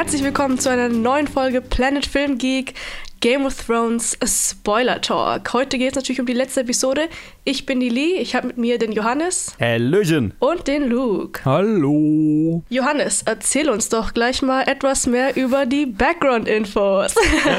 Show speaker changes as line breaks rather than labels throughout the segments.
herzlich willkommen zu einer neuen Folge Planet Film Geek Game of Thrones Spoiler Talk. Heute geht es natürlich um die letzte Episode. Ich bin die Lee, ich habe mit mir den Johannes.
Hallöchen.
Und den Luke.
Hallo.
Johannes, erzähl uns doch gleich mal etwas mehr über die Background-Infos.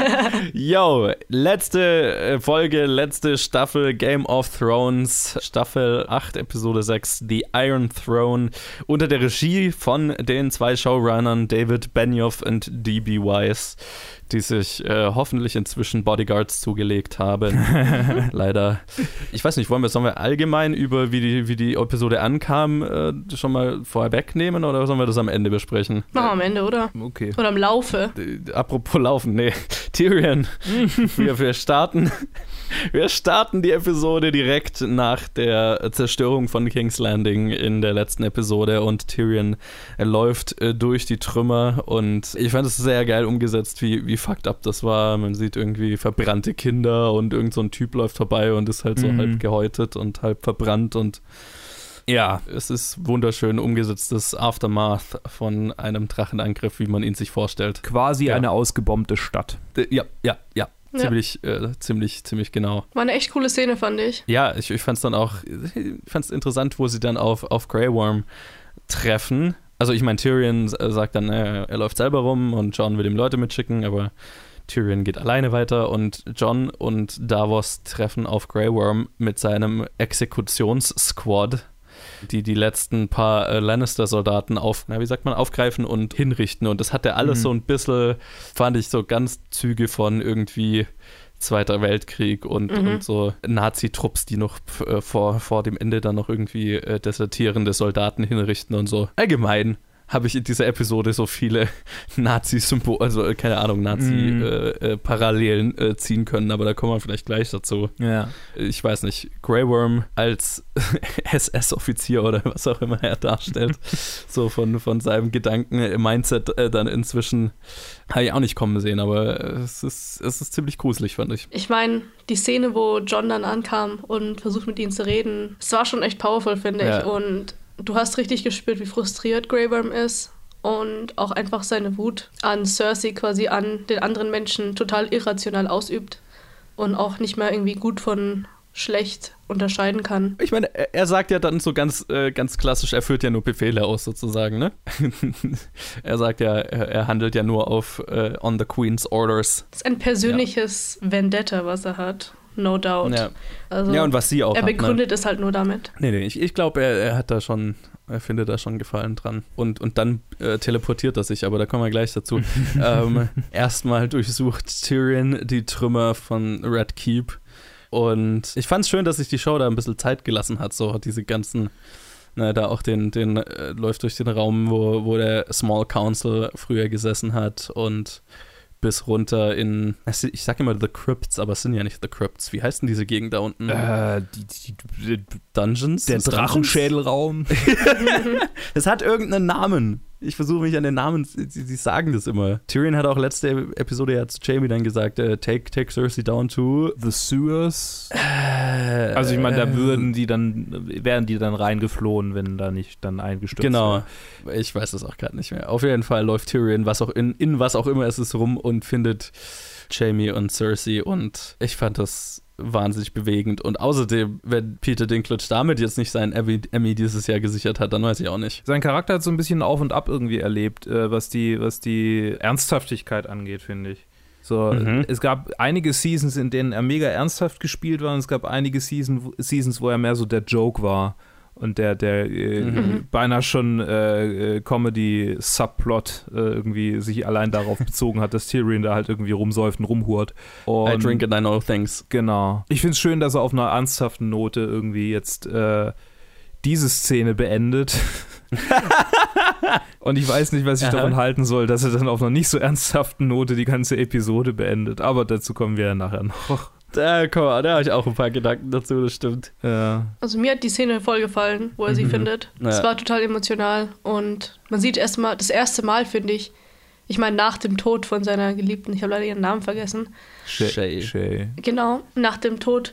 Yo, letzte Folge, letzte Staffel Game of Thrones, Staffel 8, Episode 6, The Iron Throne, unter der Regie von den zwei Showrunnern David Benioff und D.B. Weiss, die sich hoffentlich inzwischen Bodyguards zugelegt haben. Leider. Ich weiß nicht, sollen wir allgemein über, wie die Episode ankam, schon mal vorher wegnehmen oder sollen wir das am Ende besprechen?
Machen wir am Ende, oder?
Okay.
Oder im Laufe.
Apropos Laufen, nee. Tyrion. Wir starten die Episode direkt nach der Zerstörung von King's Landing in der letzten Episode und Tyrion läuft durch die Trümmer und ich fand es sehr geil umgesetzt, wie fucked up das war. Man sieht irgendwie verbrannte Kinder und irgend so ein Typ läuft vorbei und ist halt so halb gehäutet und halb verbrannt und ja, es ist wunderschön umgesetztes Aftermath von einem Drachenangriff, wie man ihn sich vorstellt.
Quasi eine ausgebombte Stadt.
Ja. Ziemlich genau.
War eine echt coole Szene, fand ich.
Ja, ich fand es interessant, wo sie dann auf Grey Worm treffen. Also ich meine, Tyrion sagt dann, er läuft selber rum und Jon will ihm Leute mitschicken, aber Tyrion geht alleine weiter und Jon und Davos treffen auf Grey Worm mit seinem Exekutionssquad, die letzten paar Lannister-Soldaten aufgreifen und hinrichten. Und das hatte alles so ein bisschen, fand ich, so ganz Züge von irgendwie Zweiter Weltkrieg und so Nazi-Trupps, die noch vor dem Ende dann noch irgendwie desertierende Soldaten hinrichten und so. Allgemein habe ich in dieser Episode so viele Nazi-Symbole, also keine Ahnung, Nazi-Parallelen ziehen können, aber da kommen wir vielleicht gleich dazu. Ja. Ich weiß nicht, Grey Worm als SS-Offizier oder was auch immer er darstellt, so von seinem Gedanken-Mindset dann inzwischen habe ich auch nicht kommen sehen, aber es ist ziemlich gruselig, fand ich.
Ich meine, die Szene, wo Jon dann ankam und versucht mit ihnen zu reden, es war schon echt powerful, finde ich, und du hast richtig gespürt, wie frustriert Grey Worm ist und auch einfach seine Wut an Cersei, quasi an den anderen Menschen, total irrational ausübt und auch nicht mehr irgendwie gut von schlecht unterscheiden kann.
Ich meine, er sagt ja dann so ganz klassisch, er führt ja nur Befehle aus sozusagen, ne? Er sagt ja, er handelt ja nur on the Queen's Orders.
Das ist ein persönliches Vendetta, was er hat. No doubt.
Ja.
Also,
ja, und was sie auch
er begründet
hat,
es halt nur damit.
Nee, ich glaube, er findet da schon Gefallen dran. Und dann teleportiert er sich, aber da kommen wir gleich dazu. Erstmal durchsucht Tyrion die Trümmer von Red Keep. Und ich fand es schön, dass sich die Show da ein bisschen Zeit gelassen hat, so diese ganzen, da auch den läuft durch den Raum, wo der Small Council früher gesessen hat und bis runter in, ich sag immer The Crypts, aber es sind ja nicht The Crypts. Wie heißt denn diese Gegend da unten?
Die
Dungeons?
Der Drachenschädelraum.
Es hat irgendeinen Namen. Ich versuche mich an den Namen, sie sagen das immer. Tyrion hat auch letzte Episode ja zu Jaime dann gesagt, take Cersei down to
the sewers. Also ich meine, da wären die dann reingeflohen, wenn da nicht dann eingestürzt
Genau.
wäre.
Ich weiß das auch gerade nicht mehr. Auf jeden Fall läuft Tyrion was auch in was auch immer es ist rum und findet Jaime und Cersei und ich fand das wahnsinnig bewegend. Und außerdem, wenn Peter Dinklage damit jetzt nicht seinen Emmy dieses Jahr gesichert hat, dann weiß ich auch nicht.
Sein Charakter hat so ein bisschen Auf und Ab irgendwie erlebt, was die Ernsthaftigkeit angeht, finde ich. So, es gab einige Seasons, in denen er mega ernsthaft gespielt war und es gab einige Seasons, wo er mehr so der Joke war. Und der beinahe schon Comedy-Subplot irgendwie sich allein darauf bezogen hat, dass Tyrion da halt irgendwie rumsäuft und rumhurt.
I drink and I know things.
Genau. Ich finde es schön, dass er auf einer ernsthaften Note irgendwie jetzt diese Szene beendet. Und ich weiß nicht, was ich davon halten soll, dass er dann auf einer nicht so ernsthaften Note die ganze Episode beendet. Aber dazu kommen wir ja nachher noch.
Da habe ich auch ein paar Gedanken dazu, das stimmt.
Ja.
Also mir hat die Szene voll gefallen, wo er sie findet. Es war total emotional und man sieht das erste Mal, finde ich meine, nach dem Tod von seiner Geliebten, ich habe leider ihren Namen vergessen.
Shay.
Genau, nach dem Tod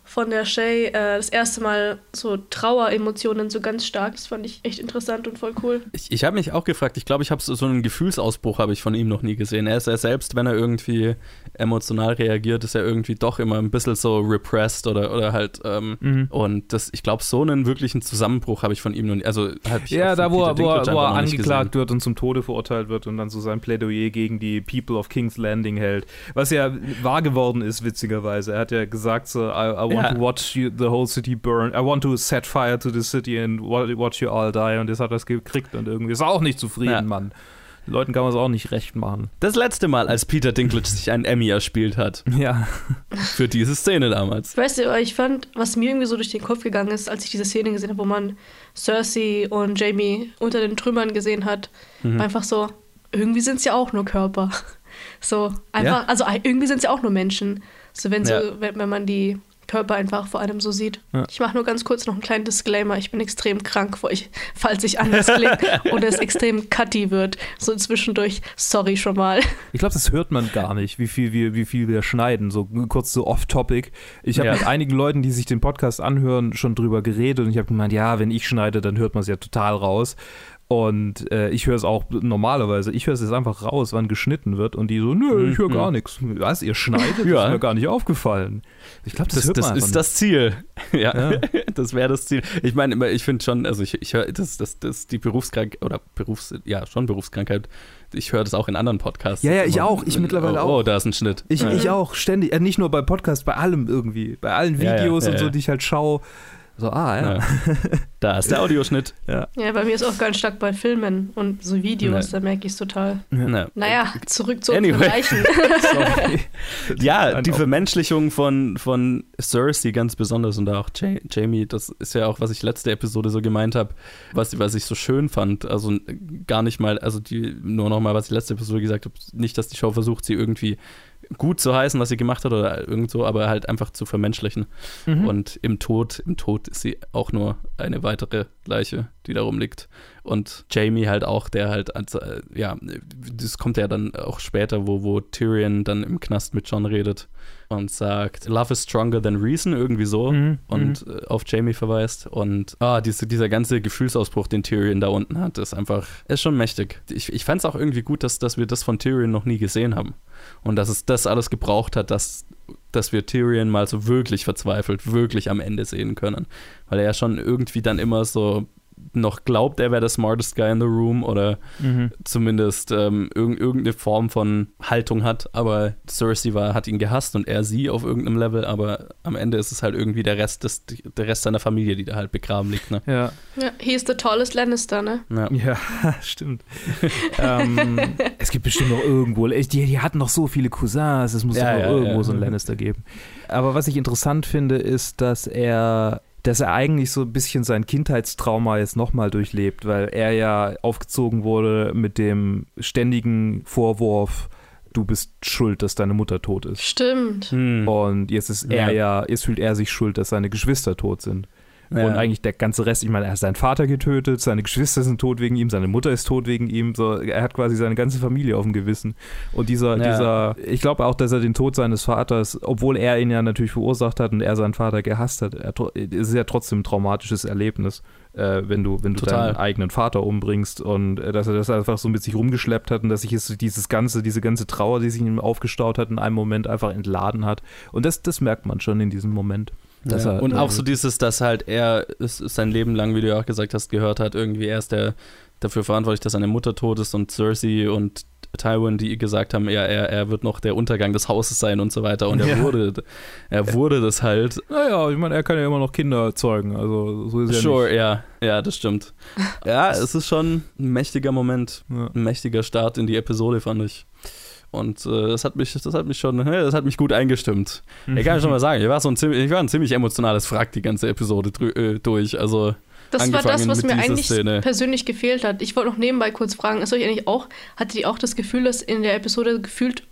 von der Shay das erste Mal so Traueremotionen so ganz stark. Das fand ich echt interessant und voll cool.
Ich habe mich auch gefragt, ich glaube, ich habe so einen Gefühlsausbruch habe ich von ihm noch nie gesehen. Er ist ja selbst, wenn er irgendwie emotional reagiert, ist er irgendwie doch immer ein bisschen so repressed oder halt und das, ich glaube, so einen wirklichen Zusammenbruch habe ich von ihm noch nie, also
ja, da wo er angeklagt wird und zum Tode verurteilt wird und dann so sein Plädoyer gegen die People of King's Landing hält, was ja wahr geworden ist, witzigerweise. Er hat ja gesagt so, I want to watch the whole city burn, I want to set fire to the city and watch you all die, und jetzt hat er es gekriegt und irgendwie ist er auch nicht zufrieden, Mann. Den Leuten kann man es auch nicht recht machen.
Das letzte Mal, als Peter Dinklage sich einen Emmy erspielt hat.
Ja.
Für diese Szene damals.
Weißt du, ich fand, was mir irgendwie so durch den Kopf gegangen ist, als ich diese Szene gesehen habe, wo man Cersei und Jaime unter den Trümmern gesehen hat, war einfach so, irgendwie sind es ja auch nur Körper. So, einfach, also irgendwie sind es ja auch nur Menschen. So, wenn man die Körper einfach vor allem so sieht. Ja. Ich mache nur ganz kurz noch einen kleinen Disclaimer. Ich bin extrem krank, falls ich anders klinge oder es extrem cutty wird. So zwischendurch, sorry schon mal.
Ich glaube, das hört man gar nicht, wie viel wir schneiden. So kurz so off-topic. Ich habe mit einigen Leuten, die sich den Podcast anhören, schon drüber geredet und ich habe gemeint, ja, wenn ich schneide, dann hört man es ja total raus. Und ich höre es auch normalerweise, ich höre es jetzt einfach raus, wann geschnitten wird, und die so, nö, ich höre gar nichts. Was, ihr schneidet? Das ist mir gar nicht aufgefallen. Ich glaube, das hört man
ist das Ziel. Ja. Das wäre das Ziel. Ich meine, ich finde schon, also ich höre, das die Berufskrankheit, oder Berufskrankheit, ich höre das auch in anderen Podcasts.
Ja, ich auch, ich mittlerweile auch.
Oh, da ist ein Schnitt.
Ich auch, ständig, nicht nur bei Podcasts, bei allem irgendwie, bei allen Videos und so, die ich halt schaue. So, ja.
Da ist der Audioschnitt.
Ja, bei mir ist auch ganz stark bei Filmen und so Videos, da merke ich es total. Naja, zurück zu unseren Leichen.
Ja, die Vermenschlichung von Cersei ganz besonders und auch Jaime, das ist ja auch, was ich letzte Episode so gemeint habe, was ich so schön fand. Also gar nicht mal, also nur noch mal, was ich letzte Episode gesagt habe, nicht, dass die Show versucht, sie irgendwie gut zu heißen, was sie gemacht hat oder irgend so, aber halt einfach zu vermenschlichen. Und im Tod ist sie auch nur eine weitere Leiche, die da rumliegt. Und Jaime halt auch, der halt, das kommt ja dann auch später, wo Tyrion dann im Knast mit Jon redet und sagt, Love is stronger than reason, irgendwie so, und auf Jaime verweist. Und dieser ganze Gefühlsausbruch, den Tyrion da unten hat, ist schon mächtig. Ich fand es auch irgendwie gut, dass wir das von Tyrion noch nie gesehen haben. Und dass es das alles gebraucht hat, dass wir Tyrion mal so wirklich verzweifelt, wirklich am Ende sehen können. Weil er ja schon irgendwie dann immer so noch glaubt, er wäre der smartest guy in the room oder zumindest irgendeine Form von Haltung hat, aber Cersei hat ihn gehasst und er sie auf irgendeinem Level, aber am Ende ist es halt irgendwie der Rest seiner Familie, die da halt begraben liegt, ne?
Ja, he is the tallest Lannister, ne?
Ja, stimmt. Es gibt bestimmt noch irgendwo, die hatten noch so viele Cousins, es muss doch noch irgendwo so einen Lannister geben. Aber was ich interessant finde, ist, dass er eigentlich so ein bisschen sein Kindheitstrauma jetzt nochmal durchlebt, weil er ja aufgezogen wurde mit dem ständigen Vorwurf, du bist schuld, dass deine Mutter tot ist.
Stimmt.
Und jetzt fühlt er sich schuld, dass seine Geschwister tot sind. Ja. Und eigentlich der ganze Rest, ich meine, er hat seinen Vater getötet, seine Geschwister sind tot wegen ihm, seine Mutter ist tot wegen ihm, so, er hat quasi seine ganze Familie auf dem Gewissen. Und dieser, ich glaube auch, dass er den Tod seines Vaters, obwohl er ihn ja natürlich verursacht hat und er seinen Vater gehasst hat, es ist ja trotzdem ein traumatisches Erlebnis, wenn du deinen eigenen Vater umbringst, und dass er das einfach so mit sich rumgeschleppt hat und dass sich diese ganze Trauer, die sich in ihm aufgestaut hat, in einem Moment einfach entladen hat. Und das merkt man schon in diesem Moment.
Und auch so dieses, dass halt er sein Leben lang, wie du ja auch gesagt hast, gehört hat, irgendwie er ist dafür verantwortlich, dass seine Mutter tot ist, und Cersei und Tywin, die gesagt haben, er wird noch der Untergang des Hauses sein und so weiter, und er wurde das halt.
Naja, ich meine, er kann ja immer noch Kinder zeugen, also so ist
ja nicht. Ja, das stimmt. Ja, es ist schon ein mächtiger Moment, ein mächtiger Start in die Episode, fand ich. Und das hat mich gut eingestimmt. Ich kann schon mal sagen, ich war ein ziemlich emotionales Wrack die ganze Episode durch. Also
das war das, was mir eigentlich persönlich gefehlt hat. Ich wollte noch nebenbei kurz fragen, hattet ihr auch das Gefühl, dass in der Episode gefühlt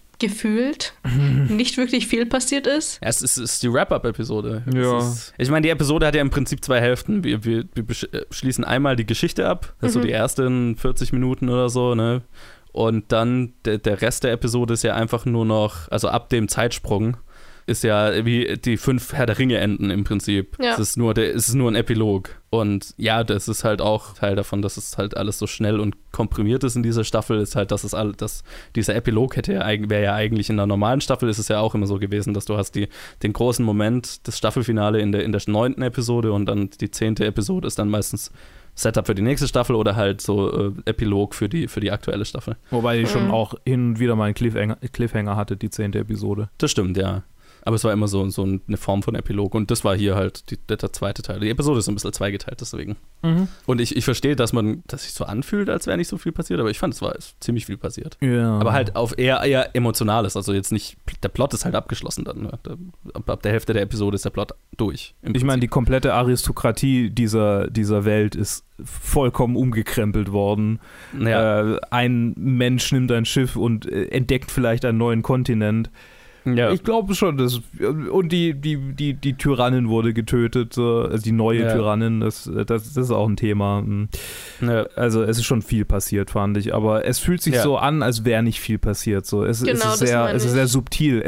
nicht wirklich viel passiert ist?
Ja, es ist die Wrap-Up-Episode.
Ja.
Ich meine, die Episode hat ja im Prinzip 2 Hälften. Wir schließen einmal die Geschichte ab, das ist so die ersten 40 Minuten oder so, ne? Und dann der Rest der Episode ist ja einfach nur noch, also ab dem Zeitsprung, ist ja wie die 5 Herr der Ringe-Enden im Prinzip. Ja. Es ist nur ein Epilog. Und ja, das ist halt auch Teil davon, dass es halt alles so schnell und komprimiert ist in dieser Staffel, ist halt, dass dieser Epilog wäre ja eigentlich in der normalen Staffel, ist es ja auch immer so gewesen, dass du hast den großen Moment, das Staffelfinale in der 9. Episode und dann die 10. Episode ist dann meistens Setup für die nächste Staffel oder halt so Epilog für die aktuelle Staffel.
Wobei ich schon auch hin und wieder mal einen Cliffhanger hatte, die 10. Episode.
Das stimmt, ja. Aber es war immer so eine Form von Epilog und das war hier halt der zweite Teil. Die Episode ist ein bisschen zweigeteilt, deswegen. Und ich verstehe, dass sich so anfühlt, als wäre nicht so viel passiert, aber ich fand, es war ziemlich viel passiert.
Ja.
Aber halt auf eher Emotionales, also jetzt nicht, der Plot ist halt abgeschlossen dann. Ne? Ab der Hälfte der Episode ist der Plot durch.
Ich meine, die komplette Aristokratie dieser Welt ist vollkommen umgekrempelt worden. Ja. Ein Mensch nimmt ein Schiff und entdeckt vielleicht einen neuen Kontinent. Ja. Ich glaube schon, und die Tyrannin wurde getötet, also die neue Tyrannin, das ist auch ein Thema. Ja. Also es ist schon viel passiert, fand ich, aber es fühlt sich so an, als wäre nicht viel passiert. So. Es ist sehr subtil.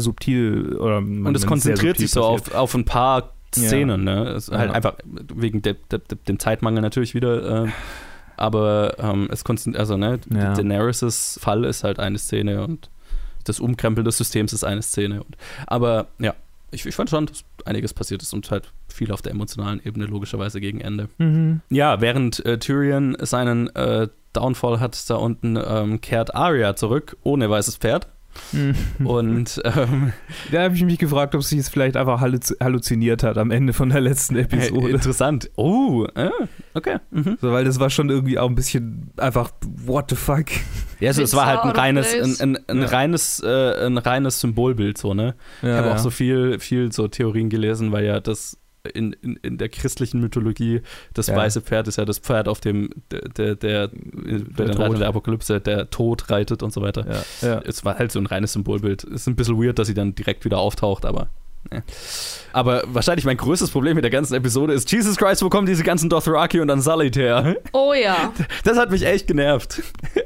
Und es konzentriert sich so auf ein paar Szenen, ne? Es halt einfach wegen dem Zeitmangel natürlich wieder. Aber es konzentriert, also Daenerys' Fall ist halt eine Szene und das Umkrempeln des Systems ist eine Szene. Aber ja, ich fand schon, dass einiges passiert ist und halt viel auf der emotionalen Ebene logischerweise gegen Ende. Ja, während Tyrion seinen Downfall hat, da unten kehrt Arya zurück, ohne weißes Pferd. Und
da habe ich mich gefragt, ob sie es vielleicht einfach halluziniert hat am Ende von der letzten Episode.
Interessant. Okay.
So, weil das war schon irgendwie auch ein bisschen einfach what the fuck.
Ja, also es war halt ein reines Symbolbild, so, ne? Ja, ich habe auch so viel so Theorien gelesen, weil ja das in der christlichen Mythologie das weiße Pferd ist ja das Pferd, auf dem bei den Reitern der Apokalypse der Tod reitet und so weiter. Ja. Es war halt so ein reines Symbolbild. Ist ein bisschen weird, dass sie dann direkt wieder auftaucht, aber Aber wahrscheinlich mein größtes Problem mit der ganzen Episode ist, Jesus Christ, wo kommen diese ganzen Dothraki und Unsullied her?
Oh ja.
Das hat mich echt genervt.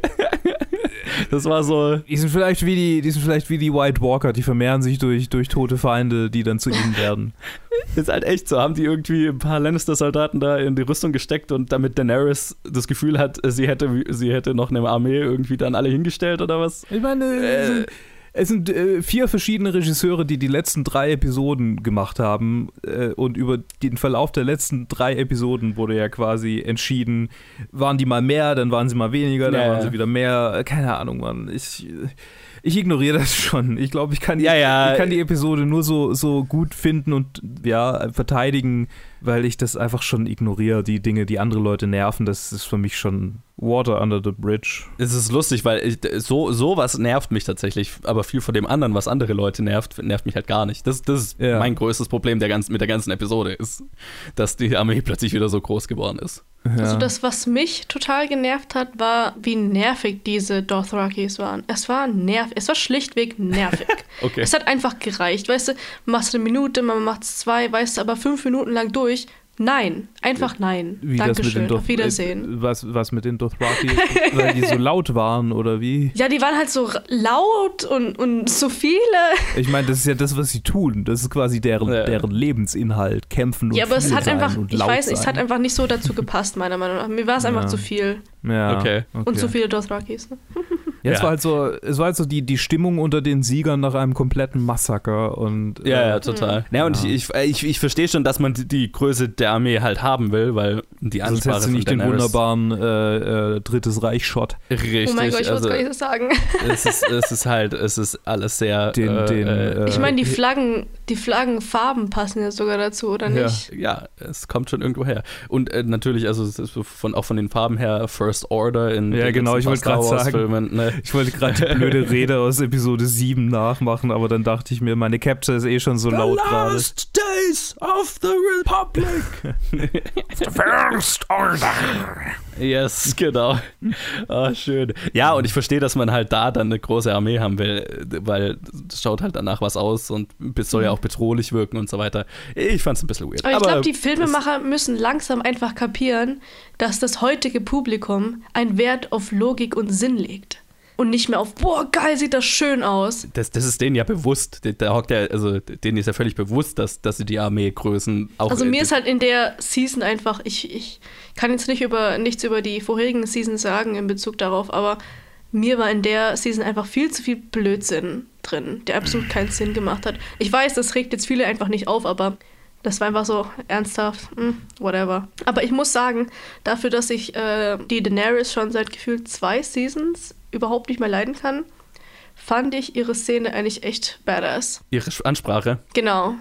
Das war so.
Die sind vielleicht wie die White Walker, die vermehren sich durch tote Feinde, die dann zu ihnen werden.
Ist halt echt so. Haben die irgendwie ein paar Lannister-Soldaten da in die Rüstung gesteckt und damit Daenerys das Gefühl hat, sie hätte noch eine Armee irgendwie dann alle hingestellt oder was?
Ich meine, es sind 4 verschiedene Regisseure, die letzten 3 Episoden gemacht haben, und über den Verlauf der letzten 3 Episoden wurde ja quasi entschieden, waren die mal mehr, dann waren sie mal weniger, dann waren sie wieder mehr, keine Ahnung, Mann. Ich ignoriere das schon. Ich glaube, ich kann die Episode nur so gut finden und verteidigen, weil ich das einfach schon ignoriere, die Dinge, die andere Leute nerven. Das ist für mich schon Water under the bridge.
Es ist lustig, weil sowas nervt mich tatsächlich, aber viel von dem anderen, was andere Leute nervt mich halt gar nicht. Das ist mein größtes Problem mit der ganzen Episode, ist, dass die Armee plötzlich wieder so groß geworden ist.
Ja. Also das, was mich total genervt hat, war, wie nervig diese Dothrakis waren. Es war schlichtweg nervig.
Okay.
Es hat einfach gereicht. Weißt du, man macht 1 Minute, man macht 2, weißt du, aber 5 Minuten lang durch. Nein, einfach nein. Dankeschön, auf Wiedersehen.
Was mit den Dothraki? Weil die so laut waren, oder wie?
Ja, die waren halt so laut und so viele.
Ich meine, das ist ja das, was sie tun. Das ist quasi deren Lebensinhalt. Kämpfen und
ja, aber es hat einfach,
und laut sein.
Es hat einfach nicht so dazu gepasst, meiner Meinung nach. Mir war es einfach zu viel.
Ja.
Okay.
Und zu viele Dothrakis. Ne?
Ja, es war halt so die Stimmung unter den Siegern nach einem kompletten Massaker. Und,
ja, total. Ja, und ich verstehe schon, dass man die Größe der Armee halt haben will, weil die Ansprache
sonst hättest du nicht den wunderbaren Drittes Reich-Shot.
Richtig.
Oh mein Gott, ich wollte es gar nicht so sagen.
Es ist alles sehr...
ich meine, die Flaggenfarben passen ja sogar dazu, oder nicht?
Ja, es kommt schon irgendwo her. Und natürlich, also es ist auch von den Farben her First Order in
den genau, ich wollte gerade sagen,
Filmen, ne?
Ich wollte gerade die blöde Rede aus Episode 7 nachmachen, aber dann dachte ich mir, meine Capture ist schon so laut gerade.
The last days of the Republic.
The First Order.
Yes, genau. Oh, schön. Ja, und ich verstehe, dass man halt da dann eine große Armee haben will, weil es schaut halt danach was aus und es soll ja auch bedrohlich wirken und so weiter. Ich fand's ein bisschen weird.
Aber ich glaube, die Filmemacher müssen langsam einfach kapieren, dass das heutige Publikum einen Wert auf Logik und Sinn legt. und nicht mehr auf, boah, geil, sieht das schön aus.
Das ist denen ja bewusst. Denen ist ja völlig bewusst, dass sie die Armeegrößen auch...
Also mir ist halt in der Season einfach, ich kann jetzt nichts über die vorherigen Seasons sagen in Bezug darauf, aber mir war in der Season einfach viel zu viel Blödsinn drin, der absolut keinen Sinn gemacht hat. Ich weiß, das regt jetzt viele einfach nicht auf, aber das war einfach so ernsthaft, whatever. Aber ich muss sagen, dafür, dass ich die Daenerys schon seit gefühlt 2 Seasons überhaupt nicht mehr leiden kann, fand ich ihre Szene eigentlich echt badass.
Ihre Ansprache.
Genau.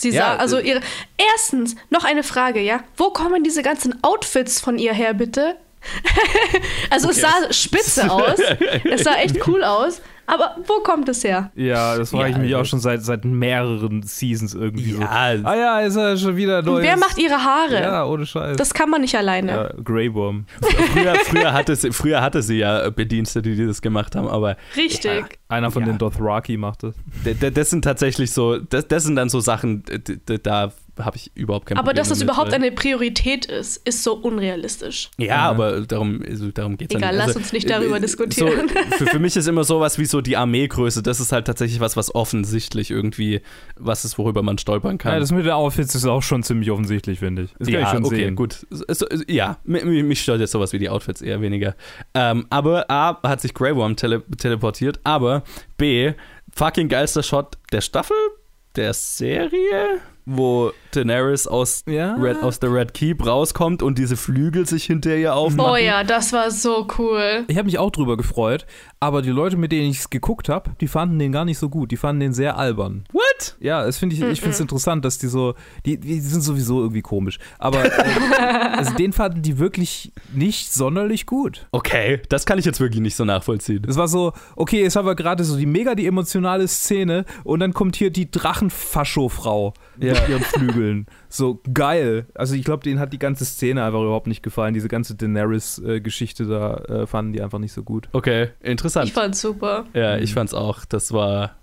Erstens, noch eine Frage, ja? Wo kommen diese ganzen Outfits von ihr her, bitte? Also okay. Es sah spitze aus, es sah echt cool aus, aber wo kommt es her?
Ja, das frage ich mich auch schon seit mehreren Seasons irgendwie so. Ist er schon wieder neu.
Wer macht ihre Haare?
Ja, ohne Scheiß.
Das kann man nicht alleine.
Ja, Grey Worm.
Früher hatte sie ja Bedienstete, die das gemacht haben, aber...
Richtig.
Ja, einer von den Dothraki macht das.
Das sind tatsächlich so, das sind dann so Sachen, da habe ich überhaupt kein Problem.
Aber dass das überhaupt eine Priorität ist so unrealistisch.
Ja, aber darum geht es ja nicht.
Egal, lass uns nicht darüber diskutieren.
So, für mich ist immer sowas wie so die Armeegröße, das ist halt tatsächlich was offensichtlich irgendwie, was ist, worüber man stolpern kann.
Ja, das mit den Outfits ist auch schon ziemlich offensichtlich, finde ich. Das kann ich schon sehen.
Gut. Mich stört jetzt sowas wie die Outfits eher weniger. Aber A, hat sich Grey Worm teleportiert, aber B, fucking geilster Shot der Staffel, der Serie, wo Daenerys aus der Red Keep rauskommt und diese Flügel sich hinter ihr aufmachen.
Oh ja, das war so cool.
Ich habe mich auch drüber gefreut, aber die Leute, mit denen ich es geguckt habe, die fanden den gar nicht so gut. Die fanden den sehr albern.
What?
Ja, das finde ich finde es interessant, dass die so, die sind sowieso irgendwie komisch, aber also den fanden die wirklich nicht sonderlich gut.
Okay, das kann ich jetzt wirklich nicht so nachvollziehen.
Es war so, okay, jetzt haben wir gerade so die emotionale Szene und dann kommt hier die Drachenfascho-Frau mit ihren Flügeln. So geil. Also ich glaube, denen hat die ganze Szene einfach überhaupt nicht gefallen. Diese ganze Daenerys-Geschichte da fanden die einfach nicht so gut.
Okay, interessant.
Ich fand's super.
Ja, ich fand's auch. Das war...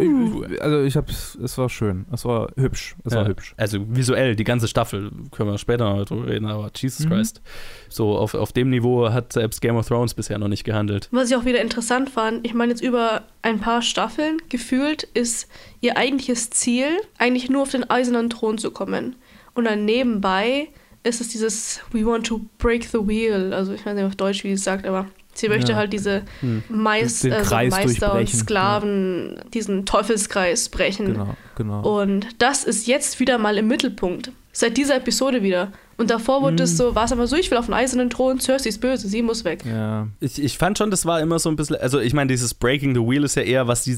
es war schön. Es war hübsch.
Also visuell, die ganze Staffel, können wir später noch drüber reden, aber Jesus Christ. So auf dem Niveau hat selbst Game of Thrones bisher noch nicht gehandelt.
Was ich auch wieder interessant fand, ich meine jetzt über ein paar Staffeln gefühlt ist ihr eigentliches Ziel, eigentlich nur auf den eisernen Thron zu kommen. Und dann nebenbei ist es dieses We want to break the wheel, also ich weiß nicht auf Deutsch, wie es sagt, aber sie möchte halt diese Meister und Sklaven, diesen Teufelskreis brechen.
Genau.
Und das ist jetzt wieder mal im Mittelpunkt. Seit dieser Episode wieder. Und davor wurde es so, war es aber so, ich will auf den eisernen Thron, Cersei ist böse, sie muss weg.
Ja. Ich fand schon, das war immer so ein bisschen, also ich meine, dieses Breaking the Wheel ist ja eher, was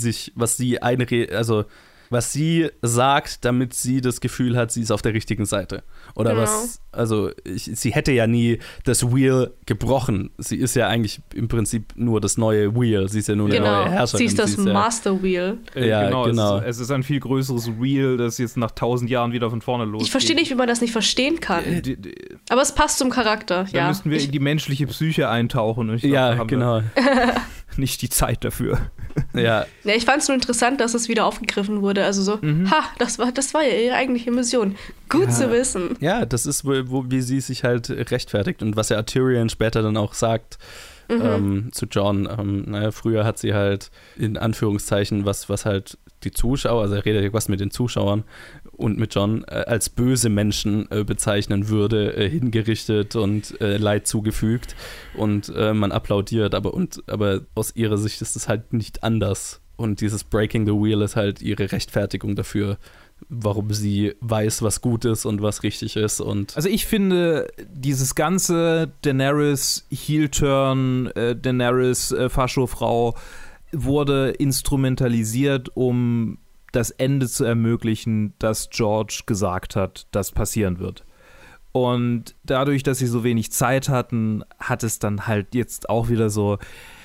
sie sagt, damit sie das Gefühl hat, sie ist auf der richtigen Seite. Oder sie hätte ja nie das Wheel gebrochen. Sie ist ja eigentlich im Prinzip nur das neue Wheel. Sie ist ja nur eine neue Herrscherin.
Sie ist das Master Wheel.
Ja, genau.
Es ist ein viel größeres Wheel, das jetzt nach 1000 Jahren wieder von vorne losgeht.
Ich verstehe nicht, wie man das nicht verstehen kann. Aber es passt zum Charakter,
Da müssten wir in die menschliche Psyche eintauchen. Und ich glaub, da haben wir nicht die Zeit dafür.
Ja, ich fand es nur interessant, dass es wieder aufgegriffen wurde. Also so, das war ja ihre eigentliche Mission. Gut zu wissen.
Ja, das ist, wie sie sich halt rechtfertigt. Und was ja Tyrion später dann auch sagt zu Jon, früher hat sie halt in Anführungszeichen was halt die Zuschauer, also er redet was mit den Zuschauern und mit Jon als böse Menschen bezeichnen würde, hingerichtet und Leid zugefügt und man applaudiert, aber aus ihrer Sicht ist es halt nicht anders und dieses Breaking the Wheel ist halt ihre Rechtfertigung dafür, warum sie weiß, was gut ist und was richtig ist. Und
also ich finde, dieses ganze Daenerys Heel-Turn, Daenerys Fascho-Frau wurde instrumentalisiert, um das Ende zu ermöglichen, das George gesagt hat, das passieren wird. Und dadurch, dass sie so wenig Zeit hatten, hat es dann halt jetzt auch wieder so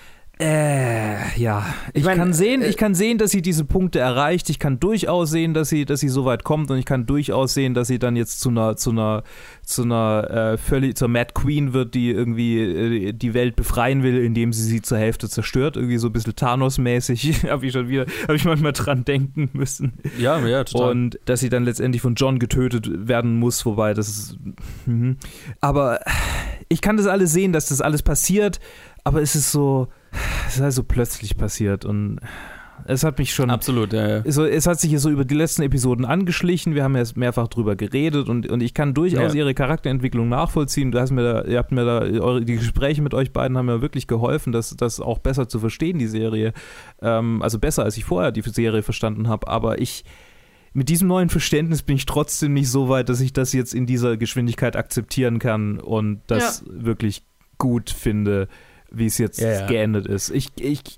Ich kann sehen, dass sie diese Punkte erreicht. Ich kann durchaus sehen, dass sie so weit kommt und ich kann durchaus sehen, dass sie dann jetzt zu einer zur Mad Queen wird, die irgendwie die Welt befreien will, indem sie zur Hälfte zerstört. Irgendwie so ein bisschen Thanos-mäßig. Habe ich manchmal dran denken müssen.
Ja, total.
Und dass sie dann letztendlich von Jon getötet werden muss, wobei das ist. Aber ich kann das alles sehen, dass das alles passiert, aber es ist so. es ist halt so plötzlich passiert und es hat mich schon...
Absolut, ja.
Es hat sich hier so über die letzten Episoden angeschlichen, wir haben ja mehrfach drüber geredet und ich kann durchaus ihre Charakterentwicklung nachvollziehen. Ihr habt mir da, die Gespräche mit euch beiden haben mir wirklich geholfen, das auch besser zu verstehen, die Serie. Also besser, als ich vorher die Serie verstanden habe, aber mit diesem neuen Verständnis bin ich trotzdem nicht so weit, dass ich das jetzt in dieser Geschwindigkeit akzeptieren kann und das wirklich gut finde, wie es jetzt geendet ist. Ich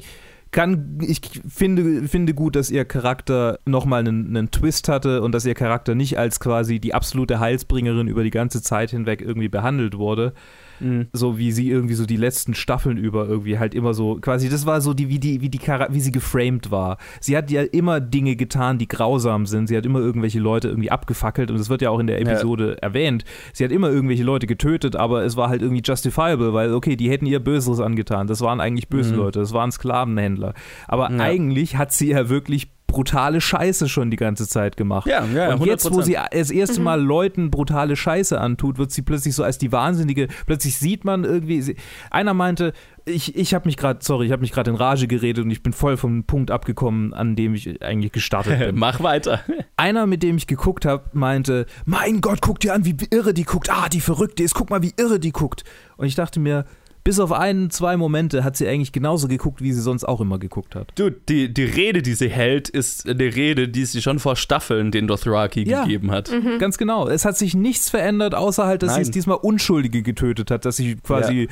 finde gut, dass ihr Charakter nochmal einen Twist hatte und dass ihr Charakter nicht als quasi die absolute Heilsbringerin über die ganze Zeit hinweg irgendwie behandelt wurde. So wie sie irgendwie so die letzten Staffeln über irgendwie halt immer so, quasi das war so wie sie geframed war. Sie hat ja immer Dinge getan, die grausam sind. Sie hat immer irgendwelche Leute irgendwie abgefackelt und das wird ja auch in der Episode erwähnt. Sie hat immer irgendwelche Leute getötet, aber es war halt irgendwie justifiable, weil okay, die hätten ihr Böseres angetan. Das waren eigentlich böse Leute, das waren Sklavenhändler. Aber eigentlich hat sie ja wirklich brutale Scheiße schon die ganze Zeit gemacht. Ja, und 100%. Jetzt, wo sie das erste Mal Leuten brutale Scheiße antut, wird sie plötzlich so als die Wahnsinnige, plötzlich sieht man irgendwie, einer meinte, ich habe mich gerade in Rage geredet und ich bin voll vom Punkt abgekommen, an dem ich eigentlich gestartet bin.
Mach weiter.
Einer, mit dem ich geguckt habe, meinte, mein Gott, guck dir an, wie irre die guckt. Die Verrückte ist, guck mal, wie irre die guckt. Und ich dachte mir, bis auf 1-2 Momente hat sie eigentlich genauso geguckt, wie sie sonst auch immer geguckt hat.
Du, die Rede, die sie hält, ist eine Rede, die sie schon vor Staffeln den Dothraki gegeben hat.
Ganz genau. Es hat sich nichts verändert, außer halt, dass sie es diesmal Unschuldige getötet hat, dass sie quasi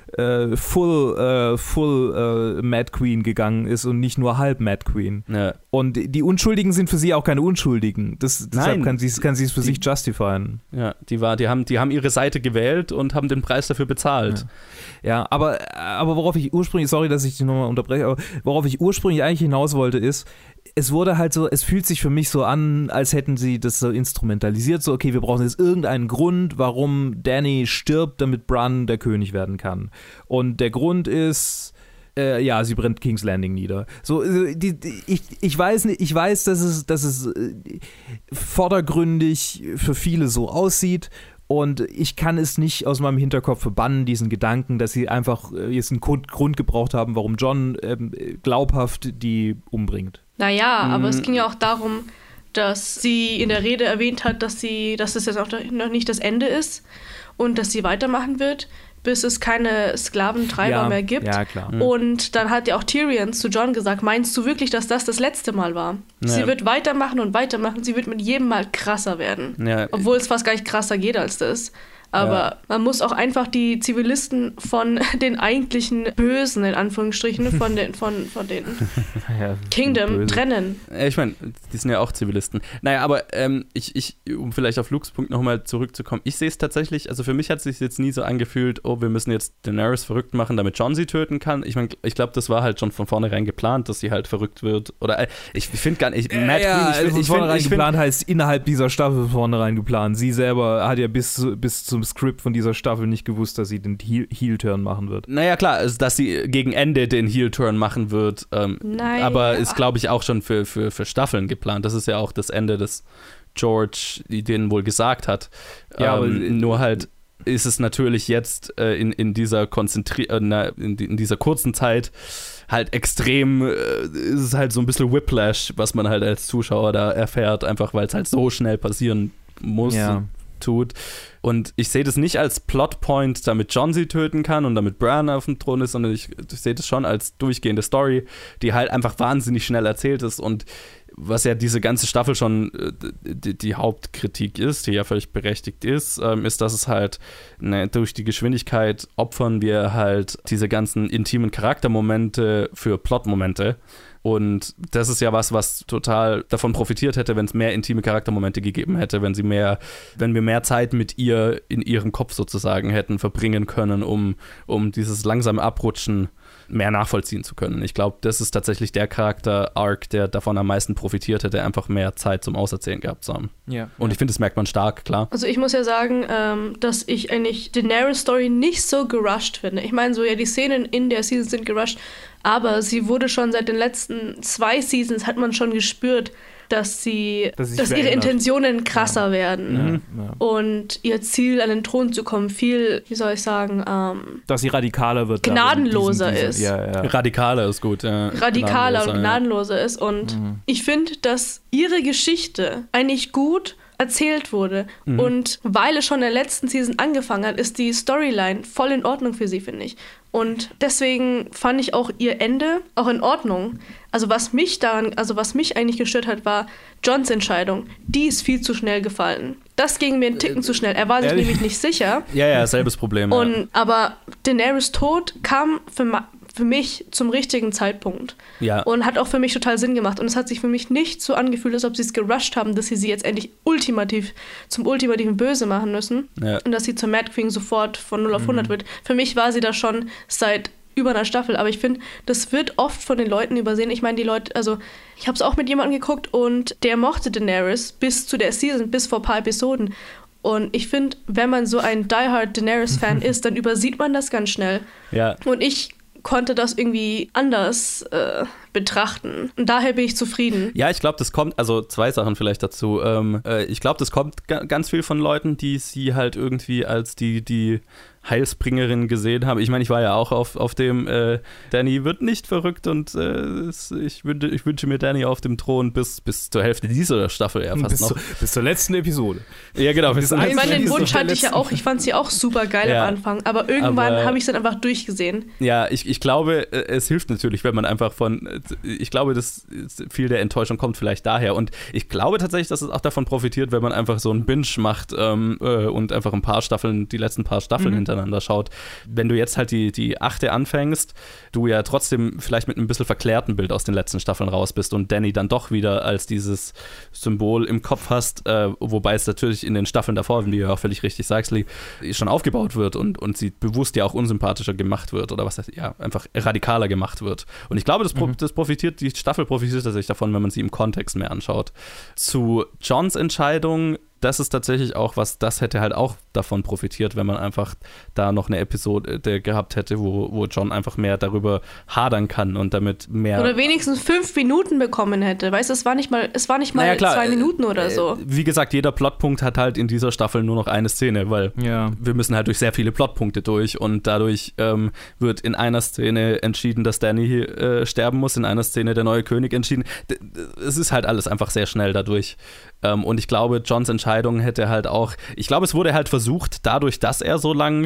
full Mad Queen gegangen ist und nicht nur halb Mad Queen. Ja. Und die Unschuldigen sind für sie auch keine Unschuldigen. Deshalb kann sie es für sich justifieren.
Ja, die haben ihre Seite gewählt und haben den Preis dafür bezahlt.
Ja, aber worauf ich ursprünglich, sorry, dass ich dich nochmal unterbreche, aber worauf ich ursprünglich eigentlich hinaus wollte, ist, es wurde halt so, es fühlt sich für mich so an, als hätten sie das so instrumentalisiert, so okay, wir brauchen jetzt irgendeinen Grund, warum Dany stirbt, damit Bran der König werden kann. Und der Grund ist, sie brennt King's Landing nieder. So, ich weiß, dass es vordergründig für viele so aussieht. Und ich kann es nicht aus meinem Hinterkopf verbannen, diesen Gedanken, dass sie einfach jetzt einen Grund gebraucht haben, warum Jon glaubhaft die umbringt.
Naja, aber es ging ja auch darum, dass sie in der Rede erwähnt hat, dass es jetzt auch noch nicht das Ende ist und dass sie weitermachen wird, bis es keine Sklaventreiber mehr gibt.
Ja, klar.
Und dann hat ja auch Tyrion zu Jon gesagt, meinst du wirklich, dass das letzte Mal war? Ja. Sie wird weitermachen und weitermachen, sie wird mit jedem Mal krasser werden. Ja. Obwohl es fast gar nicht krasser geht als das. Aber man muss auch einfach die Zivilisten von den eigentlichen Bösen, in Anführungsstrichen, von den Kingdom trennen.
Ich meine, die sind ja auch Zivilisten. Naja, aber um vielleicht auf Lukes Punkt nochmal zurückzukommen, ich sehe es tatsächlich, also für mich hat es sich jetzt nie so angefühlt, oh, wir müssen jetzt Daenerys verrückt machen, damit Jon sie töten kann. Ich meine, ich glaube, das war halt schon von vornherein geplant, dass sie halt verrückt wird. Oder ich finde gar nicht,
Mad Queen, von vornherein geplant heißt innerhalb dieser Staffel von vornherein geplant. Sie selber hat ja bis zum Skript von dieser Staffel nicht gewusst, dass sie den Heel-Turn machen wird.
Naja, klar, also, dass sie gegen Ende den Heel-Turn machen wird, aber ist, glaube ich, auch schon für Staffeln geplant. Das ist ja auch das Ende, das George denen wohl gesagt hat. Ja, aber nur halt ist es natürlich jetzt in dieser in dieser kurzen Zeit halt extrem, ist es halt so ein bisschen Whiplash, was man halt als Zuschauer da erfährt, einfach weil es halt so schnell passieren muss. Ja. Tut. Und ich sehe das nicht als Plotpoint, damit Jon sie töten kann und damit Bran auf dem Thron ist, sondern ich sehe das schon als durchgehende Story, die halt einfach wahnsinnig schnell erzählt ist und was ja diese ganze Staffel schon die Hauptkritik ist, die ja völlig berechtigt ist, ist, dass es halt durch die Geschwindigkeit opfern wir halt diese ganzen intimen Charaktermomente für Plotmomente. Und das ist ja was total davon profitiert hätte, wenn es mehr intime Charaktermomente gegeben hätte, wenn wir mehr Zeit mit ihr in ihrem Kopf sozusagen hätten verbringen können, um dieses langsame Abrutschen mehr nachvollziehen zu können. Ich glaube, das ist tatsächlich der Charakter-Arc, der davon am meisten profitiert hätte, einfach mehr Zeit zum Auserzählen gehabt zu haben. Ja. Und ich finde, das merkt man stark, klar.
Also ich muss ja sagen, dass ich eigentlich Daenerys-Story nicht so gerusht finde. Ich meine, so ja, die Szenen in der Season sind gerusht, aber sie wurde schon seit den letzten 2 Seasons, hat man schon gespürt, dass ihre Intentionen krasser werden und ihr Ziel, an den Thron zu kommen, viel, wie soll ich sagen,
dass sie radikaler wird.
Gnadenloser ist.
Ja. Radikaler ist gut, ja.
Radikaler und gnadenloser ist. Und ich finde, dass ihre Geschichte eigentlich gut erzählt wurde. Und weil es schon in der letzten Season angefangen hat, ist die Storyline voll in Ordnung für sie, finde ich. Und deswegen fand ich auch ihr Ende auch in Ordnung. Also was mich eigentlich gestört hat, war Johns Entscheidung. Die ist viel zu schnell gefallen. Das ging mir einen Ticken zu schnell. Er war sich nämlich nicht sicher.
Ja, selbes Problem.
Aber Daenerys Tod kam für mich zum richtigen Zeitpunkt. Ja. Und hat auch für mich total Sinn gemacht. Und es hat sich für mich nicht so angefühlt, als ob sie es gerusht haben, dass sie jetzt endlich zum ultimativen Böse machen müssen. Ja. Und dass sie zur Mad Queen sofort von 0 auf 100 wird. Für mich war sie da schon seit über einer Staffel. Aber ich finde, das wird oft von den Leuten übersehen. Ich meine, die Leute, also ich habe es auch mit jemandem geguckt und der mochte Daenerys bis zu der Season, bis vor ein paar Episoden. Und ich finde, wenn man so ein Die-Hard Daenerys-Fan ist, dann übersieht man das ganz schnell. Ja. Und ich konnte das irgendwie anders betrachten. Und daher bin ich zufrieden.
Ja, ich glaube, das kommt, also 2 Sachen vielleicht dazu. Ich glaube, das kommt ganz viel von Leuten, die sie halt irgendwie als die Heilsbringerin gesehen haben. Ich meine, ich war ja auch auf dem Dany wird nicht verrückt und ich wünsche mir Dany auf dem Thron bis zur Hälfte dieser Staffel eher fast noch.
Bis zur letzten Episode.
Ja, genau.
Ich meine, den Wunsch hatte ich ja auch. Ich fand sie auch super geil am Anfang, aber irgendwann habe ich es dann einfach durchgesehen.
Ja, ich glaube, es hilft natürlich, wenn man einfach ich glaube, dass viel der Enttäuschung kommt vielleicht daher und ich glaube tatsächlich, dass es auch davon profitiert, wenn man einfach so einen Binge macht und einfach die letzten paar Staffeln hintereinander schaut. Wenn du jetzt halt die 8. anfängst, du ja trotzdem vielleicht mit einem bisschen verklärten Bild aus den letzten Staffeln raus bist und Dany dann doch wieder als dieses Symbol im Kopf hast, wobei es natürlich in den Staffeln davor, wie du ja auch völlig richtig sagst, Lee, schon aufgebaut wird und sie bewusst ja auch unsympathischer gemacht wird oder was heißt, ja, einfach radikaler gemacht wird. Und ich glaube, die Staffel profitiert tatsächlich davon, wenn man sie im Kontext mehr anschaut. Zu Johns Entscheidung, das ist tatsächlich auch was, das hätte halt auch davon profitiert, wenn man einfach da noch eine Episode gehabt hätte, wo Jon einfach mehr darüber hadern kann und damit mehr...
Oder wenigstens 5 Minuten bekommen hätte. Weißt du, es war nicht mal 2 Minuten oder so.
Wie gesagt, jeder Plotpunkt hat halt in dieser Staffel nur noch eine Szene, weil wir müssen halt durch sehr viele Plotpunkte durch und dadurch wird in einer Szene entschieden, dass Dany sterben muss, in einer Szene der neue König entschieden. Es ist halt alles einfach sehr schnell dadurch. Und ich glaube, Johns Entscheidung hätte halt auch, ich glaube, es wurde halt versucht, dadurch, dass er so lang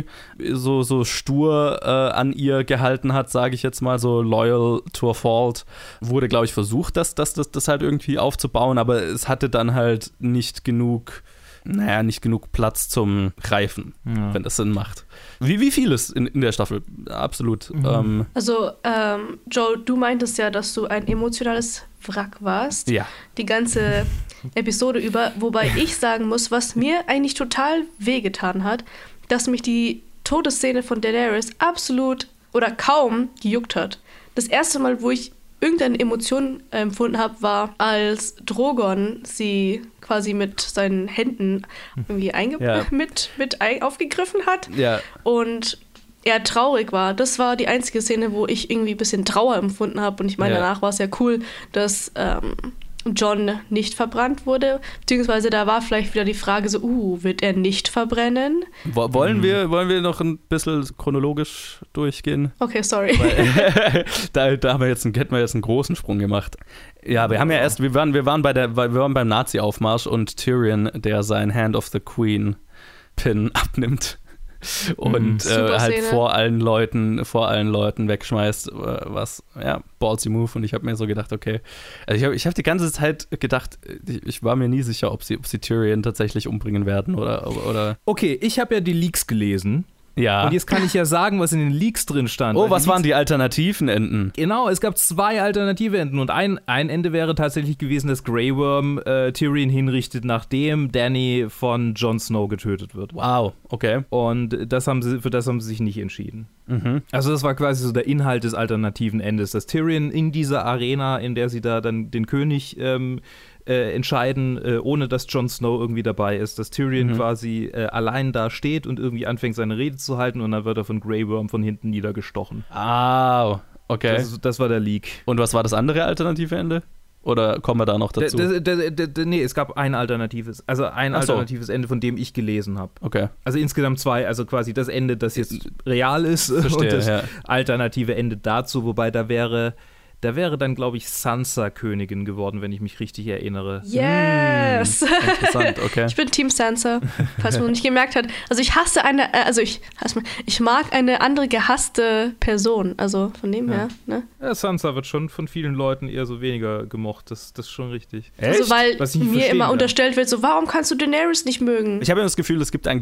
so stur an ihr gehalten hat, sage ich jetzt mal, so loyal to a fault, wurde, glaube ich, versucht, das halt irgendwie aufzubauen, aber es hatte dann halt nicht genug Platz zum Reifen, wenn das Sinn macht. Wie vieles in der Staffel, absolut.
Also, Joe, du meintest ja, dass du ein emotionales Wrack warst. Ja. Die ganze Episode über, wobei ich sagen muss, was mir eigentlich total wehgetan hat, dass mich die Todesszene von Daenerys absolut oder kaum gejuckt hat. Das erste Mal, wo ich irgendeine Emotion empfunden habe, war, als Drogon sie quasi mit seinen Händen irgendwie aufgegriffen hat und er traurig war. Das war die einzige Szene, wo ich irgendwie ein bisschen Trauer empfunden habe und ich meine, danach war es ja cool, dass Jon nicht verbrannt wurde, beziehungsweise da war vielleicht wieder die Frage so, wird er nicht verbrennen?
Wollen wir noch ein bisschen chronologisch durchgehen?
Okay, sorry.
Weil, da hätten wir jetzt einen großen Sprung gemacht. Ja, wir haben ja erst, wir waren beim Nazi-Aufmarsch und Tyrion, der sein Hand of the Queen Pin abnimmt. Und halt vor allen Leuten wegschmeißt, was, ballsy Move. Und ich habe mir so gedacht, okay, also ich hab die ganze Zeit gedacht, ich war mir nie sicher, ob sie Tyrion tatsächlich umbringen werden oder.
Okay, ich habe ja die Leaks gelesen.
Ja.
Und jetzt kann ich ja sagen, was in den Leaks drin stand.
Oh, was waren die alternativen Enden?
Genau, es gab 2 alternative Enden. Und ein Ende wäre tatsächlich gewesen, dass Grey Worm Tyrion hinrichtet, nachdem Dany von Jon Snow getötet wird.
Wow, okay.
Und für das haben sie sich nicht entschieden. Also das war quasi so der Inhalt des alternativen Endes, dass Tyrion in dieser Arena, in der sie da dann den König entscheiden, ohne dass Jon Snow irgendwie dabei ist, dass Tyrion quasi allein da steht und irgendwie anfängt, seine Rede zu halten und dann wird er von Grey Worm von hinten niedergestochen.
Ah, okay.
Das war der Leak.
Und was war das andere alternative Ende? Oder kommen wir da noch dazu?
Nee, es gab ein alternatives Ende, von dem ich gelesen habe.
Okay.
Also insgesamt 2, also quasi das Ende, das jetzt real ist,
Verstehe,
und das alternative Ende dazu, wobei da wäre dann, glaube ich, Sansa Königin geworden, wenn ich mich richtig erinnere.
Yes!
Interessant, okay.
Ich bin Team Sansa, falls man noch nicht gemerkt hat. Also ich mag eine andere gehasste Person, also von dem her. Ne?
Ja, Sansa wird schon von vielen Leuten eher so weniger gemocht, das ist schon richtig.
Echt? Also weil mir immer unterstellt wird, so warum kannst du Daenerys nicht mögen?
Ich habe das Gefühl, es gibt eine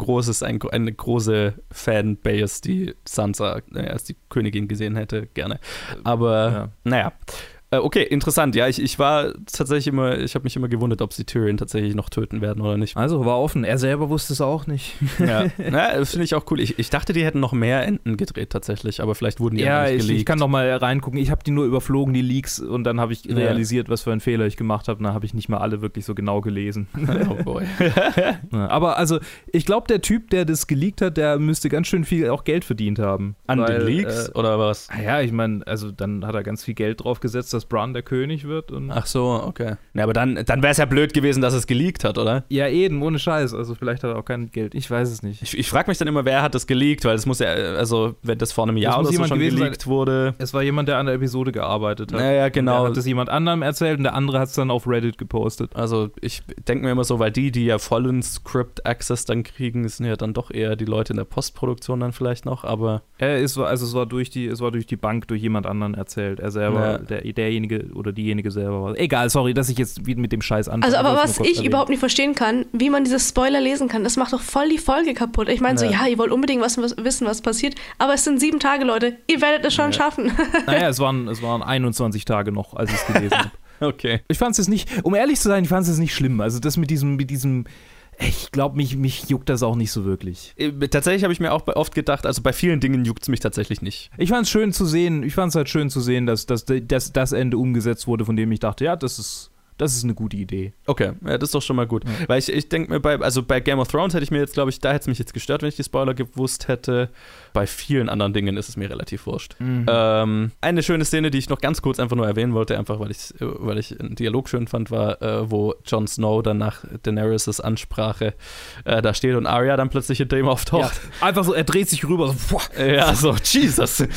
große Fanbase, die Sansa als die Königin gesehen hätte, gerne. Aber naja. Okay, interessant. Ja, ich war tatsächlich ich habe mich immer gewundert, ob sie Tyrion tatsächlich noch töten werden oder nicht.
Also war offen. Er selber wusste es auch nicht.
Ja, das finde ich auch cool. Ich dachte, die hätten noch mehr Enden gedreht tatsächlich, aber vielleicht wurden die ja nicht geleakt.
Ich kann noch mal reingucken. Ich habe die nur überflogen, die Leaks, und dann habe ich realisiert, was für einen Fehler ich gemacht habe. Dann habe ich nicht mal alle wirklich so genau gelesen.
Oh boy.
Aber also, ich glaube, der Typ, der das geleakt hat, der müsste ganz schön viel auch Geld verdient haben.
An den Leaks oder was?
Ja, ich meine, also dann hat er ganz viel Geld drauf gesetzt, dass Bran der König wird. Und
ach so, okay. Ja, aber dann wäre es ja blöd gewesen, dass es geleakt hat, oder?
Ja, eben, ohne Scheiß. Also vielleicht hat er auch kein Geld. Ich weiß es nicht.
Ich frage mich dann immer, wer hat das geleakt, weil es muss ja, also wenn das vor einem Jahr oder so schon geleakt wurde.
Es war jemand, der an der Episode gearbeitet hat.
Ja, genau.
Der hat es jemand anderem erzählt und der andere hat es dann auf Reddit gepostet.
Also ich denke mir immer so, weil die ja vollen Script-Access dann kriegen, sind ja dann doch eher die Leute in der Postproduktion dann vielleicht noch, aber...
Es war durch die Bank, durch jemand anderen erzählt. Er selber, derjenige oder diejenige selber war. Egal, sorry, dass ich jetzt wieder mit dem Scheiß anfange.
Also, aber was ich überhaupt nicht verstehen kann, wie man diese Spoiler lesen kann, das macht doch voll die Folge kaputt. Ich meine ihr wollt unbedingt wissen, was passiert, aber es sind 7 Tage, Leute. Ihr werdet es schon schaffen.
Naja, es waren 21 Tage noch, als ich es gelesen habe.
Okay.
Ich fand es jetzt nicht, um ehrlich zu sein, ich fand es nicht schlimm. Also das mit diesem ich glaube, mich juckt das auch nicht so wirklich.
Tatsächlich habe ich mir auch oft gedacht, also bei vielen Dingen juckt es mich tatsächlich nicht.
Ich fand es schön zu sehen, dass das Ende umgesetzt wurde, von dem ich dachte, ja, das ist eine gute Idee.
Okay, ja, das ist doch schon mal gut. Ja. Weil ich denke mir, bei Game of Thrones hätte ich mir jetzt, glaube ich, da hätte es mich jetzt gestört, wenn ich die Spoiler gewusst hätte. Bei vielen anderen Dingen ist es mir relativ wurscht. Mhm. Eine schöne Szene, die ich noch ganz kurz einfach nur erwähnen wollte, einfach weil ich einen Dialog schön fand, war, wo Jon Snow dann nach Daenerys' Ansprache da steht und Arya dann plötzlich hinter ihm auftaucht.
Ja, einfach so, er dreht sich rüber, so, boah.
Ja, so, Jesus.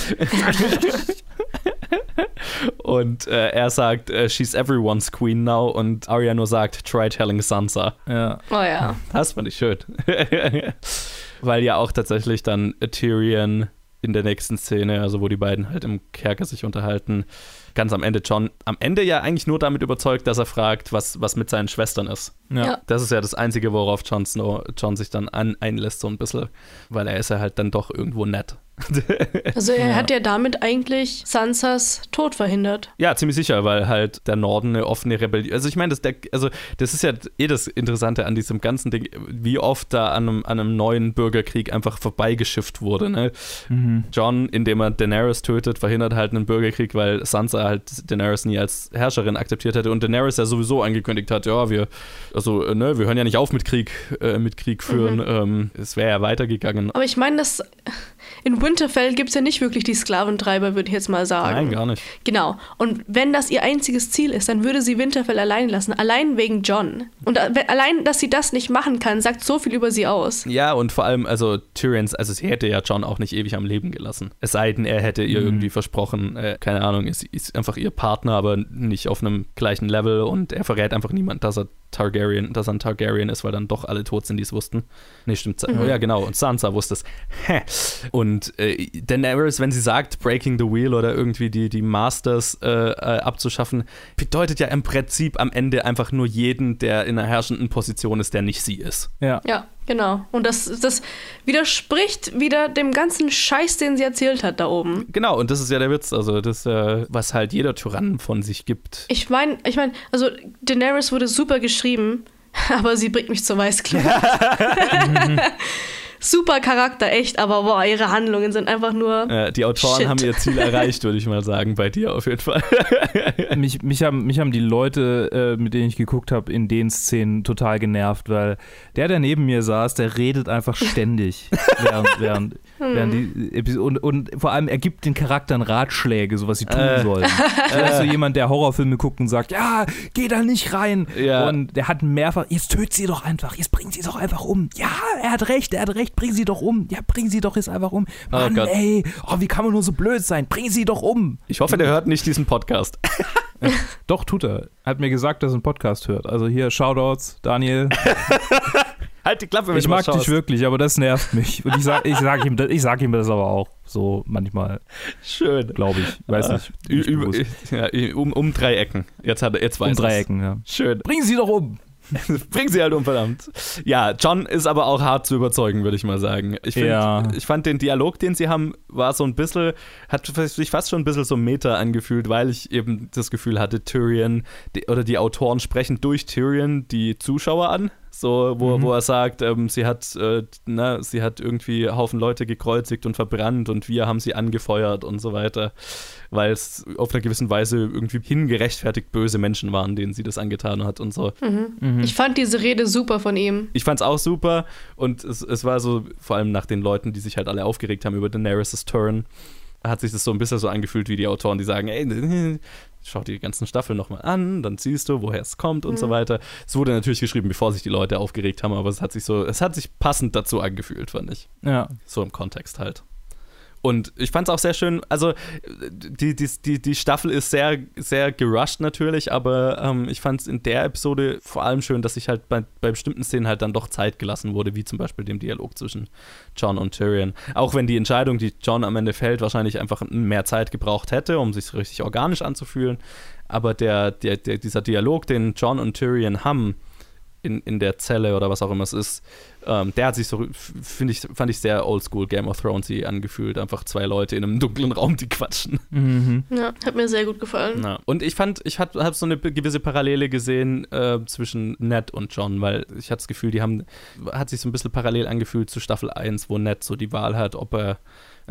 Und er sagt, she's everyone's queen now, und Arya nur sagt, try telling Sansa.
Ja.
Oh ja.
Das fand ich schön. Weil ja auch tatsächlich dann Tyrion in der nächsten Szene, also wo die beiden halt im Kerker sich unterhalten, ganz am Ende Jon ja eigentlich nur damit überzeugt, dass er fragt, was mit seinen Schwestern ist.
Ja.
Das ist ja das Einzige, worauf Jon sich dann einlässt, so ein bisschen, weil er ist ja halt dann doch irgendwo nett.
Also er hat ja damit eigentlich Sansas Tod verhindert.
Ja, ziemlich sicher, weil halt der Norden eine offene Rebellion, also ich meine, das ist ja das Interessante an diesem ganzen Ding, wie oft da an einem neuen Bürgerkrieg einfach vorbeigeschifft wurde, ne? Mhm. Jon, indem er Daenerys tötet, verhindert halt einen Bürgerkrieg, weil Sansa halt Daenerys nie als Herrscherin akzeptiert hätte und Daenerys ja sowieso angekündigt hat, ja, wir hören ja nicht auf mit Krieg führen, es wäre ja weitergegangen.
Aber ich meine, in Winterfell gibt es ja nicht wirklich die Sklaventreiber, würde ich jetzt mal sagen.
Nein, gar nicht.
Genau. Und wenn das ihr einziges Ziel ist, dann würde sie Winterfell allein lassen. Allein wegen Jon. Und allein, dass sie das nicht machen kann, sagt so viel über sie aus.
Ja, und vor allem, also Tyrion, also sie hätte ja Jon auch nicht ewig am Leben gelassen. Es sei denn, er hätte ihr irgendwie versprochen, keine Ahnung, ist einfach ihr Partner, aber nicht auf einem gleichen Level, und er verrät einfach niemand, dass er ein Targaryen ist, weil dann doch alle tot sind, die es wussten. Nee, stimmt. Oh ja, genau. Und Sansa wusste es. Und Daenerys, wenn sie sagt, breaking the wheel oder irgendwie die Masters abzuschaffen, bedeutet ja im Prinzip am Ende einfach nur jeden, der in einer herrschenden Position ist, der nicht sie ist.
Ja, genau. Und das widerspricht wieder dem ganzen Scheiß, den sie erzählt hat da oben.
Genau, und das ist ja der Witz. Also das, was halt jeder Tyrann von sich gibt.
Ich meine, also Daenerys wurde super geschrieben, aber sie bringt mich zur Weißglut. super Charakter, echt, aber boah, ihre Handlungen sind einfach nur
die Autoren
Shit.
haben ihr Ziel erreicht, würde ich mal sagen, bei dir auf jeden Fall.
Mich haben die Leute, mit denen ich geguckt habe, in den Szenen total genervt, weil der neben mir saß, der redet einfach ständig während die Episode und vor allem er gibt den Charakteren Ratschläge, so was sie tun sollen. Er ist so jemand, der Horrorfilme guckt und sagt, ja, geh da nicht rein.
Ja.
Und der hat mehrfach, jetzt tötet sie doch einfach, jetzt bringen sie doch einfach um. Ja, er hat recht, bring sie doch um. Ja, bring sie doch jetzt einfach um. Mann, ey, wie kann man nur so blöd sein? Bring sie doch um.
Ich hoffe, der hört nicht diesen Podcast.
Doch, tut er. Er hat mir gesagt, dass er einen Podcast hört. Also hier, Shoutouts, Daniel.
Halt die Klappe, wenn
ich mag dich wirklich, aber das nervt mich. Und ich sag ihm das aber auch so manchmal.
Schön.
Glaube ich. Weiß nicht.
Um 3 Ecken. Jetzt weiß
um 3 Ecken, ja.
Schön.
Bring sie doch um.
Bring sie halt um, verdammt. Ja, John ist aber auch hart zu überzeugen, würde ich mal sagen. Ich fand den Dialog, den sie haben, war so ein bisschen, hat sich fast schon ein bisschen so Meta angefühlt, weil ich eben das Gefühl hatte, Tyrion, die Autoren sprechen durch Tyrion die Zuschauer an. So, wo er sagt, sie hat irgendwie Haufen Leute gekreuzigt und verbrannt und wir haben sie angefeuert und so weiter, weil es auf einer gewissen Weise irgendwie hingerechtfertigt böse Menschen waren, denen sie das angetan hat und so.
Ich fand diese Rede super von ihm.
Ich fand's auch super und es war so, vor allem nach den Leuten, die sich halt alle aufgeregt haben über Daenerys' Turn, hat sich das so ein bisschen so angefühlt wie die Autoren, die sagen, ey, schau dir die ganzen Staffeln nochmal an, dann siehst du, woher es kommt und so weiter. Es wurde natürlich geschrieben, bevor sich die Leute aufgeregt haben, aber es hat sich passend dazu angefühlt, fand ich.
Ja.
So im Kontext halt. Und ich fand es auch sehr schön, also die Staffel ist sehr, sehr gerusht natürlich, aber ich fand es in der Episode vor allem schön, dass sich halt bei bestimmten Szenen halt dann doch Zeit gelassen wurde, wie zum Beispiel dem Dialog zwischen Jon und Tyrion. Auch wenn die Entscheidung, die Jon am Ende fällt, wahrscheinlich einfach mehr Zeit gebraucht hätte, um sich richtig organisch anzufühlen, aber dieser Dialog, den Jon und Tyrion haben, in der Zelle oder was auch immer es ist, der hat sich so, fand ich sehr oldschool Game of Thrones-y angefühlt. Einfach 2 Leute in einem dunklen Raum, die quatschen.
Mhm.
Ja, hat mir sehr gut gefallen.
Ja. Und ich habe so eine gewisse Parallele gesehen zwischen Ned und Jon, weil ich hatte das Gefühl, hat sich so ein bisschen parallel angefühlt zu Staffel 1, wo Ned so die Wahl hat, ob er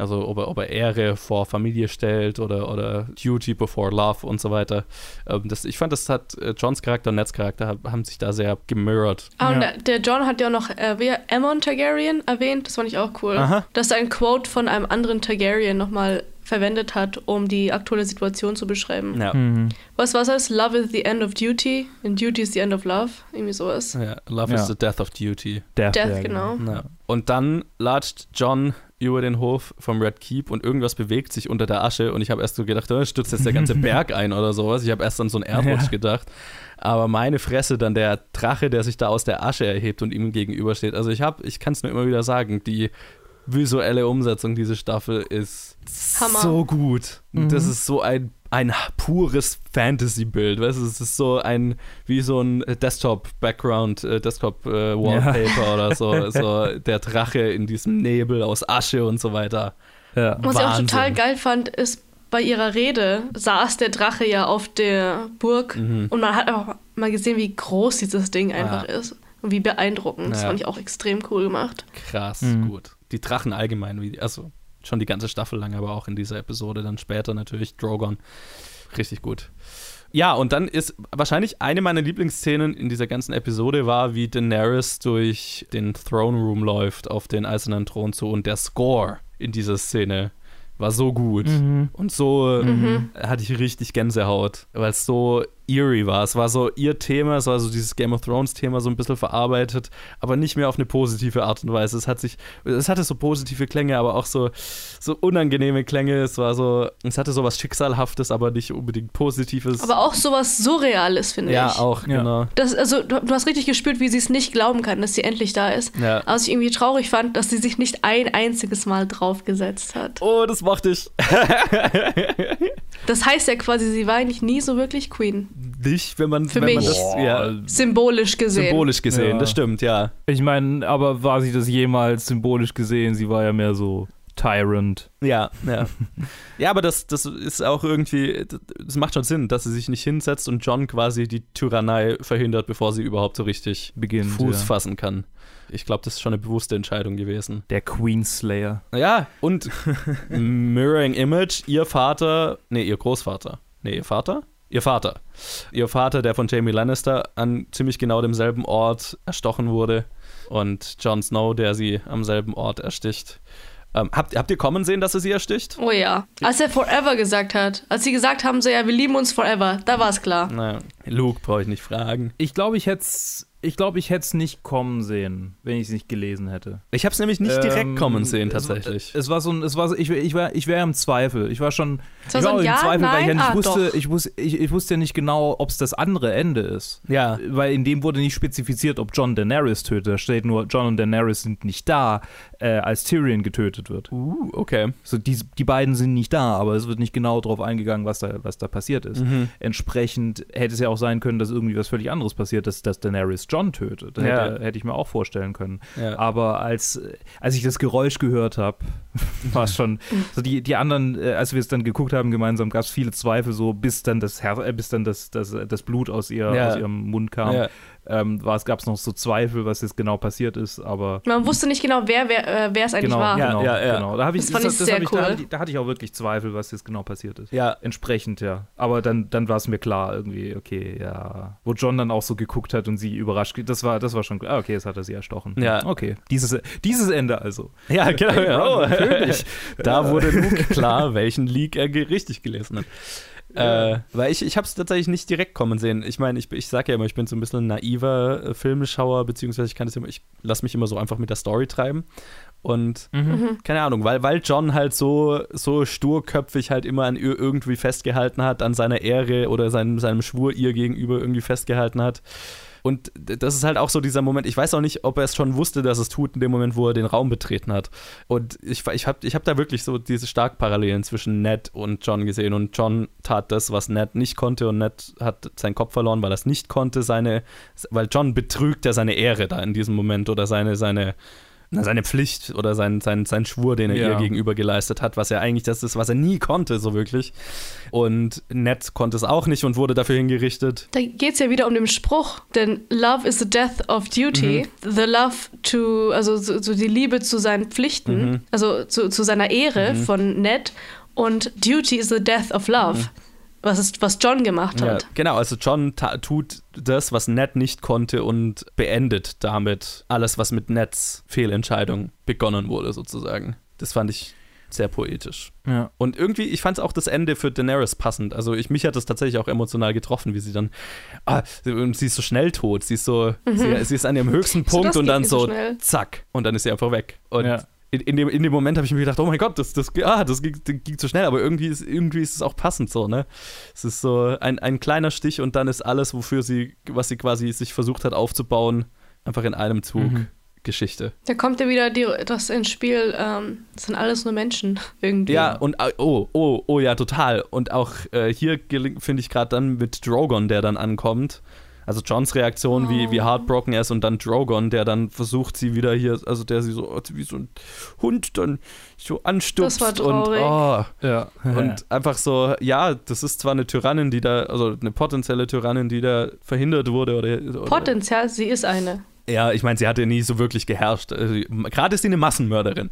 Ehre vor Familie stellt oder Duty before Love und so weiter. Ich fand, das hat Jons Charakter und Neds Charakter haben sich da sehr gemirrored.
Und der Jon hat ja auch noch Aemon Targaryen erwähnt, das fand ich auch cool.
Aha.
Dass er ein Quote von einem anderen Targaryen nochmal verwendet hat, um die aktuelle Situation zu beschreiben.
Ja.
Was war das? Love is the end of duty and duty is the end of love. Irgendwie sowas.
Ja, Love is the death of duty.
Death, genau.
Ja. Und dann latscht Jon über den Hof vom Red Keep und irgendwas bewegt sich unter der Asche und ich habe erst so gedacht, stürzt jetzt der ganze Berg ein oder sowas. Ich habe erst an so einen Erdrutsch gedacht. Aber meine Fresse, dann der Drache, der sich da aus der Asche erhebt und ihm gegenübersteht. Also ich kann es nur immer wieder sagen, die visuelle Umsetzung dieser Staffel ist
Hammer.
So gut. Das ist so ein pures Fantasy-Bild, weißt du, es ist so wie so ein Desktop-Background, Desktop-Wallpaper oder so der Drache in diesem Nebel aus Asche und so weiter.
Ja.
Was ich auch total geil fand, ist, bei ihrer Rede saß der Drache ja auf der Burg und man hat einfach mal gesehen, wie groß dieses Ding einfach ist und wie beeindruckend. Das fand ich auch extrem cool gemacht.
Krass, gut. Die Drachen allgemein, also schon die ganze Staffel lang, aber auch in dieser Episode dann später natürlich Drogon. Richtig gut. Ja, und dann ist wahrscheinlich eine meiner Lieblingsszenen in dieser ganzen Episode war, wie Daenerys durch den Throne Room läuft auf den eisernen Thron zu und der Score in dieser Szene war so gut und so hatte ich richtig Gänsehaut, weil es so eerie war. Es war so ihr Thema, es war so dieses Game of Thrones Thema so ein bisschen verarbeitet, aber nicht mehr auf eine positive Art und Weise. Es hatte so positive Klänge, aber auch so unangenehme Klänge. Es hatte so was Schicksalhaftes, aber nicht unbedingt Positives.
Aber auch so was Surreales, finde ich.
Ja, auch, genau.
Du hast richtig gespürt, wie sie es nicht glauben kann, dass sie endlich da ist.
Ja.
Aber was ich irgendwie traurig fand, dass sie sich nicht ein einziges Mal draufgesetzt hat.
Oh, das mochte ich.
Das heißt ja quasi, sie war eigentlich nie so wirklich Queen.
Nicht, wenn man das
symbolisch gesehen,
das stimmt, ja.
Ich meine, aber war sie das jemals symbolisch gesehen? Sie war ja mehr so Tyrant.
Ja. Ja, aber das ist auch irgendwie, das macht schon Sinn, dass sie sich nicht hinsetzt und Jon quasi die Tyrannei verhindert, bevor sie überhaupt so richtig Fuß fassen kann. Ich glaube, das ist schon eine bewusste Entscheidung gewesen.
Der Queenslayer.
Ja, und Mirroring Image, ihr Vater, ihr Vater, der von Jaime Lannister an ziemlich genau demselben Ort erstochen wurde und Jon Snow, der sie am selben Ort ersticht. Habt ihr kommen sehen, dass er sie ersticht?
Oh ja. Als er Forever gesagt hat, als sie gesagt haben, so ja, wir lieben uns forever, da war es klar.
Naja, Luke brauche ich nicht fragen.
Ich glaube, ich hätte es nicht kommen sehen, wenn ich es nicht gelesen hätte.
Ich habe es nämlich nicht direkt kommen sehen, tatsächlich.
Ich wäre im Zweifel. Ich war schon
im Zweifel,
weil ich wusste ja nicht genau, ob es das andere Ende ist.
Ja.
Weil in dem wurde nicht spezifiziert, ob Jon Daenerys tötet. Da steht nur, Jon und Daenerys sind nicht da, als Tyrion getötet wird.
Okay.
So, die beiden sind nicht da, aber es wird nicht genau darauf eingegangen, was da passiert ist. Entsprechend hätte es ja auch sein können, dass irgendwie was völlig anderes passiert, dass Daenerys Jon tötet. Hätte ich mir auch vorstellen können. Ja. Aber als ich das Geräusch gehört habe, war es schon so die anderen, als wir es dann geguckt haben gemeinsam, gab es viele Zweifel, so bis dann das Blut aus ihrem Mund kam. Ja. Gab es noch so Zweifel, was jetzt genau passiert ist, aber
man wusste nicht genau, wer es eigentlich war.
Genau. Da hatte ich auch wirklich Zweifel, was jetzt genau passiert ist.
Ja.
Entsprechend, ja. Aber dann war es mir klar, irgendwie, okay, ja. Wo Jon dann auch so geguckt hat und sie überrascht, das war schon klar, okay, jetzt hat er sie erstochen.
Ja.
Okay, dieses Ende also.
Ja, genau. Ja. Natürlich. Da wurde Luke klar, welchen Leak er richtig gelesen hat. Weil ich habe es tatsächlich nicht direkt kommen sehen. Ich meine, ich sage ja immer, ich bin so ein bisschen ein naiver Filmeschauer, beziehungsweise ich lasse mich immer so einfach mit der Story treiben. Und keine Ahnung, weil Jon halt so sturköpfig halt immer an ihr irgendwie festgehalten hat, an seiner Ehre oder seinem Schwur ihr gegenüber irgendwie festgehalten hat. Und das ist halt auch so dieser Moment, ich weiß auch nicht, ob er es schon wusste, dass es tut, in dem Moment, wo er den Raum betreten hat. Und ich hab da wirklich so diese starken Parallelen zwischen Ned und Jon gesehen. Und Jon tat das, was Ned nicht konnte, und Ned hat seinen Kopf verloren, weil er es nicht konnte, weil Jon betrügt ja seine Ehre da in diesem Moment oder seine Pflicht oder sein Schwur, den er ihr gegenüber geleistet hat, was ja eigentlich das ist, was er nie konnte, so wirklich. Und Ned konnte es auch nicht und wurde dafür hingerichtet.
Da geht es ja wieder um den Spruch, denn Love is the death of duty. The love also so die Liebe zu seinen Pflichten, also zu seiner Ehre von Ned, und Duty is the death of love. Was Jon gemacht hat.
Ja, genau, also Jon tut das, was Ned nicht konnte, und beendet damit alles, was mit Neds Fehlentscheidung begonnen wurde, sozusagen. Das fand ich sehr poetisch.
Ja.
Und irgendwie, ich fand es auch das Ende für Daenerys passend. Also mich hat das tatsächlich auch emotional getroffen, wie sie dann, sie ist so schnell tot, sie ist so, sie ist an ihrem höchsten Punkt und dann so zack, und dann ist sie einfach weg. Und in dem Moment habe ich mir gedacht, oh mein Gott, das ging zu schnell, aber irgendwie ist es auch passend so, ne? Es ist so ein kleiner Stich und dann ist alles, was sie quasi sich versucht hat aufzubauen, einfach in einem Zug Geschichte.
Da kommt ja wieder das ins Spiel, das sind alles nur Menschen irgendwie.
Ja, und ja, total. Und auch hier finde ich gerade dann mit Drogon, der dann ankommt. Also Jons Reaktion, wie heartbroken er ist, und dann Drogon, der dann versucht, sie wieder hier, also der sie so wie so ein Hund dann so anstupst.
Das war traurig.
Und einfach so, ja, das ist zwar eine Tyrannin, also eine potenzielle Tyrannin, die da verhindert wurde. Oder
Potenzial, sie ist eine.
Ja, ich meine, sie hatte nie so wirklich geherrscht. Also, gerade ist sie eine Massenmörderin.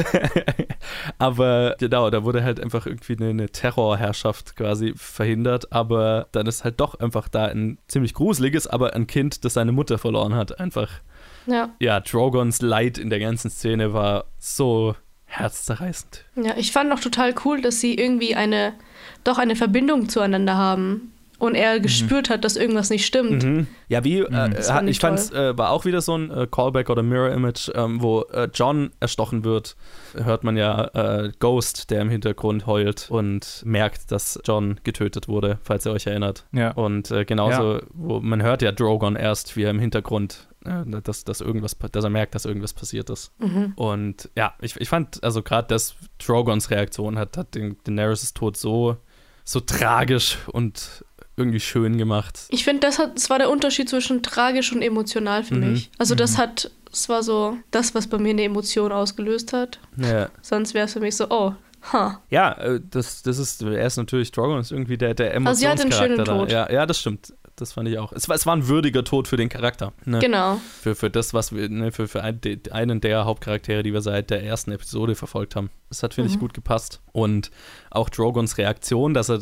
Aber genau, da wurde halt einfach irgendwie eine Terrorherrschaft quasi verhindert. Aber dann ist halt doch einfach da ein ziemlich gruseliges, aber ein Kind, das seine Mutter verloren hat. Einfach. Ja, Drogons Leid in der ganzen Szene war so herzzerreißend.
Ja, ich fand auch total cool, dass sie irgendwie eine Verbindung zueinander haben. Und er gespürt hat, dass irgendwas nicht stimmt.
Ja, ich fand es war auch wieder so ein Callback oder Mirror-Image, wo Jon erstochen wird, hört man ja Ghost, der im Hintergrund heult und merkt, dass Jon getötet wurde, falls ihr euch erinnert.
Ja.
Und genauso, wo man hört ja Drogon erst, wie er im Hintergrund, dass er merkt, dass irgendwas passiert ist. Und ja, ich fand, also gerade das Drogons Reaktion hat den Daenerys' Tod so tragisch und irgendwie schön gemacht.
Ich finde, das war der Unterschied zwischen tragisch und emotional für mich. Also das hat es war so das, was bei mir eine Emotion ausgelöst hat.
Ja.
Sonst wäre es für mich so,
Ja, er ist natürlich, Drogon ist irgendwie der Emotionscharakter.
Also sie hat einen schönen Tod.
Ja, das stimmt. Das fand ich auch. Es war ein würdiger Tod für den Charakter. Ne?
Genau.
Für das, was wir, ne, für einen der Hauptcharaktere, die wir seit der ersten Episode verfolgt haben. Das hat, finde ich, gut gepasst. Und auch Drogons Reaktion, dass er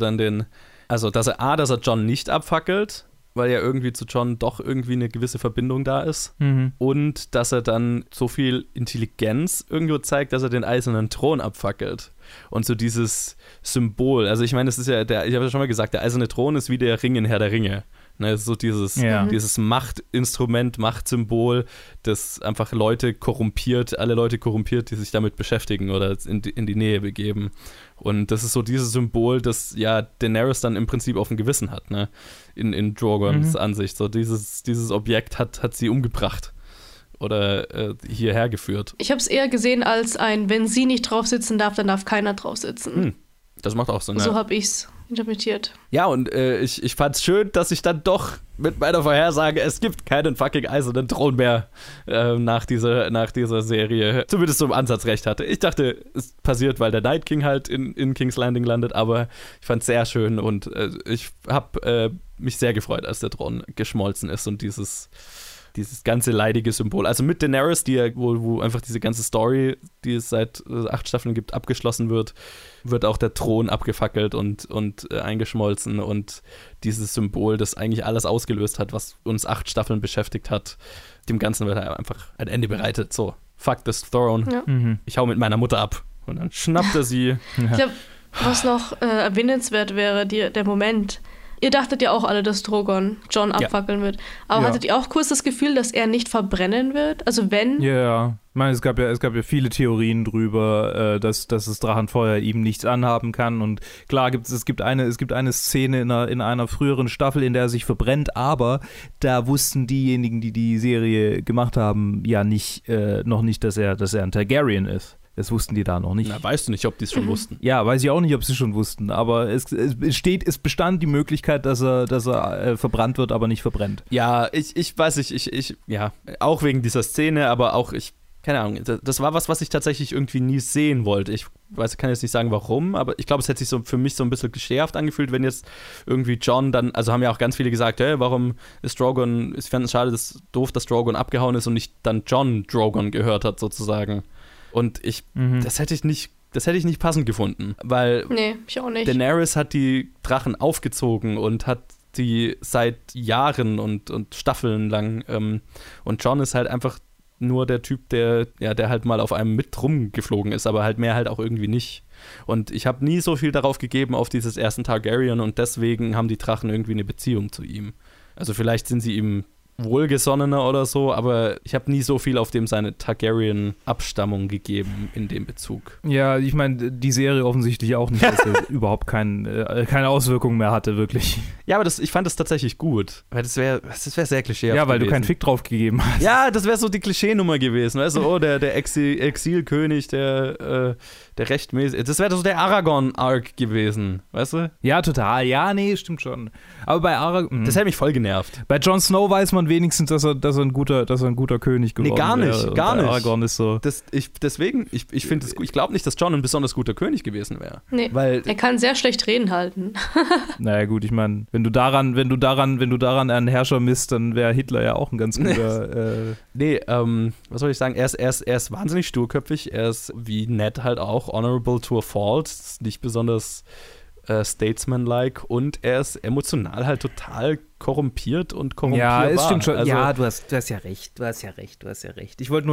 John nicht abfackelt, weil ja irgendwie zu John doch irgendwie eine gewisse Verbindung da ist. Und dass er dann so viel Intelligenz irgendwo zeigt, dass er den eisernen Thron abfackelt. Und so dieses Symbol, also ich meine, das ist ja, ich habe ja schon mal gesagt, der eiserne Thron ist wie der Ring in Herr der Ringe. Ne, so dieses Machtinstrument, Machtsymbol, das einfach alle Leute korrumpiert, die sich damit beschäftigen oder in die Nähe begeben. Und das ist so dieses Symbol, das ja Daenerys dann im Prinzip auf dem Gewissen hat, ne? In Drogons Ansicht. So dieses Objekt hat sie umgebracht oder hierher geführt.
Ich habe es eher gesehen als wenn sie nicht drauf sitzen darf, dann darf keiner drauf sitzen.
Das macht auch Sinn.
So habe ich es interpretiert.
Ja, und ich fand es schön, dass ich dann doch mit meiner Vorhersage, es gibt keinen fucking eisernen Thron mehr nach dieser Serie, zumindest so im Ansatz recht hatte. Ich dachte, es passiert, weil der Night King halt in King's Landing landet, aber ich fand es sehr schön und ich habe mich sehr gefreut, als der Thron geschmolzen ist und dieses ganze leidige Symbol. Also mit Daenerys, wo einfach diese ganze Story, die es seit 8 Staffeln gibt, abgeschlossen wird auch der Thron abgefackelt und eingeschmolzen und dieses Symbol, das eigentlich alles ausgelöst hat, was uns 8 Staffeln beschäftigt hat, dem Ganzen wird einfach ein Ende bereitet. So, fuck this throne. Ja. Ich hau mit meiner Mutter ab. Und dann schnappt er sie.
Ich glaube, was noch erwähnenswert wäre, der Moment. Ihr dachtet ja auch alle, dass Drogon John abfackeln wird. Aber hattet ihr auch kurz das Gefühl, dass er nicht verbrennen wird? Also wenn?
Ja, ich meine, es gab ja viele Theorien drüber, dass das Drachenfeuer ihm nichts anhaben kann. Und klar, es gibt eine Szene in einer früheren Staffel, in der er sich verbrennt, aber da wussten diejenigen, die die Serie gemacht haben, ja noch nicht, dass er ein Targaryen ist. Das wussten die da noch nicht.
Na, weißt du nicht, ob die es schon wussten?
Ja, weiß ich auch nicht, ob sie schon wussten. Aber es bestand die Möglichkeit, dass er verbrannt wird, aber nicht verbrennt.
Ja, ich weiß nicht, auch wegen dieser Szene, aber auch keine Ahnung, das war was ich tatsächlich irgendwie nie sehen wollte. Ich kann jetzt nicht sagen, warum, aber ich glaube, es hätte sich so für mich so ein bisschen klischeehaft angefühlt, wenn jetzt irgendwie John dann, also haben ja auch ganz viele gesagt, warum ist Drogon, ich fand es schade, doof, dass Drogon abgehauen ist und nicht dann John Drogon gehört hat, sozusagen. Und das hätte ich nicht passend gefunden, weil
ich auch nicht.
Daenerys hat die Drachen aufgezogen und hat die seit Jahren und Staffeln lang und John ist halt einfach nur der Typ, der halt mal auf einem mit rumgeflogen ist, aber halt mehr halt auch irgendwie nicht. Und ich habe nie so viel darauf gegeben auf dieses ersten Targaryen und deswegen haben die Drachen irgendwie eine Beziehung zu ihm. Also vielleicht sind sie ihm wohlgesonnener oder so, aber ich habe nie so viel auf dem seine Targaryen-Abstammung gegeben in dem Bezug.
Ja, ich meine, die Serie offensichtlich auch nicht, dass er überhaupt keine Auswirkungen mehr hatte, wirklich.
Ja, aber ich fand das tatsächlich gut, weil das wäre sehr klischeehaft
Ja, weil
gewesen.
Du keinen Fick drauf gegeben hast.
Ja, das wäre so die Klischeenummer gewesen, weißt du, der Exilkönig, der rechtmäßig, das wäre so der Aragorn-Arc gewesen, weißt du?
Ja, total, ja, nee, stimmt schon. Aber bei Aragorn...
Das hätte mich voll genervt.
Bei Jon Snow weiß man wenigstens, dass er ein guter König geworden
gar nicht,
wäre.
Gar nicht.
Aragorn ist so.
Ich finde es gut. Ich glaube nicht, dass Jon ein besonders guter König gewesen wäre.
Nee, weil er kann sehr schlecht Reden halten.
Naja, gut, ich meine, wenn du daran einen Herrscher misst, dann wäre Hitler ja auch ein ganz guter.
Was soll ich sagen? Er ist wahnsinnig sturköpfig. Er ist wie Ned halt auch honorable to a fault. Ist nicht besonders statesman-like und er ist emotional halt total korrumpiert und korrumpierbar.
Ja, es stimmt schon.
Also,
ja, du hast ja recht. Ich wollte nur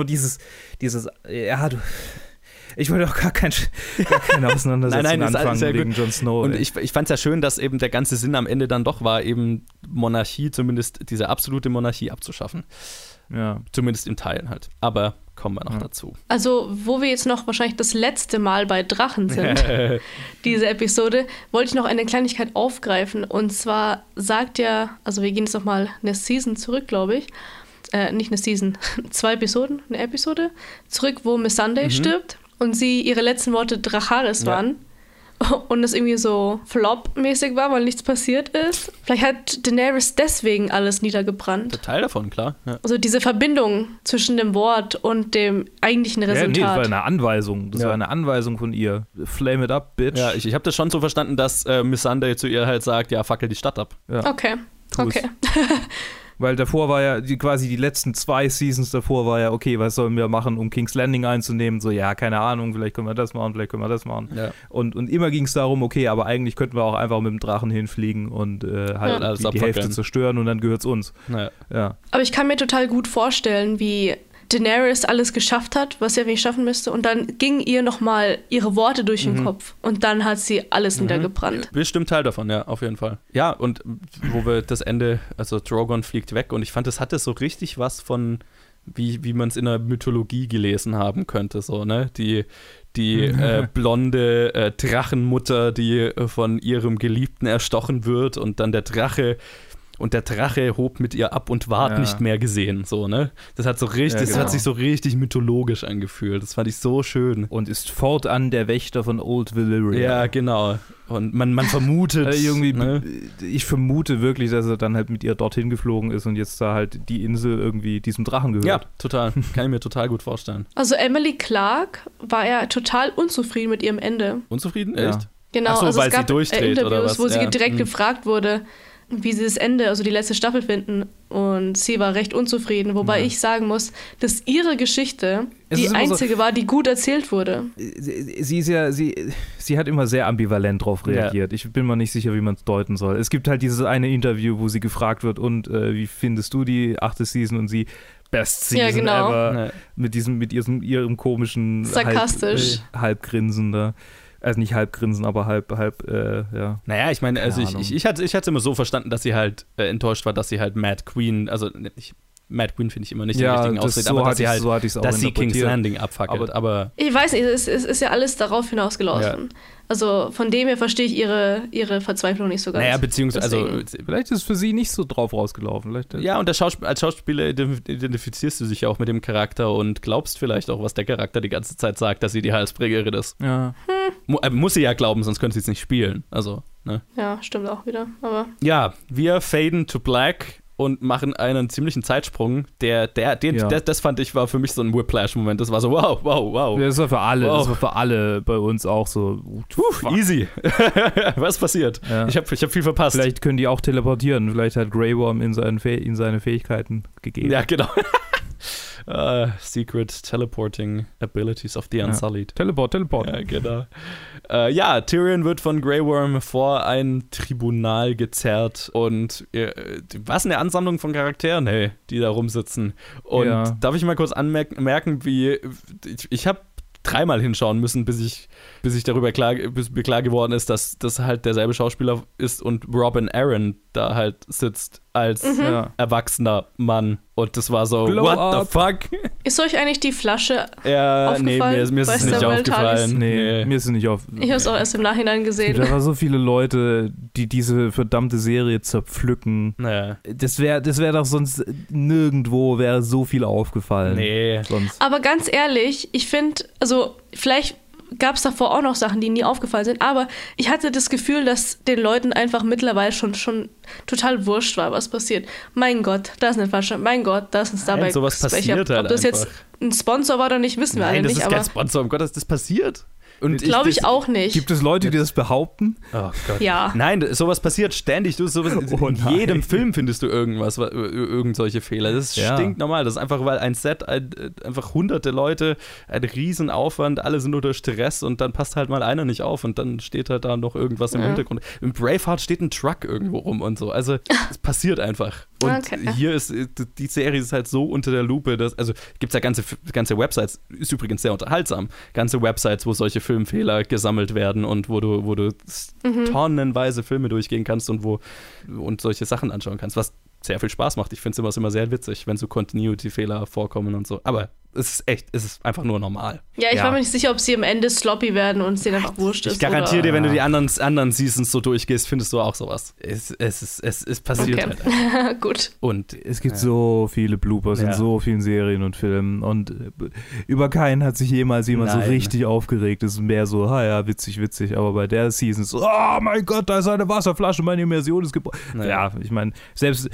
ich wollte auch gar keine Auseinandersetzung anfangen wegen Jon Snow.
Und ich fand es ja schön, dass eben der ganze Sinn am Ende dann doch war, eben Monarchie, zumindest diese absolute Monarchie abzuschaffen.
Ja.
Zumindest in Teilen halt. Aber kommen wir noch dazu.
Also, wo wir jetzt noch wahrscheinlich das letzte Mal bei Drachen sind, diese Episode, wollte ich noch eine Kleinigkeit aufgreifen. Und zwar sagt also wir gehen jetzt nochmal eine Season zurück, glaube ich. Nicht eine Season, 2 Episoden, eine Episode zurück, wo Missandei stirbt und sie ihre letzten Worte Dracarys waren. und es irgendwie so Flop-mäßig war, weil nichts passiert ist. Vielleicht hat Daenerys deswegen alles niedergebrannt.
Der Teil davon, klar. Ja.
Also diese Verbindung zwischen dem Wort und dem eigentlichen Resultat.
Ja, nee, das war eine Anweisung. Das war eine Anweisung von ihr. Flame it up, bitch.
Ja, ich habe das schon so verstanden, dass Missandei zu ihr halt sagt, ja, fackel die Stadt ab.
Ja.
Okay.
Weil davor war ja, quasi die letzten 2 Seasons davor war ja, okay, was sollen wir machen, um King's Landing einzunehmen? So, ja, keine Ahnung, vielleicht können wir das machen, vielleicht können wir das machen.
Ja.
Und immer ging es darum, okay, aber eigentlich könnten wir auch einfach mit dem Drachen hinfliegen und halt die Hälfte zerstören und dann gehört es uns. Ja.
Aber ich kann mir total gut vorstellen, wie Daenerys alles geschafft hat, was sie eigentlich schaffen müsste, und dann gingen ihr nochmal ihre Worte durch den Kopf und dann hat sie alles niedergebrannt.
Bestimmt Teil davon, ja, auf jeden Fall. Ja, und wo wir das Ende, also Drogon fliegt weg und ich fand, das hatte so richtig was von, wie man es in der Mythologie gelesen haben könnte, so, ne, die blonde Drachenmutter, die von ihrem Geliebten erstochen wird und dann der Drache hob mit ihr ab und ward nicht mehr gesehen, so, ne? Das hat so richtig, das hat sich so richtig mythologisch angefühlt. Das fand ich so schön.
Und ist fortan der Wächter von Old Valyria.
Ja, genau. Und man vermutet.
Irgendwie,
ne?
Ich vermute wirklich, dass er dann halt mit ihr dorthin geflogen ist und jetzt da halt die Insel irgendwie diesem Drachen gehört.
Ja, total. Kann ich mir total gut vorstellen.
Also Emily Clark war ja total unzufrieden mit ihrem Ende.
Unzufrieden? Echt?
Ja. Genau,
ach so,
also
weil
es gab
sie durchdreht,
Interviews,
oder was?
wo sie direkt gefragt wurde, wie sie das Ende, also die letzte Staffel finden, und sie war recht unzufrieden, wobei ich sagen muss, dass ihre Geschichte die einzige war, die gut erzählt wurde.
Sie hat immer sehr ambivalent drauf reagiert. Ich bin mir nicht sicher, wie man es deuten soll. Es gibt halt dieses eine Interview, wo sie gefragt wird, und wie findest du die 8. Season, und sie Best Season ever, mit ihrem komischen
sarkastisch
Halbgrinsen da. Also nicht halb grinsen, aber halb, ja.
Naja, ich meine, also ich hatte es immer so verstanden, dass sie halt enttäuscht war, dass sie halt Mad Queen, also Mad Queen finde ich immer nicht den richtigen Ausdruck,
so
aber dass sie halt,
dass
sie King's Landing abfackelt, aber
ich weiß nicht, es ist ja alles darauf hinausgelaufen. Ja. Also von dem her verstehe ich ihre Verzweiflung nicht so ganz.
Naja, beziehungsweise
vielleicht ist es für sie nicht so drauf rausgelaufen.
Ja, und als Schauspieler identifizierst du dich ja auch mit dem Charakter und glaubst vielleicht auch, was der Charakter die ganze Zeit sagt, dass sie die Halsbrecherin ist.
Ja.
Muss sie ja glauben, sonst könnte sie es nicht spielen. Also, ne?
Ja, stimmt auch wieder. Aber
ja, wir faden to black und machen einen ziemlichen Zeitsprung. Das fand ich, war für mich so ein Whiplash-Moment. Das war so, wow.
Das war für alle, Das war für alle bei uns auch so.
Easy. Was passiert? Ja. Ich hab viel verpasst.
Vielleicht können die auch teleportieren. Vielleicht hat Grey Worm in seine Fähigkeiten gegeben.
Ja, genau. Secret Teleporting Abilities of the Unsullied.
Teleport.
Ja, genau. Tyrion wird von Grey Worm vor ein Tribunal gezerrt und was eine Ansammlung von Charakteren, hey, die da rumsitzen. Und darf ich mal kurz anmerken, wie ich habe 3-mal hinschauen müssen, bis mir klar geworden ist, dass das halt derselbe Schauspieler ist und Robin Aaron da halt sitzt als erwachsener Mann. Und das war so, what the fuck?
Ist euch eigentlich die Flasche aufgefallen?
Nee, mir ist es nicht aufgefallen.
Nee, mir ist es nicht aufgefallen.
Ich habe es auch erst im Nachhinein gesehen.
Da waren so viele Leute, die diese verdammte Serie zerpflücken.
Naja.
Das wär doch sonst nirgendwo wäre so viel aufgefallen.
Nee.
Sonst.
Aber ganz ehrlich, ich finde, also vielleicht gab es davor auch noch Sachen, die nie aufgefallen sind, aber ich hatte das Gefühl, dass den Leuten einfach mittlerweile schon total wurscht war, was passiert. Mein Gott, da ist eine Flasche, mein Gott, da ist ein Starbucks.
Sowas passiert halt
ob das jetzt ein Sponsor war oder nicht, wissen wir alle nicht.
Nein, das ist kein Sponsor, um Gottes, das passiert.
Glaube ich auch nicht.
Gibt es Leute, die das behaupten?
Oh Gott.
Ja.
Nein, sowas passiert ständig. In jedem Film findest du irgend solche Fehler. Das ist stinknormal. Das ist einfach, weil ein Set, einfach hunderte Leute, ein Riesenaufwand, alle sind unter Stress und dann passt halt mal einer nicht auf und dann steht halt da noch irgendwas im Hintergrund. Im Braveheart steht ein Truck irgendwo rum und so. Also, es passiert einfach. Und hier ist, die Serie ist halt so unter der Lupe, also gibt es ja ganze Websites, ist übrigens sehr unterhaltsam, ganze Websites, wo solche Filmfehler gesammelt werden und wo du tonnenweise Filme durchgehen kannst und solche Sachen anschauen kannst, was sehr viel Spaß macht. Ich finde es immer sehr witzig, wenn so Continuity-Fehler vorkommen und so. Aber es ist einfach nur normal.
Ja, ich war mir nicht sicher, ob sie am Ende sloppy werden und es denen einfach wurscht ist.
Ich garantiere dir, wenn du die anderen Seasons so durchgehst, findest du auch sowas. Es passiert halt.
Gut.
Und es gibt so viele Bloopers in so vielen Serien und Filmen und über keinen hat sich jemals jemand so richtig aufgeregt. Es ist mehr so, ja, witzig, aber bei der Season so, oh mein Gott, da ist eine Wasserflasche, meine Immersion ist gebrochen. Ja, ich meine, selbst